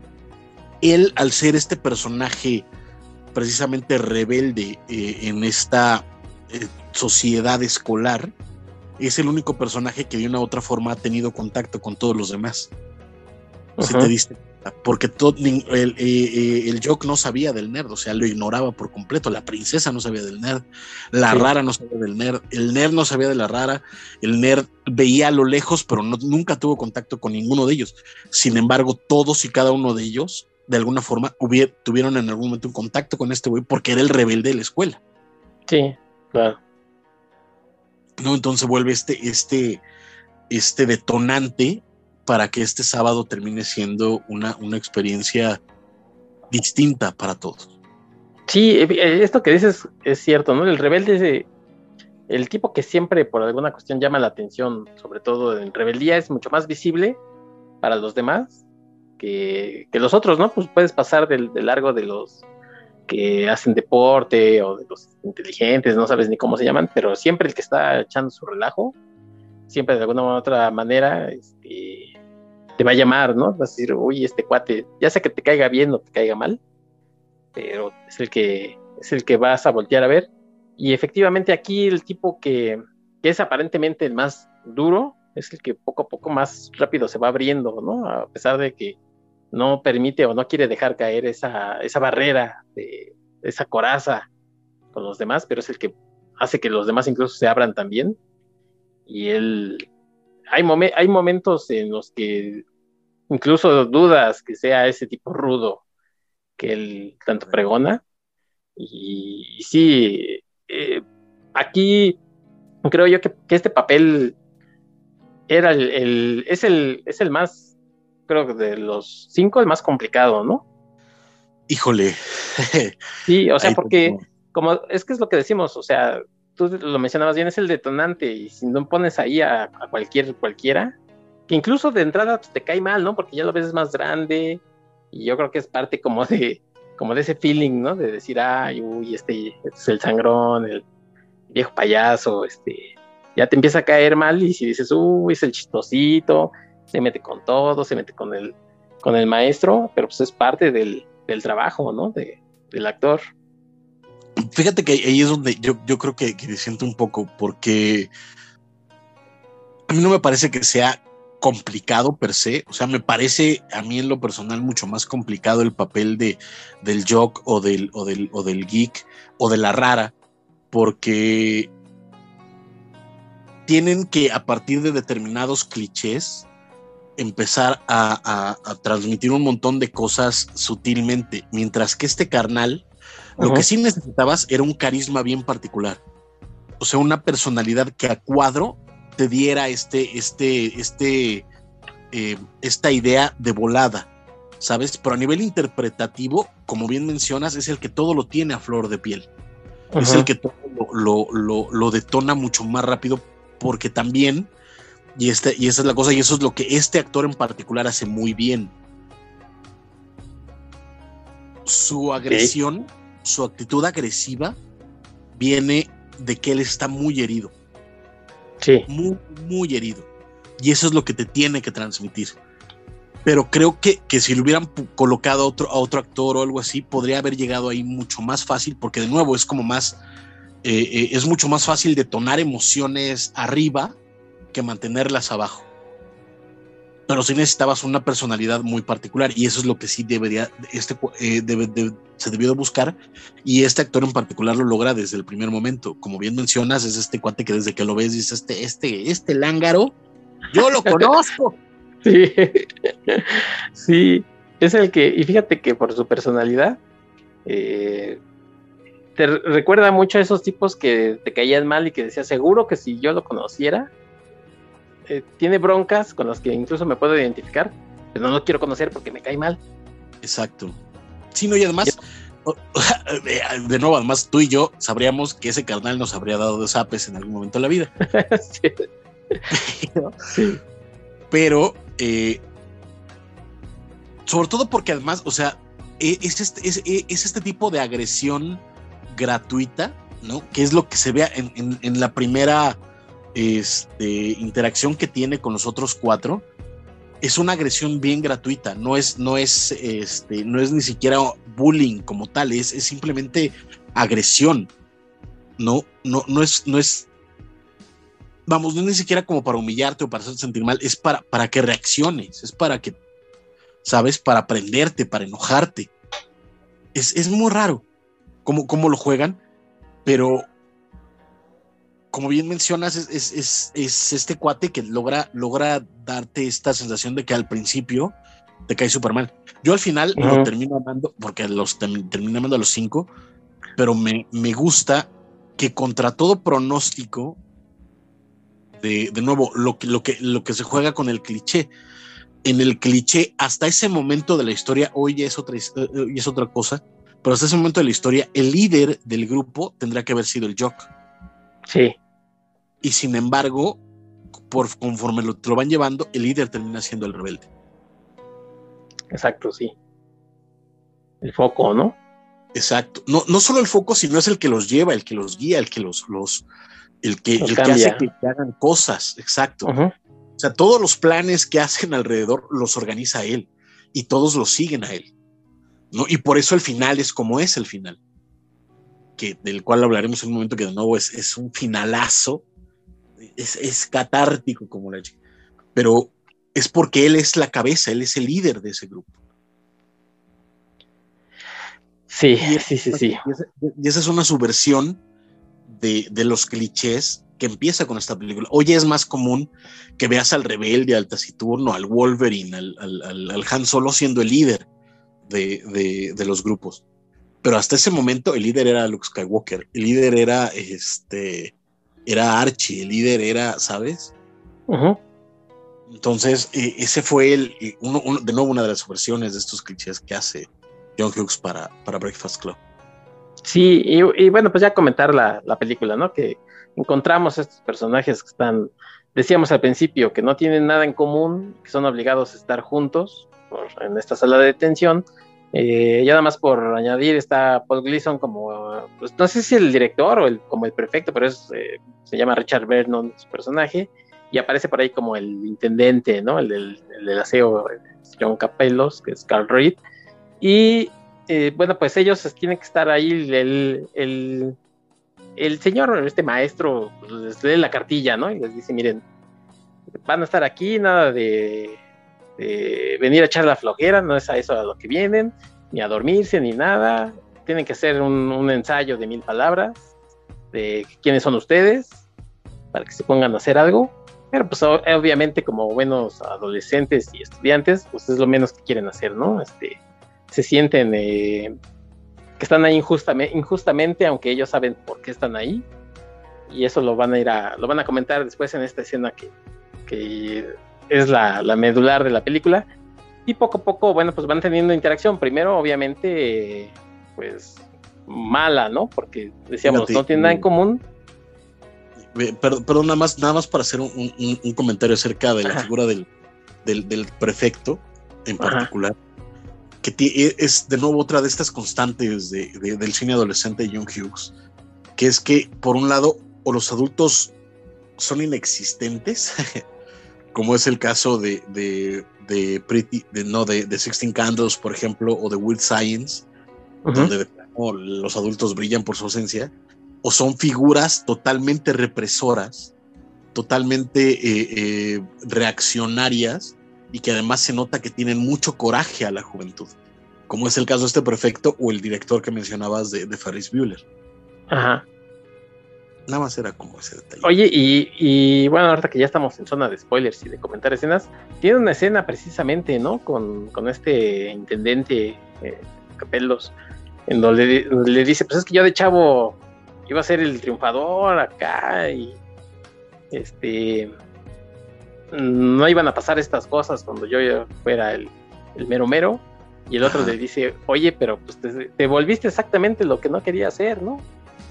él, al ser este personaje precisamente rebelde eh, en esta eh, sociedad escolar, es el único personaje que de una u otra forma ha tenido contacto con todos los demás. Uh-huh. Si te diste, porque todo, el, el, el Jock no sabía del nerd, o sea, lo ignoraba por completo. La princesa no sabía del nerd, la sí. rara no sabía del nerd, el nerd no sabía de la rara, el nerd veía a lo lejos, pero no, nunca tuvo contacto con ninguno de ellos. Sin embargo, todos y cada uno de ellos, de alguna forma, hubiera, tuvieron en algún momento un contacto con este güey porque era el rebelde de la escuela. Sí, claro. ¿No? Entonces vuelve este, este, este detonante para que este sábado termine siendo una, una experiencia distinta para todos. Sí, esto que dices es cierto, ¿no? El rebelde es el tipo que siempre por alguna cuestión llama la atención, sobre todo en rebeldía, es mucho más visible para los demás que, que los otros, ¿no? Pues puedes pasar del, de largo de los que hacen deporte o de los inteligentes, no sabes ni cómo se llaman, pero siempre el que está echando su relajo, siempre de alguna u otra manera este, te va a llamar, ¿no? Vas a decir, uy, este cuate, ya sea que te caiga bien o te caiga mal, pero es el que es el que vas a voltear a ver. y efectivamente aquí el tipo que, que es aparentemente el más duro es el que poco a poco más rápido se va abriendo, ¿no? A pesar de que no permite o no quiere dejar caer esa, esa barrera, de, esa coraza con los demás, pero es el que hace que los demás incluso se abran también. Y él, hay, momen, hay momentos en los que incluso dudas que sea ese tipo rudo que él tanto pregona. Y, y sí, eh, aquí creo yo que, que este papel era el, el, es, el, es el más, creo que de los cinco, el más complicado, ¿no? Híjole. Sí, o sea, Ahí porque tengo. como es que es lo que decimos, o sea, tú lo mencionabas bien, es el detonante, y si no pones ahí a, a cualquier cualquiera, que incluso de entrada pues, te cae mal, ¿no? Porque ya lo ves más grande, y yo creo que es parte como de, como de ese feeling, ¿no? De decir, ay, uy, este, este es el sangrón, el viejo payaso, este, ya te empieza a caer mal, y si dices, uy, es el chistosito, se mete con todo, se mete con el, con el maestro, pero pues es parte del, del trabajo, ¿no? De, del actor. Fíjate que ahí es donde yo, yo creo que, que siento un poco, porque a mí no me parece que sea complicado per se, o sea, me parece a mí en lo personal mucho más complicado el papel de, del jock o del, o, del, o del geek o de la rara, porque tienen que a partir de determinados clichés empezar a, a, a transmitir un montón de cosas sutilmente, mientras que este carnal, lo uh-huh. que sí necesitabas era un carisma bien particular, o sea, una personalidad que a cuadro te diera este, este, este, eh, esta idea de volada, ¿sabes? Pero a nivel interpretativo, como bien mencionas, es el que todo lo tiene a flor de piel, uh-huh. es el que todo lo, lo, lo, lo detona mucho más rápido, porque también, y, este, y esa es la cosa, y eso es lo que este actor en particular hace muy bien. Su agresión, sí. su actitud agresiva viene de que él está muy herido. Sí. Muy, muy herido. Y eso es lo que te tiene que transmitir. Pero creo que, que si le hubieran colocado a otro, a otro actor o algo así, podría haber llegado ahí mucho más fácil, porque de nuevo es como más, eh, eh, es mucho más fácil detonar emociones arriba que mantenerlas abajo. Pero sí necesitabas una personalidad muy particular, y eso es lo que sí debería, este, eh, debe, de, se debió de buscar, y este actor en particular lo logra desde el primer momento. Como bien mencionas, es este cuate que desde que lo ves dices, este, este, este lángaro, yo lo conozco. Sí, sí, es el que, y fíjate que por su personalidad, eh, te recuerda mucho a esos tipos que te caían mal y que decías, seguro que si yo lo conociera, eh, tiene broncas con las que incluso me puedo identificar, pero no lo quiero conocer porque me cae mal. Exacto. Sí, no, y además, de nuevo, además tú y yo sabríamos que ese carnal nos habría dado de zapes en algún momento de la vida. Sí. Pero, sí. pero eh, sobre todo porque además, o sea, es este, es, es este tipo de agresión gratuita, ¿no? Que es lo que se ve en, en, en la primera este, interacción que tiene con los otros cuatro. Es una agresión bien gratuita, no es, no es, este, no es ni siquiera bullying como tal, es, es simplemente agresión. No, no, no es, no es, vamos, no es ni siquiera como para humillarte o para hacerte sentir mal, es para, para que reacciones, es para que, ¿sabes? Para prenderte, para enojarte. Es, es muy raro cómo, cómo lo juegan, pero como bien mencionas, es, es, es, es este cuate que logra, logra darte esta sensación de que al principio te cae súper mal. Yo al final uh-huh. lo termino amando, porque los term, termino amando a los cinco, pero me, me gusta que contra todo pronóstico, de, de nuevo, lo que, lo, que, lo que se juega con el cliché, en el cliché, hasta ese momento de la historia, hoy ya es otra, hoy es otra cosa, pero hasta ese momento de la historia, el líder del grupo tendría que haber sido el jock. Sí. Y sin embargo, por, conforme lo, te lo van llevando, el líder termina siendo el rebelde. Exacto, sí. El foco, ¿no? Exacto. No, no solo el foco, sino es el que los lleva, el que los guía, el que los, los el que, el que hace que, que hagan cosas. Exacto. Uh-huh. O sea, todos los planes que hacen alrededor los organiza él y todos los siguen a él, ¿no? Y por eso el final es como es el final. que, del cual hablaremos en un momento, que de nuevo es, es un finalazo, es, es catártico como la chica, pero es porque él es la cabeza, él es el líder de ese grupo. Sí, y, sí, sí, sí. Y esa, y esa es una subversión de, de los clichés que empieza con esta película. Hoy es más común que veas al rebelde, al taciturno, al Wolverine, al, al, al, al Han Solo siendo el líder de, de, de los grupos. Pero hasta ese momento el líder era Luke Skywalker, el líder era este era Archie, el líder era, ¿sabes? Uh-huh. Entonces, eh, ese fue el, uno, uno, de nuevo una de las versiones de estos clichés que hace John Hughes para, para Breakfast Club. Sí, y, y bueno, pues ya comentar la, la película, ¿no? Que encontramos estos personajes que están, decíamos al principio, que no tienen nada en común, que son obligados a estar juntos por, en esta sala de detención. Eh, ya nada más por añadir, está Paul Gleason como, pues no sé si el director o el, como el prefecto, pero es, eh, se llama Richard Vernon, su personaje, y aparece por ahí como el intendente, ¿no? El del, el del aseo, John Capellos, que es Carl Reed. Y eh, bueno, pues ellos tienen que estar ahí, el, el, el señor, este maestro, pues les lee la cartilla, ¿no? Y les dice, miren, van a estar aquí, nada de, de venir a echar la flojera, no es a eso a lo que vienen, ni a dormirse, ni nada. Tienen que hacer un, un ensayo de mil palabras de quiénes son ustedes, para que se pongan a hacer algo. Pero pues obviamente como buenos adolescentes y estudiantes, pues es lo menos que quieren hacer, ¿no? Este, se sienten eh, que están ahí injustamente, injustamente, aunque ellos saben por qué están ahí, y eso lo van a ir a, lo van a comentar después en esta escena que, que es la, la medular de la película, y poco a poco, bueno, pues van teniendo interacción, primero obviamente, eh, pues mala, ¿no? Porque decíamos, Fíjate, no tienen nada en común. Perdón, perdón, nada más, nada más para hacer un, un, un comentario acerca de la Ajá. figura del, del, del prefecto en particular. Ajá. Que es de nuevo otra de estas constantes de, de, del cine adolescente de John Hughes, que es que por un lado o los adultos son inexistentes, como es el caso de, de, de, Pretty, de, no, de, de Sixteen Candles, por ejemplo, o de Weird Science, uh-huh. donde oh, los adultos brillan por su ausencia, o son figuras totalmente represoras, totalmente eh, eh, reaccionarias, y que además se nota que tienen mucho coraje a la juventud, como es el caso de este prefecto o el director que mencionabas de, de Ferris Bueller. Ajá. Nada más era como ese detalle. Oye, y, y bueno, ahorita que ya estamos en zona de spoilers y de comentar escenas, tiene una escena precisamente, ¿no? Con, con este intendente eh, Capellos, en donde le, le dice, pues es que yo de chavo iba a ser el triunfador acá y este... no iban a pasar estas cosas cuando yo fuera el, el mero mero, y el otro Ajá. le dice, oye, pero pues te, te volviste exactamente lo que no quería hacer, ¿no?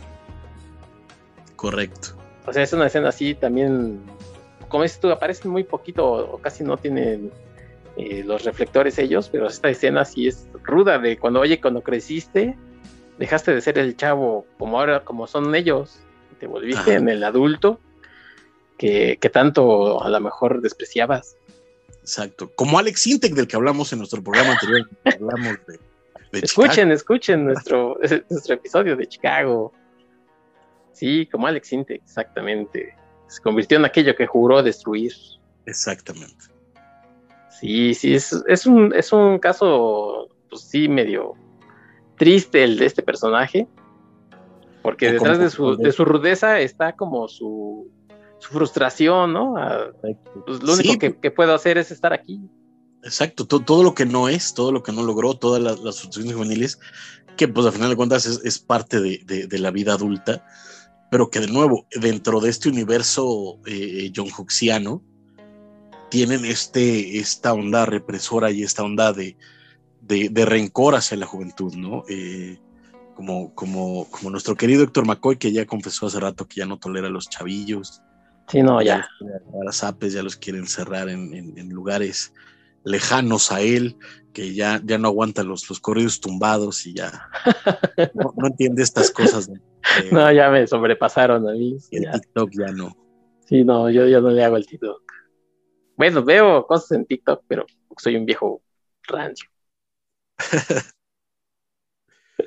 Correcto. O sea, es una escena así también, como dices tú, aparecen muy poquito o casi no tienen eh, los reflectores ellos, pero esta escena sí es ruda de cuando, oye, cuando creciste, dejaste de ser el chavo como ahora, como son ellos, te volviste Ajá. en el adulto Que, que tanto a lo mejor despreciabas. Exacto. Como Alex Intec, del que hablamos en nuestro programa anterior. hablamos de, de escuchen, Chicago. escuchen nuestro, nuestro episodio de Chicago. Sí, como Alex Intec, exactamente. Se convirtió en aquello que juró destruir. Exactamente. Sí, sí, es, es, un, es un caso, pues sí, medio triste el de este personaje. Porque o detrás como, de, su, de su rudeza está como su... su frustración, ¿no? A, pues lo único sí, que, que puedo hacer es estar aquí. Exacto, todo, todo lo que no es, todo lo que no logró, todas las, las frustraciones juveniles, que pues al final de cuentas es, es parte de, de, de la vida adulta, pero que de nuevo, dentro de este universo eh, John Huxiano, tienen este, esta onda represora y esta onda de, de, de rencor hacia la juventud, ¿no? Eh, como, como, como nuestro querido Héctor McCoy, que ya confesó hace rato que ya no tolera a los chavillos. Sí, no, ya. ya. A las apes ya los quieren encerrar en, en, en lugares lejanos a él, que ya, ya no aguanta los, los corridos tumbados y ya no, no entiende estas cosas. De, de, no, ya me sobrepasaron a mí. El ya. TikTok ya no. Sí, no, yo, yo no le hago el TikTok. Bueno, veo cosas en TikTok, pero soy un viejo rancio.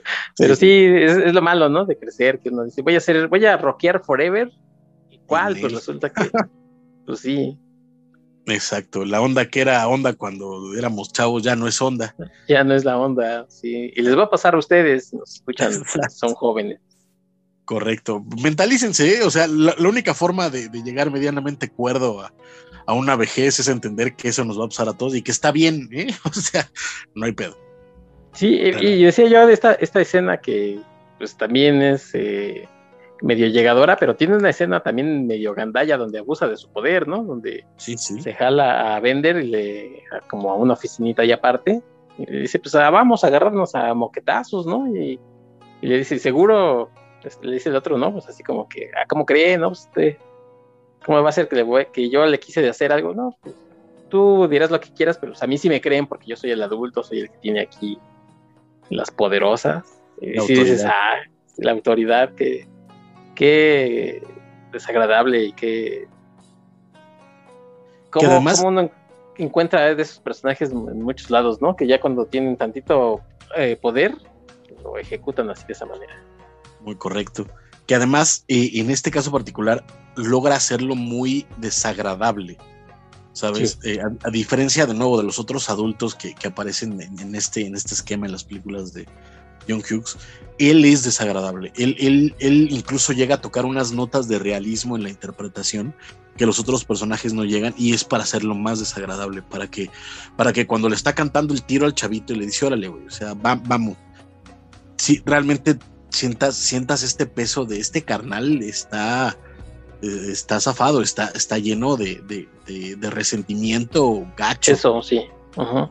Pero sí, sí, es, es lo malo, ¿no? De crecer, que uno dice, voy a hacer, voy a rockear forever. ¿Y cuál? Pues resulta que, pues sí, exacto. La onda que era onda cuando éramos chavos ya no es onda. ya no es la onda, sí. Y les va a pasar a ustedes, si nos escuchan, son jóvenes. Correcto. Mentalícense, ¿eh? O sea, la, la única forma de, de llegar medianamente cuerdo a, a una vejez es entender que eso nos va a pasar a todos y que está bien, ¿eh? O sea, no hay pedo. Sí, y, y decía yo de esta, esta escena que pues también es eh, medio llegadora, pero tiene una escena también medio gandalla donde abusa de su poder, ¿no? Donde Sí, sí. se jala a Bender y le, a, como a una oficinita ahí aparte, y le dice, pues ah, vamos a agarrarnos a moquetazos, ¿no? Y, y le dice, seguro, pues, le dice el otro, ¿no? Pues así como que, ah, ¿cómo cree, no? Pues usted, ¿cómo va a ser que, le voy, que yo le quise de hacer algo? No, pues tú dirás lo que quieras, pero pues, a mí sí me creen porque yo soy el adulto, soy el que tiene aquí las poderosas. Y La si dices, autoridad. ah, la autoridad, que qué desagradable y qué... Que ¿Cómo, además, cómo uno encuentra de esos personajes en muchos lados, ¿no? Que ya cuando tienen tantito eh, poder, lo ejecutan así de esa manera. muy correcto. Que además, eh, en este caso particular, logra hacerlo muy desagradable. ¿Sabes? Sí. Eh, a, a, diferencia de nuevo de los otros adultos que, que aparecen en, en, este, en este esquema en las películas de John Hughes, él es desagradable. Él, él, él incluso llega a tocar unas notas de realismo en la interpretación que los otros personajes no llegan, y es para hacerlo más desagradable, para que, para que cuando le está cantando el tiro al chavito y le dice, órale, güey, o sea, va, vamos, si realmente sientas, sientas este peso de este carnal, está... está zafado, está, está lleno de, de, de, de resentimiento gacho. Eso, sí. Uh-huh.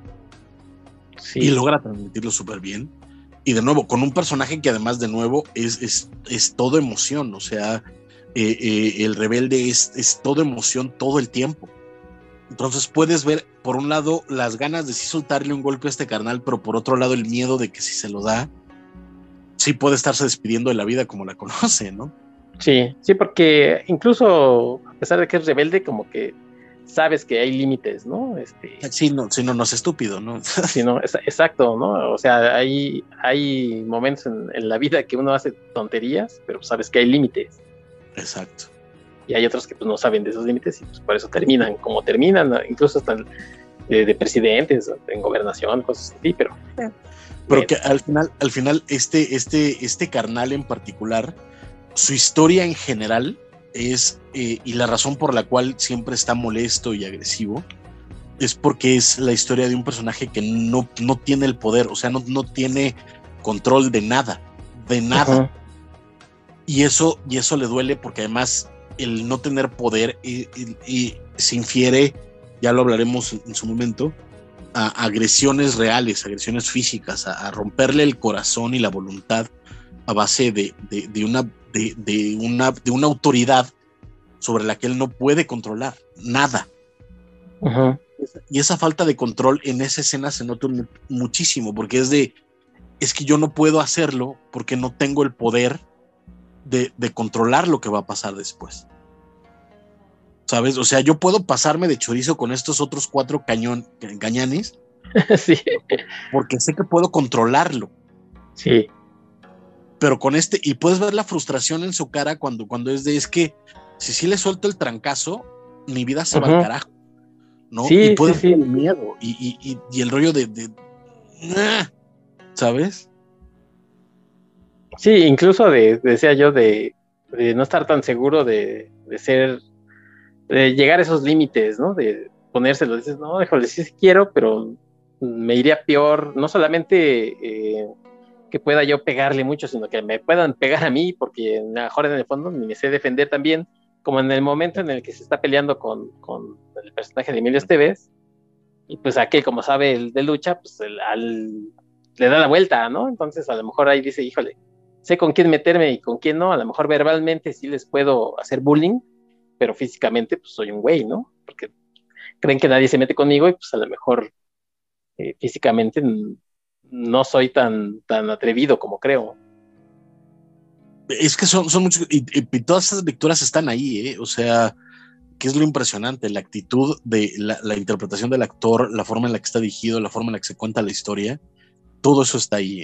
Sí. Y logra transmitirlo súper bien. Y de nuevo, con un personaje que además de nuevo es, es, es todo emoción, o sea, eh, eh, el rebelde es, es todo emoción todo el tiempo. Entonces puedes ver, por un lado, las ganas de sí soltarle un golpe a este carnal, pero por otro lado, el miedo de que si se lo da, sí puede estarse despidiendo de la vida como la conoce, ¿no? Sí, sí, porque incluso a pesar de que es rebelde, como que sabes que hay límites, ¿no? Este, sí, no, si no, no es estúpido, ¿no? Sí, no, es, exacto, ¿no? O sea, hay, hay momentos en, en la vida que uno hace tonterías, pero sabes que hay límites. Exacto. Y hay otros que pues, no saben de esos límites y pues por eso terminan como terminan, ¿no? Incluso hasta de, de presidentes, en gobernación, cosas así, pero... Pero que al final, al final este, este, este carnal en particular, su historia en general es, eh, y la razón por la cual siempre está molesto y agresivo, es porque es la historia de un personaje que no, no tiene el poder, o sea, no, no tiene control de nada, de nada. Uh-huh. Y eso, y eso le duele porque además el no tener poder y, y, y se infiere, ya lo hablaremos en, en su momento, a agresiones reales, agresiones físicas, a, a romperle el corazón y la voluntad a base de, de, de, una, de, de, una, de una autoridad sobre la que él no puede controlar nada. Uh-huh. Y esa falta de control en esa escena se nota muchísimo, porque es de, es que yo no puedo hacerlo porque no tengo el poder de, de controlar lo que va a pasar después. ¿Sabes? O sea, yo puedo pasarme de chorizo con estos otros cuatro cañón, cañanes, sí. porque sé que puedo controlarlo. Sí. Pero con este, y puedes ver la frustración en su cara cuando, cuando es de, es que si sí le suelto el trancazo, mi vida se uh-huh. va al carajo, ¿no? Sí, y puede sí, ver sí. el miedo y, y, y, y el rollo de, de, ¿sabes? Sí, incluso de, decía yo, de, de no estar tan seguro de, de ser, de llegar a esos límites, ¿no? De ponérselo, dices, no, déjole, sí, sí quiero, pero me iría peor, no solamente eh, que pueda yo pegarle mucho, sino que me puedan pegar a mí, porque a lo mejor en el fondo ni me sé defender también, como en el momento en el que se está peleando con, con el personaje de Emilio Estevez, y pues aquel, como sabe el de lucha, pues el, al, le da la vuelta, ¿no? Entonces a lo mejor ahí dice, híjole, sé con quién meterme y con quién no, a lo mejor verbalmente sí les puedo hacer bullying, pero físicamente pues soy un güey, ¿no? Porque creen que nadie se mete conmigo y pues a lo mejor eh, físicamente no soy tan, tan atrevido como creo. Es que son, son muchos, y, y todas esas lecturas están ahí, ¿eh? O sea, ¿qué es lo impresionante? La actitud de la, la interpretación del actor, la forma en la que está dirigido, la forma en la que se cuenta la historia, todo eso está ahí, ¿eh?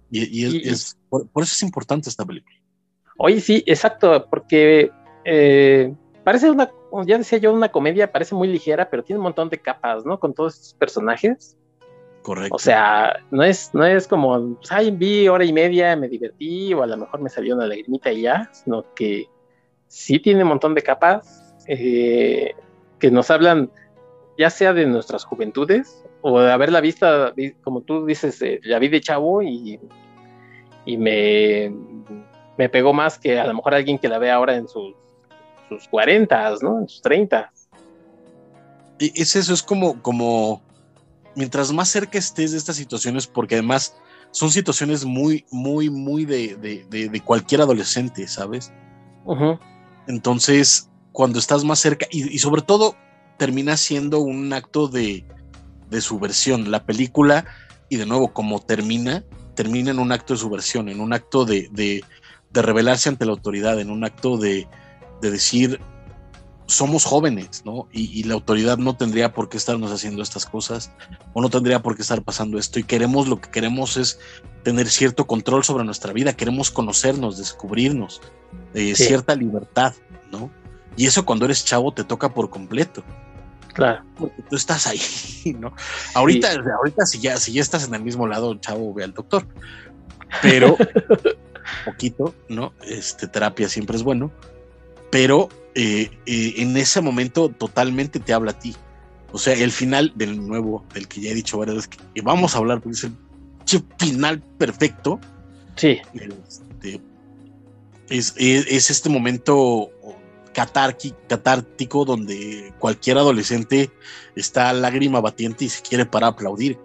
Y, y, es, y es por, por eso es importante esta película. Oye, sí, exacto, porque eh, parece una, ya decía yo, una comedia, parece muy ligera, pero tiene un montón de capas, ¿no? Con todos estos personajes. Correcto. O sea, no es, no es como, pues, ay, vi hora y media, me divertí, o a lo mejor me salió una lagrimita y ya, sino que sí tiene un montón de capas eh, que nos hablan, ya sea de nuestras juventudes, o de haberla vista, como tú dices, eh, la vi de chavo y, y me, me pegó más que a lo mejor alguien que la ve ahora en sus, sus cuarentas, ¿no? En sus treintas. Y es eso, es como, como mientras más cerca estés de estas situaciones, porque además son situaciones muy, muy, muy de, de, de, de cualquier adolescente, ¿sabes? Uh-huh. Entonces, cuando estás más cerca, y, y sobre todo termina siendo un acto de, de subversión. La película, y de nuevo, como termina, termina en un acto de subversión, en un acto de, de, de rebelarse ante la autoridad, en un acto de, de decir, somos jóvenes, ¿no? Y, y la autoridad no tendría por qué estarnos haciendo estas cosas, o no tendría por qué estar pasando esto, y queremos, lo que queremos es tener cierto control sobre nuestra vida, queremos conocernos, descubrirnos, eh, sí. cierta libertad, ¿no? Y eso cuando eres chavo te toca por completo. Claro. Porque tú estás ahí, ¿no? Sí. Ahorita, ahorita si ya, si ya estás en el mismo lado, chavo, ve al doctor. Pero, poquito, ¿no? Este, terapia siempre es bueno, pero Eh, eh, en ese momento totalmente te habla a ti. O sea, el final del nuevo, del que ya he dicho varias veces que, que vamos a hablar, porque es el final perfecto. Sí. Este, es, es, es este momento catárquico, catártico donde cualquier adolescente está lágrima batiente y se quiere parar a aplaudir.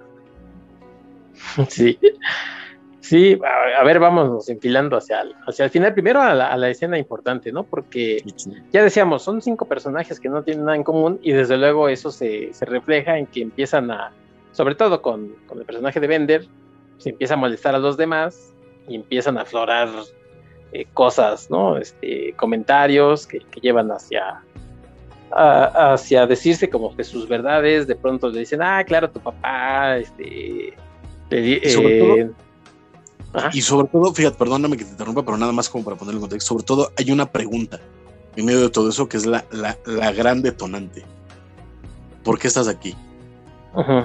Sí. Sí, a, a ver, vamos enfilando hacia el, hacia el final. Primero a la, a la escena importante, ¿no? Porque sí. ya decíamos, son cinco personajes que no tienen nada en común y desde luego eso se, se refleja en que empiezan a, sobre todo con, con el personaje de Bender, se empieza a molestar a los demás y empiezan a aflorar eh, cosas, ¿no? Este, comentarios que, que llevan hacia, a, hacia decirse como que sus verdades. De pronto le dicen, ah, claro, tu papá, este... Le, y sobre eh, todo Ajá. Y sobre todo, fíjate, perdóname que te interrumpa, pero nada más como para ponerlo en contexto, sobre todo hay una pregunta en medio de todo eso que es la, la, la gran detonante. ¿Por qué estás aquí? Uh-huh.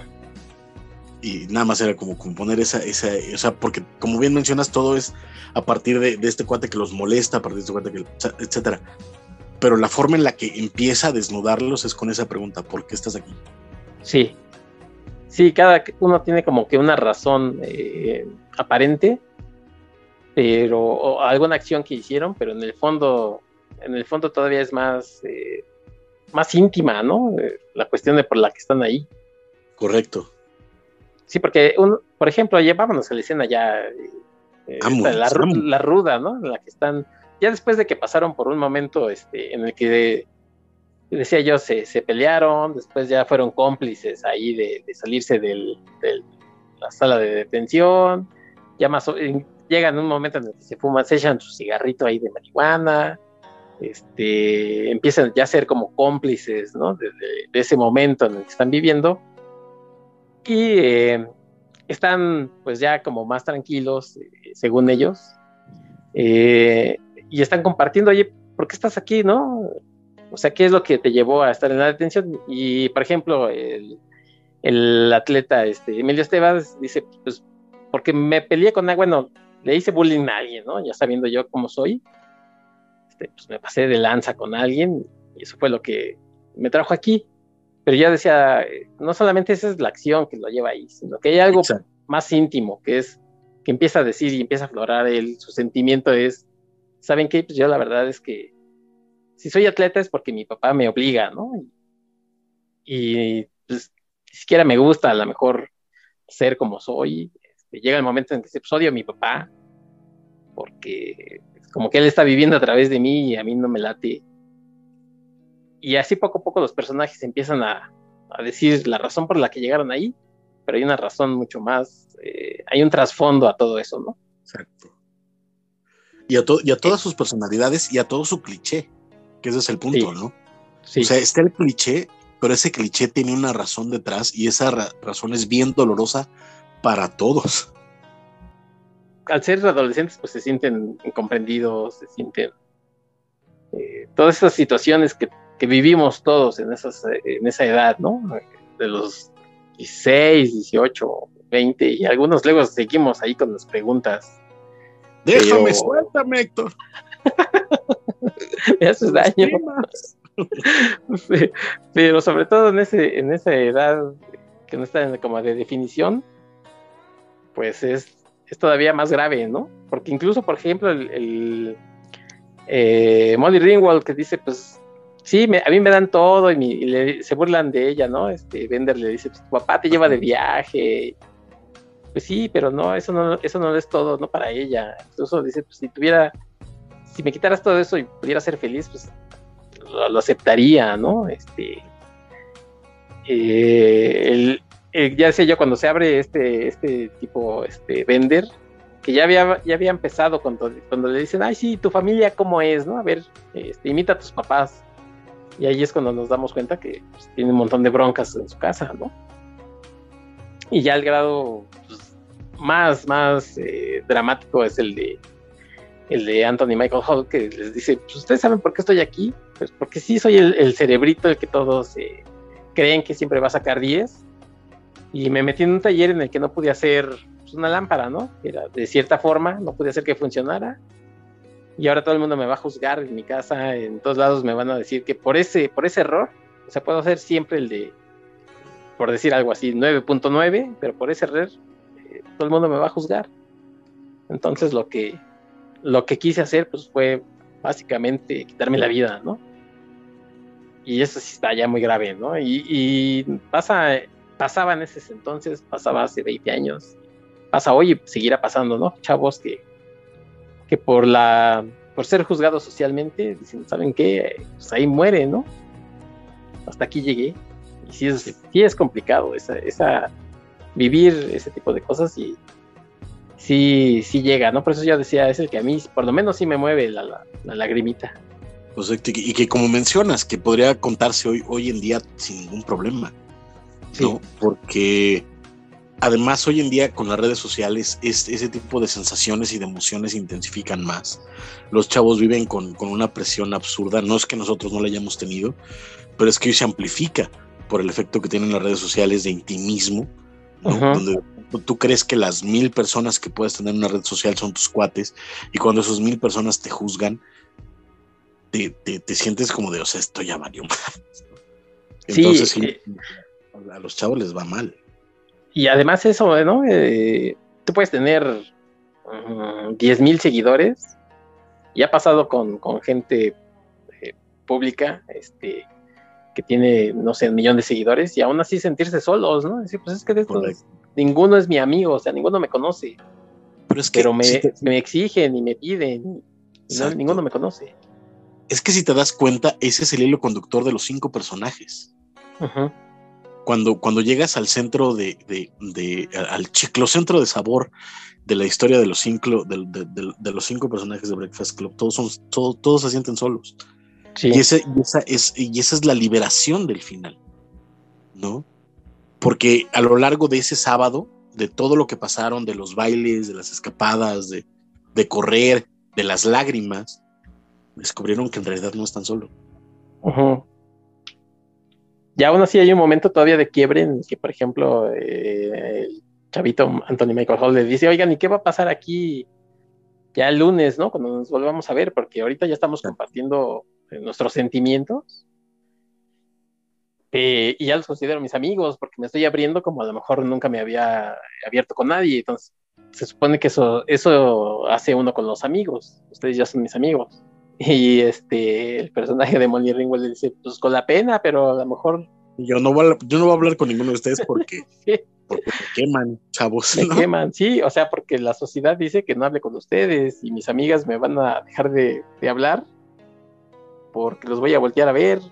Y nada más era como, como poner esa, esa, o sea, porque como bien mencionas, todo es a partir de, de este cuate que los molesta, a partir de este cuate que, etcétera. Pero la forma en la que empieza a desnudarlos es con esa pregunta, ¿por qué estás aquí? Sí. Sí, cada uno tiene como que una razón eh, aparente, pero o alguna acción que hicieron, pero en el fondo, en el fondo todavía es más, eh, más íntima, ¿no? Eh, la cuestión de por la que están ahí. Correcto. Sí, porque, un, por ejemplo, llevábamos a la escena ya, eh, amo, esta, la, amo. la ruda, ¿no? En la que están, ya después de que pasaron por un momento este, en el que decía yo, se, se pelearon, después ya fueron cómplices ahí de, de salirse de la sala de detención, ya más llegan un momento en el que se fuman, se echan su cigarrito ahí de marihuana, este, empiezan ya a ser como cómplices, ¿no? De, de, de ese momento en el que están viviendo, y eh, están pues ya como más tranquilos, eh, según ellos, eh, y están compartiendo, oye, ¿por qué estás aquí, no? O sea, ¿qué es lo que te llevó a estar en la detención? Y, por ejemplo, el, el atleta este, Emilio Estevas dice, pues, porque me peleé con, bueno, le hice bullying a alguien, ¿no? Ya sabiendo yo cómo soy, este, pues me pasé de lanza con alguien y eso fue lo que me trajo aquí. Pero ya decía, no solamente esa es la acción que lo lleva ahí, sino que hay algo Exacto. más íntimo, que es que empieza a decir y empieza a aflorar él, su sentimiento es, ¿saben qué? Pues yo la verdad es que si soy atleta es porque mi papá me obliga, ¿no? Y, y pues ni siquiera me gusta a lo mejor ser como soy. Este, llega el momento en que pues, odio a mi papá porque es como que él está viviendo a través de mí y a mí no me late. Y así poco a poco los personajes empiezan a, a decir la razón por la que llegaron ahí, pero hay una razón mucho más, eh, hay un trasfondo a todo eso, ¿no? Exacto. Y a, to- y a todas sus personalidades y a todo su cliché, que ese es el punto, sí. ¿no? Sí. O sea, está el cliché, pero ese cliché tiene una razón detrás y esa ra- razón es bien dolorosa para todos. al ser adolescentes, pues se sienten incomprendidos, se sienten eh, todas esas situaciones que, que vivimos todos en, esas, en esa edad, ¿no? De los dieciséis, dieciocho, veinte, y algunos luego seguimos ahí con las preguntas. Déjame, pero... suéltame, Héctor. Me haces daño. Sí, pero sobre todo en, ese, en esa edad que no está como de definición, pues es, es todavía más grave, ¿no? Porque incluso, por ejemplo, el, el eh, Molly Ringwald que dice, pues, sí, me, a mí me dan todo y, mi, y le, se burlan de ella, ¿no? Este, Bender le dice, pues, tu papá te lleva de viaje. Pues sí, pero no, eso no, eso no es todo, no para ella. Incluso dice, pues si tuviera, si me quitaras todo eso y pudiera ser feliz, pues lo, lo aceptaría, ¿no? Este, eh, el, el, ya sé yo, cuando se abre este, este tipo, este Bender, que ya había, ya había empezado cuando, cuando le dicen, ay, sí, tu familia cómo es, ¿no? A ver, este, imita a tus papás. Y ahí es cuando nos damos cuenta que pues, tiene un montón de broncas en su casa, ¿no? Y ya el grado pues, más, más eh, dramático es el de el de Anthony Michael Hall, que les dice, pues, ¿ustedes saben por qué estoy aquí? Pues porque sí soy el, el cerebrito el que todos eh, creen que siempre va a sacar diez, y me metí en un taller en el que no pude hacer pues, una lámpara, ¿no? Que era de cierta forma, no pude hacer que funcionara, y ahora todo el mundo me va a juzgar en mi casa, en todos lados me van a decir que por ese, por ese error, o sea, puedo hacer siempre el de, por decir algo así, nueve punto nueve, pero por ese error eh, todo el mundo me va a juzgar. Entonces lo que lo que quise hacer pues fue básicamente quitarme la vida, ¿no? Y eso sí está ya muy grave, ¿no? Y, y pasa, pasaba en ese entonces, pasaba hace veinte años, pasa hoy y seguirá pasando, ¿no? Chavos que, que por la por ser juzgados socialmente dicen, ¿saben qué? Pues ahí muere, ¿no? Hasta aquí llegué. Y sí es, sí es complicado esa, esa vivir ese tipo de cosas y sí, sí llega, ¿no? Por eso yo decía, es el que a mí por lo menos sí me mueve la, la, la lagrimita. Pues, y que como mencionas, que podría contarse hoy, hoy en día sin ningún problema, ¿no? Sí. Porque además hoy en día con las redes sociales es, ese tipo de sensaciones y de emociones se intensifican más. Los chavos viven con, con una presión absurda, no es que nosotros no la hayamos tenido, pero es que hoy se amplifica por el efecto que tienen las redes sociales de intimismo, ¿no? Uh-huh. Donde tú crees que las mil personas que puedes tener en una red social son tus cuates, y cuando esas mil personas te juzgan, te, te, te sientes como de, o sea, esto ya valió más. Entonces, sí, eh, a los chavos les va mal. Y además eso, ¿no? Eh, tú puedes tener um, diez mil seguidores, y ha pasado con, con gente eh, pública, este, que tiene, no sé, un millón de seguidores, y aún así sentirse solos, ¿no? Decir, pues es que de estos Correcto. Ninguno es mi amigo, o sea, ninguno me conoce. Pero, es que Pero me, si te... me exigen y me piden, y no, ninguno me conoce. Es que si te das cuenta, ese es el hilo conductor de los cinco personajes. Uh-huh. Cuando, cuando llegas al centro de, de, de al chiclocentro de sabor de la historia de los cinco, de, de, de, de los cinco personajes de Breakfast Club, todos son, todos, todos se sienten solos. Sí. Y, ese, y, esa es, y esa es la liberación del final, ¿no? Porque a lo largo de ese sábado, de todo lo que pasaron, de los bailes, de las escapadas, de, de correr, de las lágrimas, descubrieron que en realidad no están solos. Uh-huh. Y aún así hay un momento todavía de quiebre en que, por ejemplo, eh, el chavito Anthony Michael Hall le dice, oigan, ¿y qué va a pasar aquí ya el lunes, ¿no? Cuando nos volvamos a ver, porque ahorita ya estamos compartiendo nuestros sentimientos. Eh, y ya los considero mis amigos, porque me estoy abriendo como a lo mejor nunca me había abierto con nadie. Entonces, se supone que eso, eso hace uno con los amigos. Ustedes ya son mis amigos. Y este, el personaje de Molly Ringwald le dice, pues con la pena, pero a lo mejor... Yo no voy a, yo no voy a hablar con ninguno de ustedes porque, sí. porque me queman, chavos. Me ¿no? queman, sí, o sea, porque la sociedad dice que no hable con ustedes y mis amigas me van a dejar de, de hablar porque los voy a voltear a ver.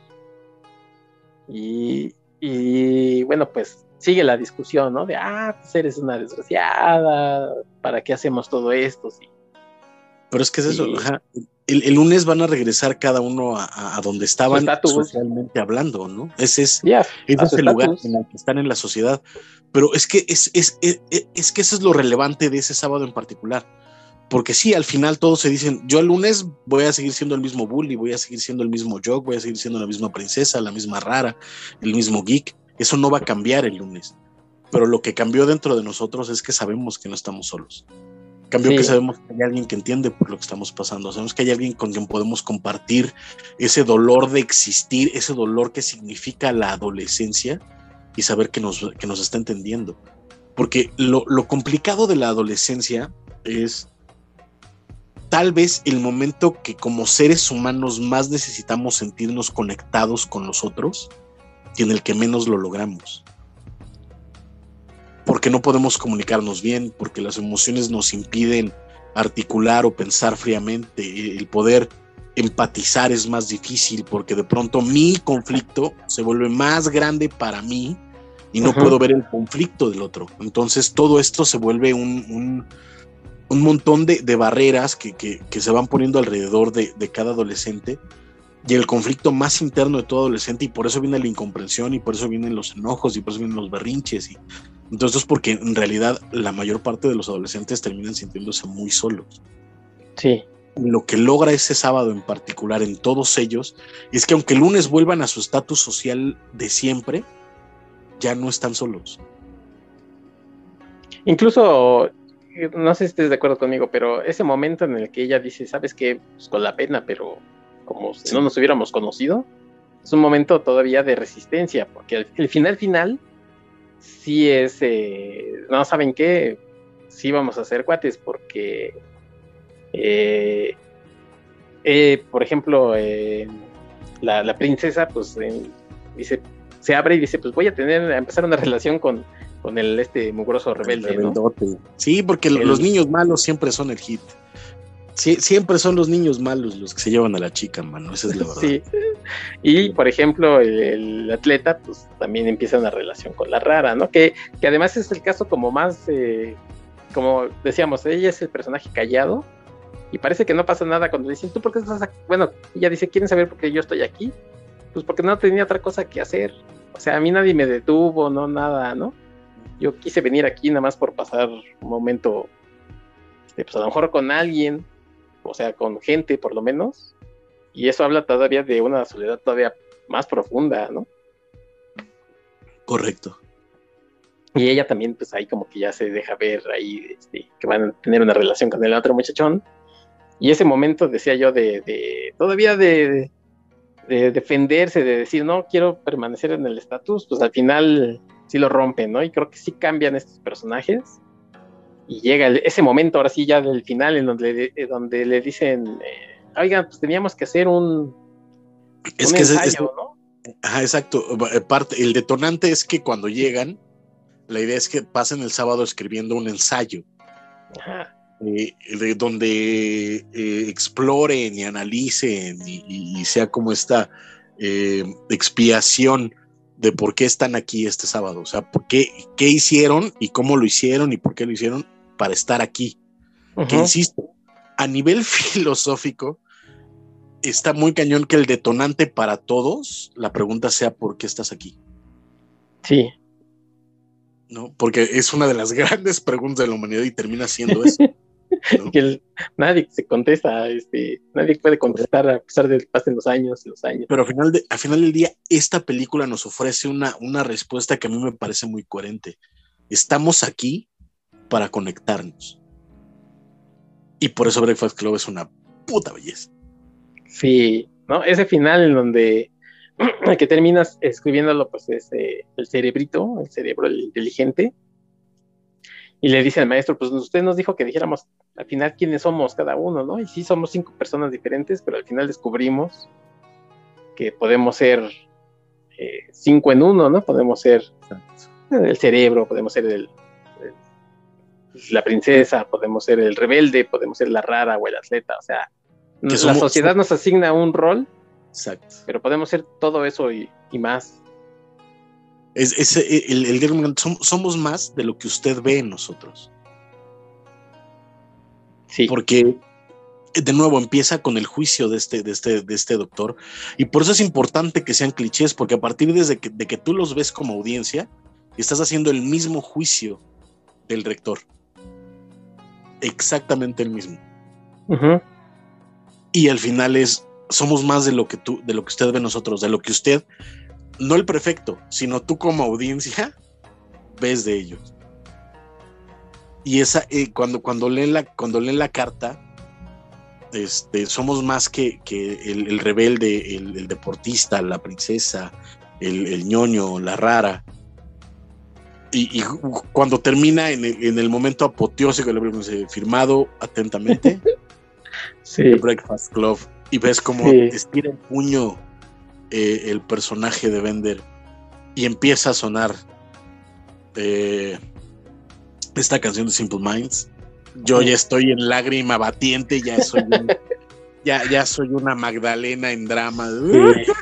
Y, y bueno, pues sigue la discusión, ¿no? De, ah, pues eres una desgraciada, ¿para qué hacemos todo esto? Sí. Pero es que es eso, y... ajá. El, el lunes van a regresar cada uno a, a donde estaban socialmente hablando, ¿no? Ese es, yeah, ese es el lugar en el que están en la sociedad. Pero es que es, es, es, es que eso es lo relevante de ese sábado en particular. porque sí, al final todos se dicen, yo el lunes voy a seguir siendo el mismo bully, voy a seguir siendo el mismo jock, voy a seguir siendo la misma princesa, la misma rara, el mismo geek. Eso no va a cambiar el lunes. Pero lo que cambió dentro de nosotros es que sabemos que no estamos solos. Cambió sí. que sabemos que hay alguien que entiende por lo que estamos pasando. Sabemos que hay alguien con quien podemos compartir ese dolor de existir, ese dolor que significa la adolescencia y saber que nos, que nos está entendiendo. Porque lo, lo complicado de la adolescencia es tal vez el momento que como seres humanos más necesitamos sentirnos conectados con los otros y en el que menos lo logramos. Porque no podemos comunicarnos bien, porque las emociones nos impiden articular o pensar fríamente. El poder empatizar es más difícil porque de pronto mi conflicto se vuelve más grande para mí y no uh-huh. puedo ver el conflicto del otro. Entonces todo esto se vuelve un, un, un montón de, de barreras que, que, que se van poniendo alrededor de, de cada adolescente y el conflicto más interno de todo adolescente, y por eso viene la incomprensión y por eso vienen los enojos y por eso vienen los berrinches. Y entonces, porque en realidad la mayor parte de los adolescentes terminan sintiéndose muy solos. Sí. Lo que logra ese sábado en particular en todos ellos es que aunque el lunes vuelvan a su estatus social de siempre, ya no están solos. Incluso, no sé si estés de acuerdo conmigo, pero ese momento en el que ella dice, ¿sabes qué? Pues con la pena, pero como si sí. no nos hubiéramos conocido, es un momento todavía de resistencia, porque el, el final final sí es, eh, no saben qué, sí vamos a ser cuates, porque eh, eh, por ejemplo eh, la, la princesa pues eh, dice, se abre y dice, pues voy a tener, a empezar una relación con, con el este mugroso rebelde, ¿no? Sí, porque el, los niños malos siempre son el hit. Sí, siempre son los niños malos los que se llevan a la chica, mano, esa es la verdad. Sí. Y, por ejemplo, el, el atleta, pues, también empieza una relación con la rara, ¿no? Que, que además es el caso como más, eh, como decíamos, ella es el personaje callado, y parece que no pasa nada cuando le dicen, ¿tú por qué estás aquí? Bueno, ella dice, ¿quieren saber por qué yo estoy aquí? Pues porque no tenía otra cosa que hacer. O sea, a mí nadie me detuvo, no, nada, ¿no? Yo quise venir aquí nada más por pasar un momento, este, pues a lo mejor con alguien, o sea, con gente por lo menos, y eso habla todavía de una soledad todavía más profunda, ¿no? Correcto. Y ella también, pues ahí como que ya se deja ver ahí, este, que van a tener una relación con el otro muchachón, y ese momento, decía yo, de, de todavía de, de, de defenderse, de decir, no, quiero permanecer en el estatus, pues al final sí lo rompen, ¿no? Y creo que sí cambian estos personajes, y llega el, ese momento, ahora sí, ya del final, en donde, eh, donde le dicen, eh, oigan, pues teníamos que hacer un, es un que ensayo, es, es, ¿no? Ajá, exacto. Parte, el detonante es que cuando llegan, la idea es que pasen el sábado escribiendo un ensayo. Ajá. Eh, de donde eh, exploren y analicen y, y, y sea como esta eh, expiación de por qué están aquí este sábado, o sea, por qué, qué hicieron y cómo lo hicieron y por qué lo hicieron para estar aquí. Uh-huh. Que insisto, a nivel filosófico está muy cañón que el detonante para todos, la pregunta sea ¿por qué estás aquí? Sí. ¿No? Porque es una de las grandes preguntas de la humanidad y termina siendo eso. ¿No? Que el, nadie se contesta, este, nadie puede contestar a pesar de que pasen los años y los años. Pero al final, de, al final del día, esta película nos ofrece una, una respuesta que a mí me parece muy coherente. Estamos aquí para conectarnos. Y por eso Breakfast Club es una puta belleza. Sí, ¿no? Ese final en donde que terminas escribiéndolo, pues es eh, el cerebrito, el cerebro el inteligente. Y le dice al maestro, pues usted nos dijo que dijéramos al final quiénes somos cada uno, ¿no? Y sí somos cinco personas diferentes, pero al final descubrimos que podemos ser eh, cinco en uno, ¿no? Podemos ser el cerebro, podemos ser el, el, la princesa, podemos ser el rebelde, podemos ser la rara o el atleta, o sea, la somos, sociedad somos... nos asigna un rol, exacto, pero podemos ser todo eso y, y más. Es, es, el, el, el, somos más de lo que usted ve en nosotros. Sí. Porque, de nuevo, empieza con el juicio de este, de, este, de este doctor. Y por eso es importante que sean clichés, porque a partir de que, de que tú los ves como audiencia, estás haciendo el mismo juicio del rector. exactamente el mismo. Uh-huh. Y al final es, somos más de lo que tú, de lo que usted ve en nosotros, de lo que usted, no el prefecto, sino tú como audiencia ves de ellos. Y esa, eh, cuando, cuando, leen la, cuando leen la carta, este, somos más que, que el, el rebelde, el, el deportista, la princesa, el, el ñoño, la rara. Y, y cuando termina en el, en el momento apoteósico, le dice, firmado atentamente, sí. The Breakfast Club, y ves como sí. estira el puño eh, el personaje de Bender y empieza a sonar eh, esta canción de Simple Minds. Yo uh-huh. ya estoy en lágrima batiente, ya soy un, ya, ya soy una Magdalena en drama. Sí.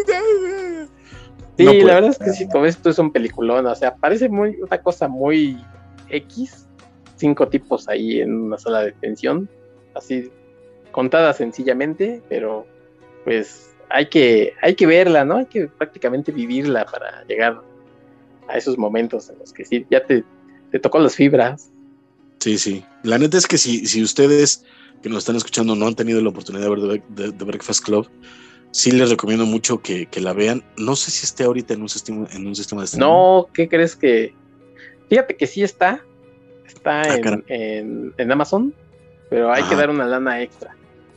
Sí, no la verdad es que sí, como esto es un peliculón, o sea, parece muy una cosa muy X, cinco tipos ahí en una sala de detención, así contada sencillamente, pero pues hay que, hay que verla, ¿no? Hay que prácticamente vivirla para llegar a esos momentos en los que sí, ya te, te tocó las fibras. Sí, sí. La neta es que si, si ustedes que nos están escuchando no han tenido la oportunidad de ver The, The Breakfast Club, sí les recomiendo mucho que, que la vean. No sé si esté ahorita en un sistema, en un sistema de streaming. No, ¿qué crees que? Fíjate que sí está. Está ah, en, en, en Amazon, pero hay Ajá. que dar una lana extra.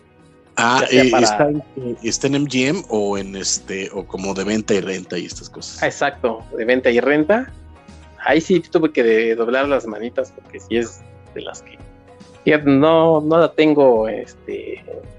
Ah, eh, para... ¿está, en, ¿está en M G M o en este o como de venta y renta y estas cosas? Ah, exacto, de venta y renta. Ahí sí tuve que de doblar las manitas porque sí es de las que fíjate, no, no la tengo este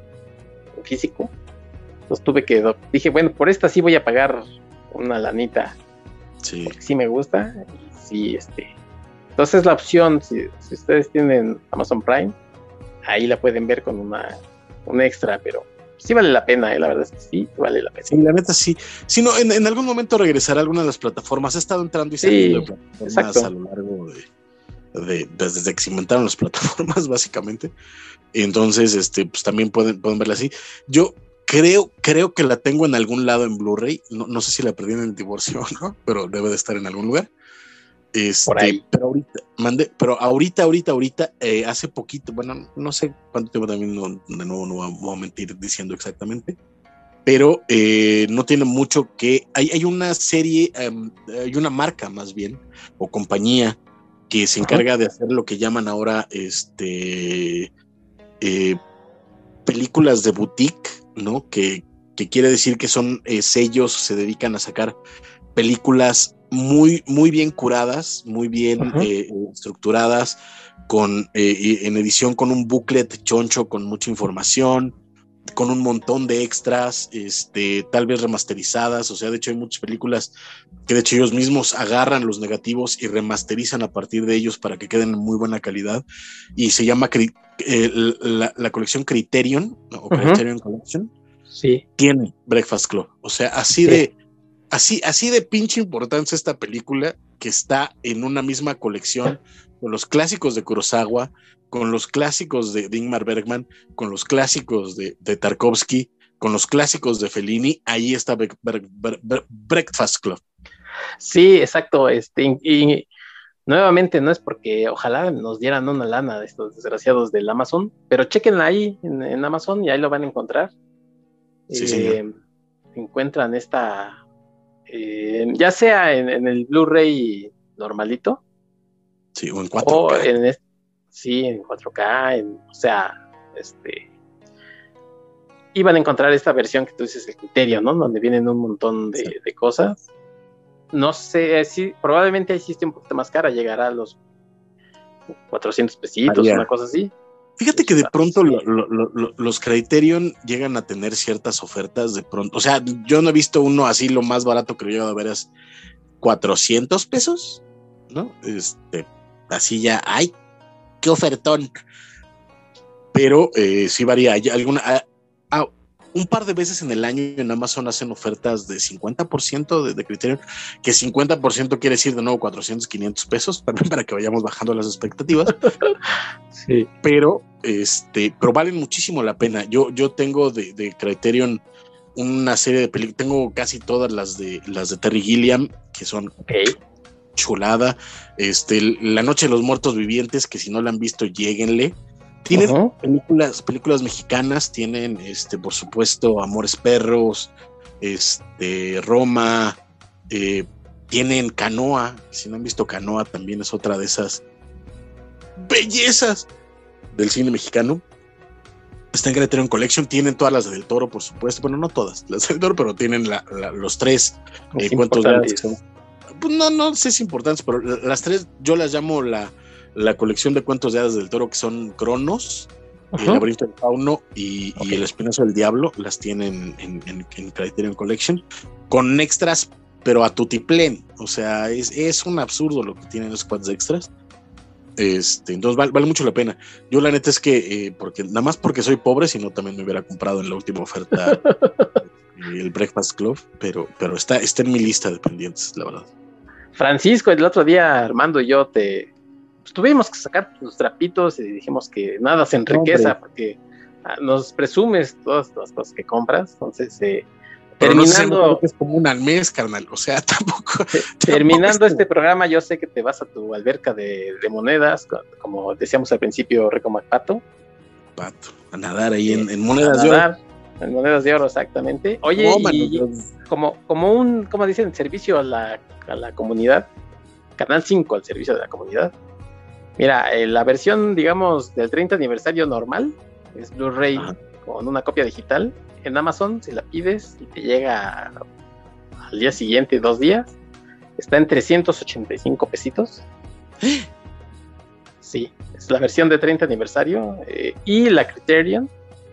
en físico. Entonces tuve que do... dije, bueno, por esta sí voy a pagar una lanita. Sí. Porque sí me gusta y sí, este. Entonces la opción, si, si ustedes tienen Amazon Prime, ahí la pueden ver con una un extra, pero sí vale la pena, ¿eh? La verdad es que sí, vale la pena. Sí, la neta sí. Si no, en, en algún momento regresará a alguna de las plataformas. He estado entrando y saliendo sí, de plataformas exacto. a lo largo de, de, desde que se inventaron las plataformas, básicamente. Entonces, este, pues también pueden, pueden verla así. Yo creo, creo que la tengo en algún lado en Blu-ray. No, no sé si la perdí en el divorcio, ¿no? Pero debe de estar en algún lugar. Este, Por ahí. Pero ahorita, mandé, pero ahorita, ahorita, ahorita, eh, hace poquito, bueno, no sé cuánto tiempo también, no, de nuevo no voy a mentir diciendo exactamente, pero eh, no tiene mucho que, hay, hay una serie, um, hay una marca más bien, o compañía, que se encarga de hacer lo que llaman ahora, este, eh, películas de boutique, ¿no? Que, que quiere decir que son eh, sellos, se dedican a sacar películas muy, muy bien curadas, muy bien uh-huh. eh, estructuradas, con, eh, en edición con un booklet choncho, con mucha información, con un montón de extras, este, tal vez remasterizadas. O sea, de hecho hay muchas películas que de hecho ellos mismos agarran los negativos y remasterizan a partir de ellos para que queden en muy buena calidad, y se llama eh, la, la colección Criterion, ¿no? o uh-huh. Criterion Collection, sí. tiene Breakfast Club. O sea, así sí. de Así, así de pinche importancia esta película, que está en una misma colección con los clásicos de Kurosawa, con los clásicos de, de Ingmar Bergman, con los clásicos de, de Tarkovsky, con los clásicos de Fellini. Ahí está Bre- Bre- Bre- Breakfast Club. Sí, exacto. Este, y, y nuevamente no es porque ojalá nos dieran una lana de estos desgraciados del Amazon, pero chequenla ahí en, en Amazon y ahí lo van a encontrar. Sí, eh, señor. Encuentran esta... Eh, ya sea en, en el Blu-ray normalito, sí, o en cuatro K, o en este, sí, en cuatro K, en, o sea, este, iban a encontrar esta versión que tú dices, el Criterio, ¿no? Donde vienen un montón de, sí. de cosas. No sé, sí, probablemente ahí sí esté un poquito más cara, llegará a los cuatrocientos pesitos, ah, una cosa así. Fíjate que de pronto lo, lo, lo, los Criterion llegan a tener ciertas ofertas de pronto. O sea, yo no he visto uno así, lo más barato que he llegado a ver es cuatrocientos pesos, ¿no? Este, así ya, ¡ay! ¡Qué ofertón! Pero eh, sí varía. Hay alguna, ah, ah, un par de veces en el año en Amazon hacen ofertas de cincuenta por ciento de, de Criterion, que cincuenta por ciento quiere decir de nuevo cuatrocientos, quinientos pesos, también para que vayamos bajando las expectativas. Sí. Pero, este, pero valen muchísimo la pena. Yo, yo tengo de, de Criterion una serie de películas, tengo casi todas las de, las de Terry Gilliam, que son okay. chulada. Este, La Noche de los Muertos Vivientes, que si no la han visto, lléguenle. Tienen uh-huh. películas, películas mexicanas, tienen, este, por supuesto, Amores Perros, este, Roma, eh, tienen Canoa. Si no han visto Canoa, también es otra de esas bellezas del cine mexicano. Está en Criterion Collection, tienen todas las del Toro, por supuesto, bueno, no todas las del Toro, pero tienen la, la, los tres eh, cuentos de hadas. Pues no, no sé si importantes, pero las tres yo las llamo la, la colección de cuentos de hadas del Toro, que son Cronos, uh-huh. El laberinto del fauno y, okay. y el espinazo del diablo. Las tienen en, en, en Criterion Collection, con extras, pero a tutiplén. O sea, es, es un absurdo lo que tienen esos cuantos extras. Este, entonces vale, vale mucho la pena. Yo la neta es que, eh, porque nada más porque soy pobre, sino también me hubiera comprado en la última oferta el Breakfast Club, pero, pero está, está en mi lista de pendientes, la verdad. Francisco, el otro día Armando y yo te pues, tuvimos que sacar tus trapitos y dijimos que nada se enriqueza, hombre, porque ah, nos presumes todas las cosas que compras. Entonces eh, terminando, no sé, es como una al mes, carnal, o sea, tampoco. Terminando tampoco este programa, yo sé que te vas a tu alberca de, de monedas, como decíamos al principio, Rico MacPato. Pato, a nadar ahí en, en monedas a de nadar, oro. En monedas de oro, exactamente. Oye, no, y mano, como, como un, como dicen, servicio a la, a la comunidad, Canal cinco al servicio de la comunidad. Mira, eh, la versión, digamos, del treinta aniversario normal, es Blu-ray Ajá. con una copia digital. En Amazon, si la pides y te llega al día siguiente, dos días, está en trescientos ochenta y cinco pesitos. Sí, es la versión de treinta aniversario. Eh, y la Criterion,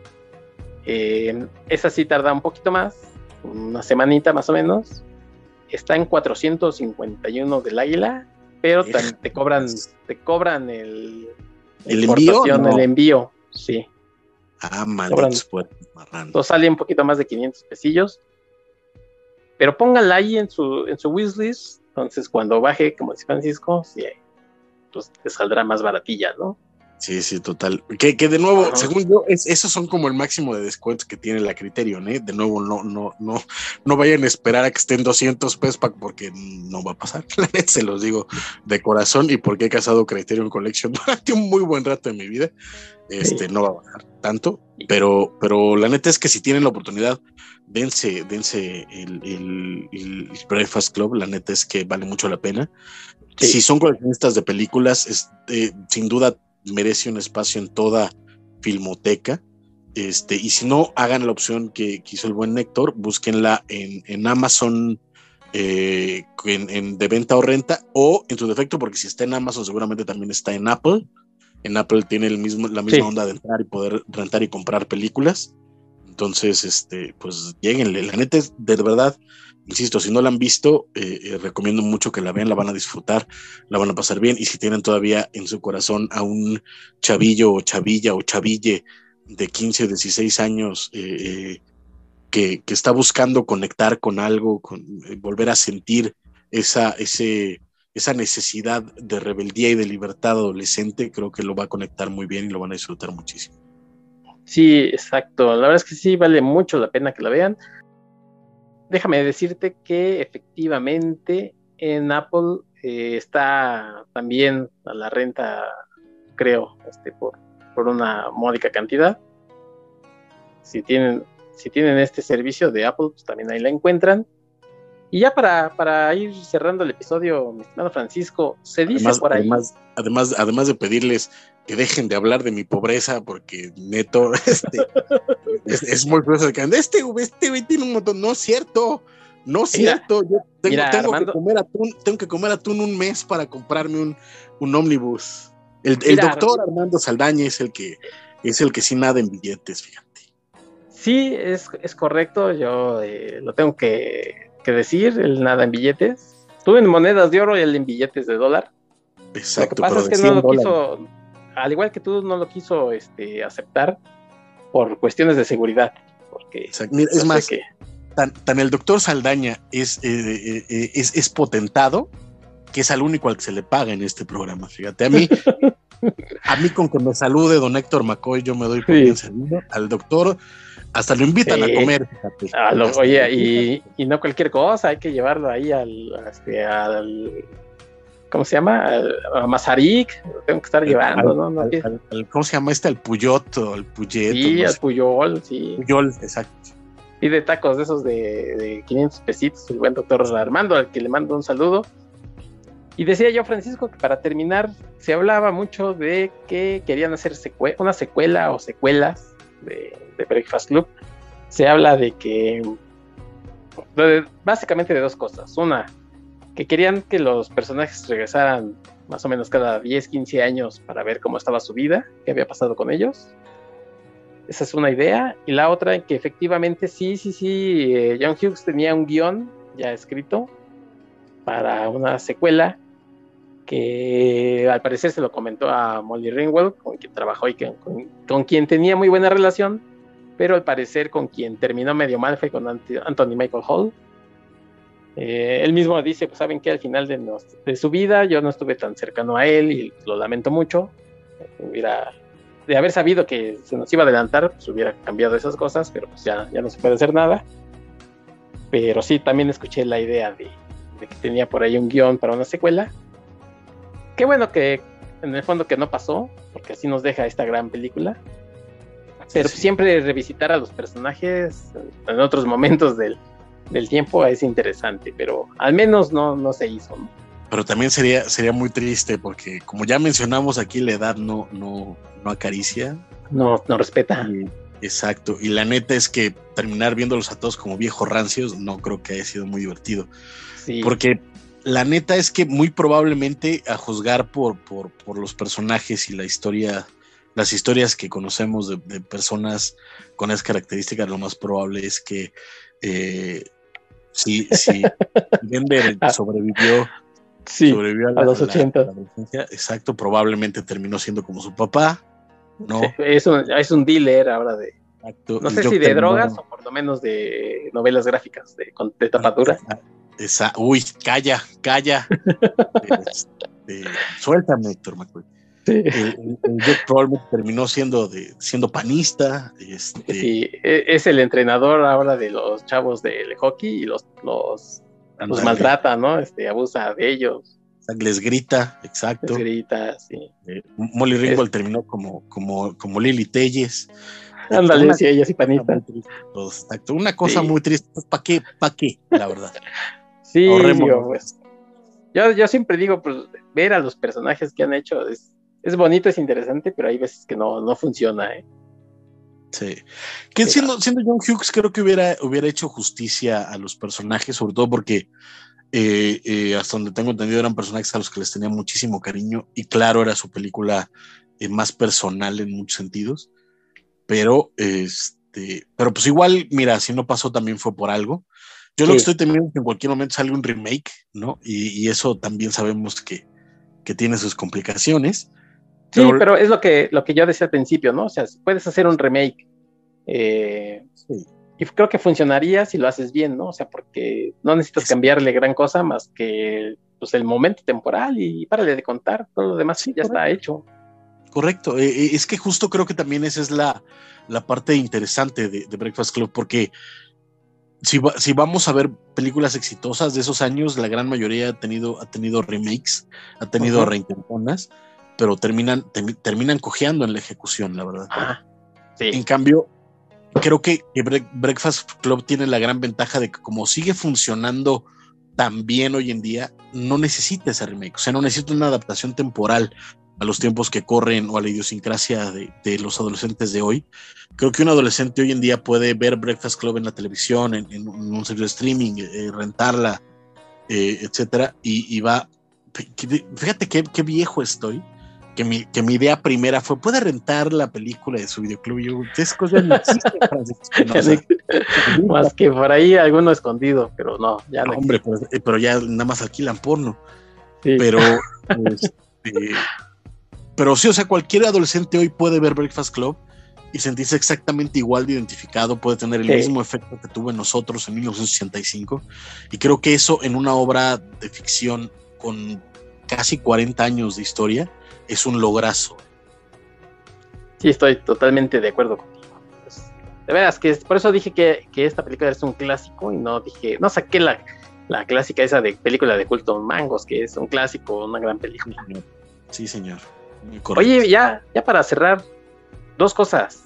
eh, esa sí tarda un poquito más, una semanita más o menos. Está en cuatrocientos cincuenta y uno del Águila, pero te, te cobran, te cobran el, el envío, no. el envío, sí. Ah, malditos puertos marranos. Entonces sale un poquito más de quinientos pesillos. Pero pónganla ahí en su, en su wishlist. Entonces cuando baje, como dice Francisco, sí, pues te saldrá más baratilla, ¿no? Sí, sí, total. Que, que de nuevo, Ajá. según yo, es, esos son como el máximo de descuentos que tiene la Criterion, ¿eh? De nuevo, no, no, no, no vayan a esperar a que estén doscientos pesos porque no va a pasar. La neta se los digo de corazón, y porque he casado Criterion Collection durante un muy buen rato de mi vida. Este, sí. No va a bajar tanto, pero, pero la neta es que si tienen la oportunidad, dense, dense el, el, el Breakfast Club. La neta es que vale mucho la pena. Sí. Si son coleccionistas de películas, es, eh, sin duda merece un espacio en toda filmoteca. Este, y si no, hagan la opción que, que hizo el buen Néctor, búsquenla en, en Amazon, eh, en, en de venta o renta, o en su defecto, porque si está en Amazon seguramente también está en Apple. En Apple tiene el mismo, la misma sí. onda de entrar y poder rentar y comprar películas. Entonces, este, pues lléguenle. La neta es, de verdad, insisto, si no la han visto, eh, eh, recomiendo mucho que la vean, la van a disfrutar, la van a pasar bien. Y si tienen todavía en su corazón a un chavillo o chavilla o chaville de quince o dieciséis años eh, eh, que, que está buscando conectar con algo, con, eh, volver a sentir esa, ese, esa necesidad de rebeldía y de libertad adolescente, creo que lo va a conectar muy bien y lo van a disfrutar muchísimo. Sí, exacto. La verdad es que sí vale mucho la pena que la vean. Déjame decirte que efectivamente en Apple eh, está también a la renta, creo, este, por, por una módica cantidad. Si tienen, si tienen este servicio de Apple, pues también ahí la encuentran. Y ya para, para ir cerrando el episodio, mi estimado Francisco, se dice además, por ahí... Además, además, además de pedirles que dejen de hablar de mi pobreza, porque neto, este, es, es muy curioso que este güey este tiene un montón, no es cierto, no es mira, cierto, yo tengo, mira, tengo Armando, que comer atún, tengo que comer atún un mes para comprarme un, un ómnibus. El, el mira, doctor Armando Saldaña es el que es el que sí nada en billetes, fíjate. Sí, es, es correcto, yo eh, lo tengo que, que decir, el nada en billetes. Tú en monedas de oro y él en billetes de dólar. Exacto. Lo que pasa es que no lo dólares. quiso, al igual que tú, no lo quiso este, aceptar por cuestiones de seguridad. Porque Mira, es más, que... tan, tan el doctor Saldaña es, eh, eh, es, es potentado que es al único al que se le paga en este programa. Fíjate, a mí, a mí con que me salude don Héctor McCoy, yo me doy por sí. bien servido. Al doctor hasta lo invitan sí. a comer, fíjate. A lo, oye, y, y no cualquier cosa, hay que llevarlo ahí al, este, al ¿cómo se llama? A Mazarik, lo tengo que estar el, llevando, al, ¿no? no al, al, al, ¿Cómo se llama este? El Puyoto, el Puyeto. Sí, no al sé. Puyol, sí. Puyol, exacto. Y de tacos de esos de, de quinientos pesitos, el buen doctor Armando, al que le mando un saludo. Y decía yo, Francisco, que para terminar, se hablaba mucho de que querían hacer secue- una secuela o secuelas de, de Breakfast Club. Se habla de que, de, básicamente de dos cosas. Una, que querían que los personajes regresaran más o menos cada diez, quince años para ver cómo estaba su vida, qué había pasado con ellos. Esa es una idea. Y la otra, en que efectivamente sí, sí, sí, eh, John Hughes tenía un guión ya escrito para una secuela que al parecer se lo comentó a Molly Ringwald, con quien trabajó y que, con, con quien tenía muy buena relación, pero al parecer con quien terminó medio mal fue con Anthony Michael Hall. Eh, él mismo dice, pues saben que al final de, nos, de su vida yo no estuve tan cercano a él y lo lamento mucho. Hubiera, de haber sabido que se nos iba a adelantar, pues hubiera cambiado esas cosas, pero pues ya, ya no se puede hacer nada. Pero sí, también escuché la idea de, de que tenía por ahí un guión para una secuela. Qué bueno que en el fondo que no pasó, porque así nos deja esta gran película. Pero sí, siempre revisitar a los personajes en otros momentos del, del tiempo es interesante, pero al menos no, no se hizo, ¿no? Pero también sería, sería muy triste porque, como ya mencionamos aquí, la edad no, no, no acaricia. No, no respeta. Y, exacto. Y la neta es que terminar viéndolos a todos como viejos rancios no creo que haya sido muy divertido. Sí. Porque la neta es que muy probablemente, a juzgar por, por, por los personajes y la historia, las historias que conocemos de, de personas con esas características, lo más probable es que eh, si, si Bender sobrevivió, sí, sobrevivió a, la, a los ochenta. La, la exacto, probablemente terminó siendo como su papá, ¿no? Sí, es, un, es un dealer ahora de, exacto. No sé si de terminó... drogas o por lo menos de novelas gráficas de, de tapadura. Esa, uy, calla, calla. este, suéltame, Héctor McCoy. Sí. El, el Jack probablemente terminó siendo, de, siendo panista. Este... Sí, es el entrenador ahora de los chavos del hockey y los, los, los maltrata, ¿no? Este, abusa de ellos. Les grita, exacto. Les grita, sí. Eh, Molly Ringwald es... terminó como, como, como Lili Telles. Ándale, una, sí, ella sí panista. Exacto, una cosa sí. muy triste. ¿Para qué? ¿Para qué? La verdad. Sí, digo, pues, yo, yo siempre digo, pues, ver a los personajes que han hecho es, es bonito, es interesante, pero hay veces que no, no funciona, ¿eh? Sí. Que sí, siendo, siendo John Hughes, creo que hubiera, hubiera hecho justicia a los personajes, sobre todo porque eh, eh, hasta donde tengo entendido eran personajes a los que les tenía muchísimo cariño, y claro, era su película eh, más personal en muchos sentidos, pero este, pero pues igual, mira, si no pasó también fue por algo. Yo sí. Lo que estoy temiendo es que en cualquier momento salga un remake, ¿no? Y, y eso también sabemos que, que tiene sus complicaciones. Sí, pero, pero es lo que, lo que yo decía al principio, ¿no? O sea, puedes hacer un remake eh, sí. y creo que funcionaría si lo haces bien, ¿no? O sea, porque no necesitas es... cambiarle gran cosa más que pues, el momento temporal y párale de contar, todo lo demás sí, ya correcto. Está hecho. Correcto, eh, es que justo creo que también esa es la, la parte interesante de, de Breakfast Club, porque Si, va, si vamos a ver películas exitosas de esos años, la gran mayoría ha tenido, ha tenido remakes, ha tenido uh-huh. reintentonas, pero terminan, te, terminan cojeando en la ejecución, la verdad. Ah, sí. En cambio, creo que, que Breakfast Club tiene la gran ventaja de que como sigue funcionando tan bien hoy en día, no necesita ese remake, o sea, no necesita una adaptación temporal a los tiempos que corren o a la idiosincrasia de, de los adolescentes de hoy. Creo que un adolescente hoy en día puede ver Breakfast Club en la televisión, en, en un servicio de streaming, eh, rentarla, eh, etcétera, y, y va, fíjate qué, qué viejo estoy, que mi, que mi idea primera fue, ¿puede rentar la película de su videoclub? Y yo, ¿qué cosas no existen, Francisco? No, más que por ahí alguno escondido, pero no, ya no. Hombre, pero, pero ya nada más alquilan porno. Sí. Pero, este, pero sí, o sea, cualquier adolescente hoy puede ver Breakfast Club y sentirse exactamente igual de identificado, puede tener el sí. mismo efecto que tuvo en nosotros en mil novecientos ochenta y cinco, y creo que eso en una obra de ficción con casi cuarenta años de historia es un lograzo. Sí, estoy totalmente de acuerdo contigo. Pues, de veras, que por eso dije que, que esta película es un clásico y no dije, no saqué la, la clásica esa de película de culto, Mangos, que es un clásico, una gran película. Sí, señor. Oye, ya, ya para cerrar, dos cosas.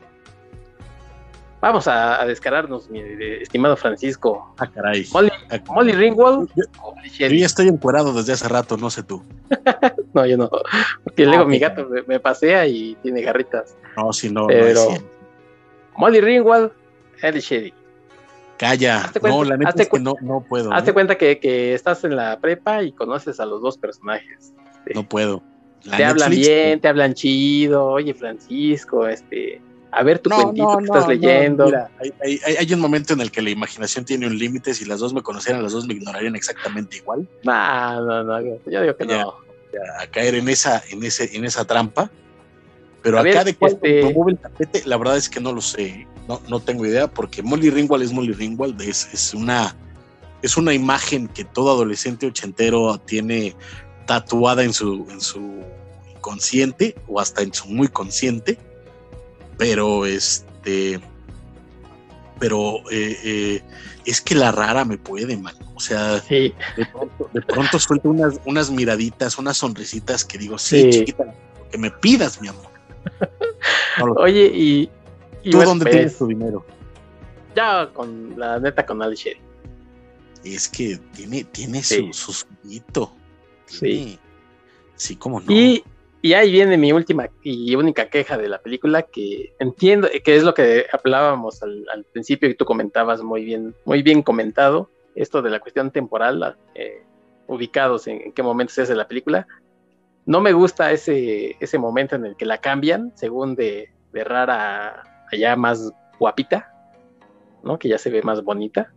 Vamos a, a descararnos, mi estimado Francisco. Ah, caray. Molly, ah, Molly Ringwald. Yo, yo ya estoy encuerado desde hace rato, no sé tú. No, yo no. Porque ah, luego okay. mi gato me, me pasea y tiene garritas. No, si no, Pero no hay Molly Ringwald, Ali Sheedy. Calla. Cuenta, no, la neta es cu- que no, no puedo. Hazte ¿eh? cuenta que, que estás en la prepa y conoces a los dos personajes. Este, no puedo. La te Netflix, hablan bien, no. te hablan chido. Oye, Francisco, este, a ver tu no, cuentito no, que estás no, leyendo. No, mira, hay, hay, hay un momento en el que la imaginación tiene un límite. Si las dos me conocieran, las dos me ignorarían exactamente igual. No, no, no, yo digo que ya, no. Ya, a caer en esa, en ese, en esa trampa. Pero a acá ver, de cuál este... promueve el tapete, la verdad es que no lo sé. No, no tengo idea, porque Molly Ringwald es Molly Ringwald, es, es una es una imagen que todo adolescente ochentero tiene tatuada en su, en su inconsciente o hasta en su muy consciente, pero este pero eh, eh, es que la rara me puede, man. O sea, sí. de pronto, de pronto suelto unas, unas miraditas, unas sonrisitas que digo, sí, sí. chiquita, que me pidas, mi amor. No lo Oye, sé. y, y ¿Tú bueno, dónde pues, tienes tu dinero? Ya con la neta con Ali Sheedy. Es que tiene, tiene sí. su, su sueñito. Sí. Sí, cómo no. Y, y ahí viene mi última y única queja de la película, que entiendo, que es lo que hablábamos al, al principio y tú comentabas muy bien, muy bien comentado, esto de la cuestión temporal, eh, ubicados en, en qué momento se hace la película. No me gusta ese, ese momento en el que la cambian, según de, de rara a ya más guapita, ¿no? Que ya se ve más bonita.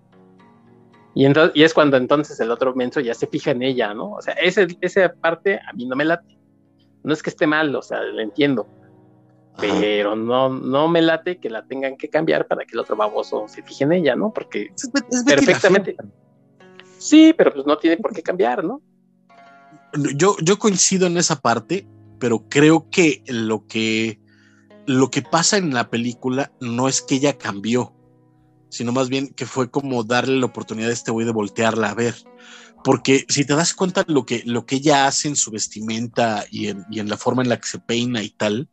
Y, entonces, y es cuando entonces el otro menso ya se fija en ella, ¿no? O sea, ese, esa parte a mí no me late. No es que esté mal, o sea, lo entiendo. Ajá. Pero no, no me late que la tengan que cambiar para que el otro baboso se fije en ella, ¿no? Porque es, es perfectamente... Sí, pero pues no tiene por qué cambiar, ¿no? Yo, yo coincido en esa parte, pero creo que lo que lo que pasa en la película no es que ella cambió, sino más bien que fue como darle la oportunidad a este güey de voltearla a ver. Porque si te das cuenta lo que, lo que ella hace en su vestimenta y en, y en la forma en la que se peina y tal,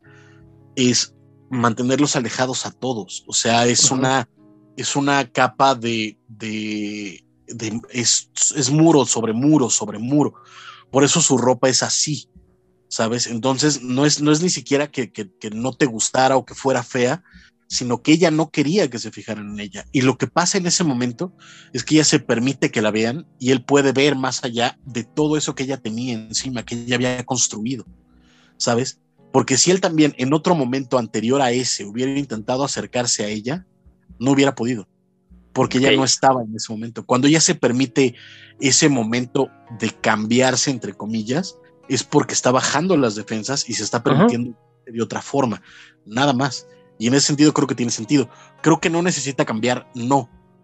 es mantenerlos alejados a todos. O sea, es, uh-huh. una, es una capa de... de, de es, es muro sobre muro sobre muro. Por eso su ropa es así, ¿sabes? Entonces no es, no es ni siquiera que, que, que no te gustara o que fuera fea, sino que ella no quería que se fijaran en ella. Y lo que pasa en ese momento es que ella se permite que la vean y él puede ver más allá de todo eso que ella tenía encima, que ella había construido, ¿sabes? Porque si él también en otro momento anterior a ese hubiera intentado acercarse a ella, no hubiera podido, porque okay. ella no estaba en ese momento. Cuando ella se permite ese momento de cambiarse, entre comillas, es porque está bajando las defensas y se está permitiendo uh-huh. de otra forma, nada más. Y en ese sentido creo que tiene sentido. Creo que no necesita cambiar, no.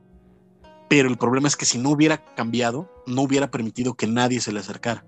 Pero el problema es que si no hubiera cambiado, no hubiera permitido que nadie se le acercara.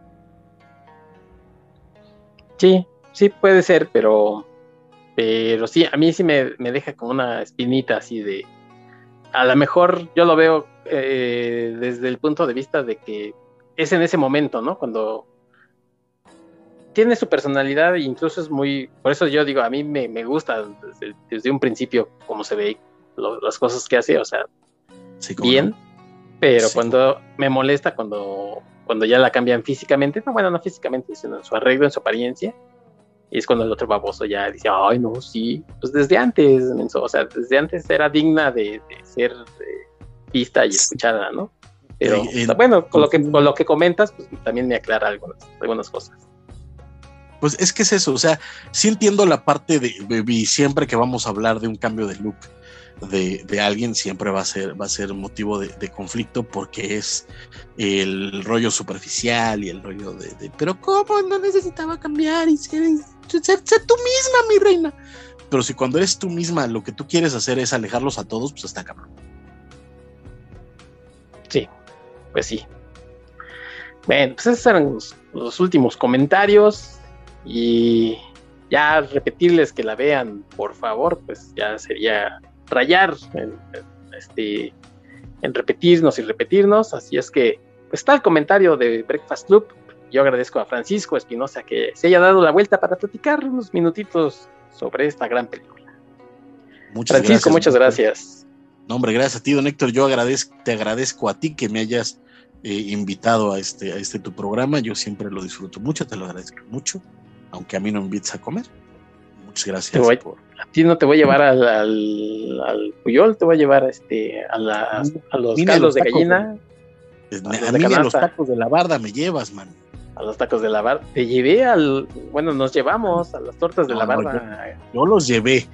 Sí, sí puede ser, pero pero sí, a mí sí me, me deja como una espinita así de... A lo mejor yo lo veo eh, desde el punto de vista de que es en ese momento, ¿no? Cuando... tiene su personalidad e incluso es muy... Por eso yo digo, a mí me, me gusta desde, desde un principio cómo se ve, lo, las cosas que hace, o sea, sí, bien, no. pero sí, cuando me molesta cuando, cuando ya la cambian físicamente, no, bueno, no físicamente, sino en su arreglo, en su apariencia, y es cuando el otro baboso ya dice, ay, no, sí, pues desde antes, o sea, desde antes era digna de, de ser de, vista y escuchada, ¿no? Pero, eh, eh, o sea, bueno, con lo, que, con lo que comentas, pues también me aclara algunas, algunas cosas. Pues es que es eso, o sea, sí entiendo la parte de, de, de siempre que vamos a hablar de un cambio de look de, de alguien, siempre va a ser, va a ser motivo de, de conflicto porque es el rollo superficial y el rollo de, de pero ¿cómo? No necesitaba cambiar y ser, ser, ser tú misma, mi reina. Pero si cuando eres tú misma lo que tú quieres hacer es alejarlos a todos, pues está cabrón. Sí, pues sí. Bueno, pues esos eran los, los últimos comentarios. Y ya repetirles que la vean, por favor, pues ya sería rayar el, el, este en repetirnos y repetirnos, así es que pues, está el comentario de Breakfast Club. Yo agradezco a Francisco Espinosa que se haya dado la vuelta para platicar unos minutitos sobre esta gran película. Muchas Francisco, gracias, muchas gracias. No, hombre, gracias a ti, don Héctor. Yo agradezco, te agradezco a ti que me hayas eh, invitado a este, a este tu programa. Yo siempre lo disfruto mucho, te lo agradezco mucho, aunque a mí no me invites a comer. Muchas gracias. Voy, por... A ti no te voy a llevar al, al, al Puyol, te voy a llevar este, a, la, a los Mira, caldos los de tacos, gallina. De, a, a mí a los tacos de la barda me llevas, man. A los tacos de la barda. Te llevé al. Bueno, nos llevamos a las tortas de no, la no, barda. Yo, yo los llevé.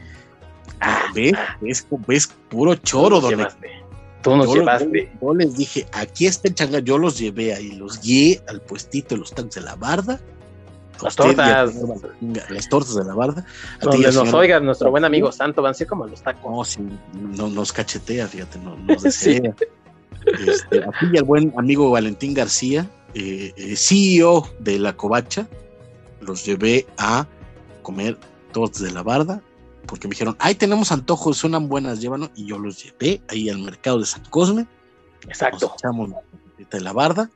Ah, ¿Ves? ¿Ves? ¿Ves? Puro choro, don Héctor. Tú nos yo, llevaste. Yo, yo les dije, aquí está el changa, yo los llevé ahí, los guié al puestito de los tacos de la barda. Las tortas. Las tortas de la barda. A Donde nos señora, oiga nuestro buen amigo Santo, van a ser como los tacos. No, sí, no, nos cachetea, fíjate, no, nos desea. Sí. Este, aquí el buen amigo Valentín García, eh, eh, C E O de La Covacha, los llevé a comer tortas de la barda, porque me dijeron, ahí tenemos antojos, suenan buenas, llévanos, y yo los llevé ahí al mercado de San Cosme. Exacto. Nos echamos la tortita de la barda.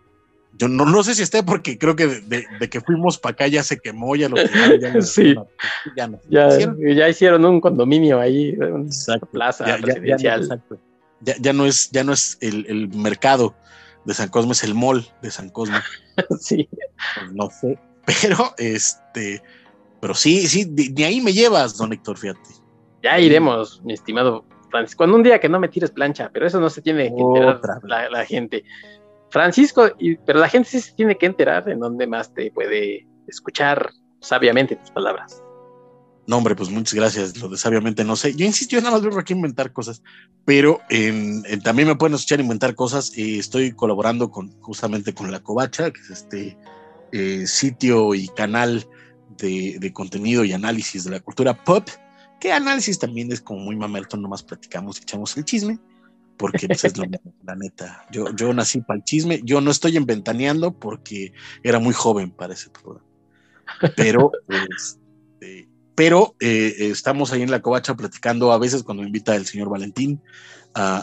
Yo no, no sé si esté porque creo que de, de, de que fuimos para acá ya se quemó, ya lo tiraron, ya, sí. Una, ya, no, ya, hicieron. ya hicieron un condominio ahí, una exacto. plaza ya, presidencial. Ya, ya, no, ya, ya no es, ya no es el, el mercado de San Cosme, es el mall de San Cosme. Sí. Pues no sé, pero este, pero sí, sí, ni ahí me llevas, don Héctor, fíjate. Ya iremos, mi estimado Francisco. Cuando un día que no me tires plancha, pero eso no se tiene que enterar la, la gente. Francisco, y, pero la gente sí se tiene que enterar en dónde más te puede escuchar sabiamente tus palabras. No, hombre, pues muchas gracias. Lo de sabiamente no sé. Yo insisto, yo nada más vengo aquí a inventar cosas, pero en, en, también me pueden escuchar inventar cosas. Eh, estoy colaborando con justamente con La Covacha, que es este eh, sitio y canal de, de contenido y análisis de la cultura pop, que análisis también es como muy mamerto, nomás platicamos y echamos el chisme. Porque pues, es lo mismo, la neta. Yo, yo nací para el chisme. Yo no estoy inventaneando porque era muy joven para ese programa. Pero, pues, eh, pero eh, estamos ahí en La Covacha platicando a veces cuando me invita el señor Valentín a,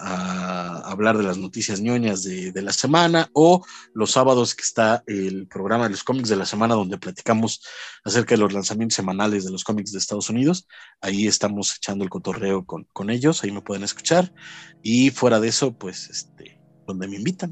a, a hablar de las noticias ñoñas de, de la semana, o los sábados que está el programa de los cómics de la semana donde platicamos acerca de los lanzamientos semanales de los cómics de Estados Unidos. Ahí estamos echando el cotorreo con, con ellos, ahí me pueden escuchar, y fuera de eso, pues, este, donde me invitan.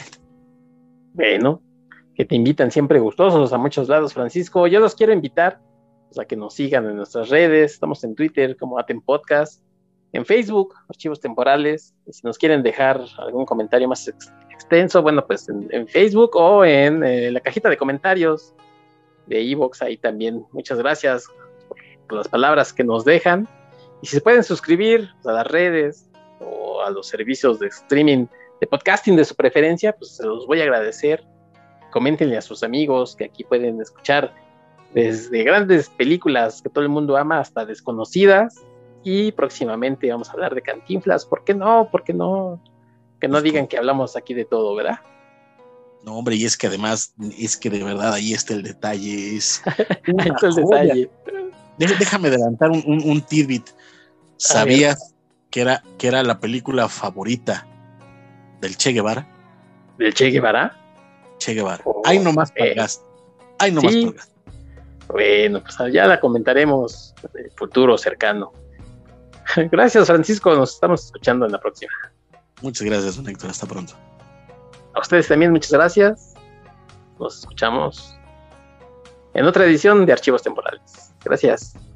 Bueno, que te invitan siempre gustosos a muchos lados, Francisco. Yo los quiero invitar pues, a que nos sigan en nuestras redes. Estamos en Twitter como Aten Podcast, en Facebook, Archivos Temporales. Y si nos quieren dejar algún comentario más ex- extenso, bueno, pues en, en Facebook o en eh, la cajita de comentarios de iVoox, ahí también. Muchas gracias por, por las palabras que nos dejan. Y si se pueden suscribir a las redes o a los servicios de streaming de podcasting de su preferencia, pues se los voy a agradecer. Coméntenle a sus amigos que aquí pueden escuchar desde grandes películas que todo el mundo ama hasta desconocidas, y próximamente vamos a hablar de Cantinflas. ¿Por qué no? ¿Por qué no? Que no pues digan como... que hablamos aquí de todo, ¿verdad? No, hombre, y es que además, es que de verdad ahí está el detalle, es ahí está el detalle. Déjame adelantar un, un, un tidbit. ¿Sabías que era, que era la película favorita del Che Guevara? ¿Del Che Guevara? Che Guevara. Oh, Ay, nomás para el gas. Ay, nomás sí. para el gas. Bueno, pues ya la comentaremos en el futuro cercano. Gracias, Francisco. Nos estamos escuchando en la próxima. Muchas gracias, don Héctor. Hasta pronto. A ustedes también, muchas gracias. Nos escuchamos en otra edición de Archivos Temporales. Gracias.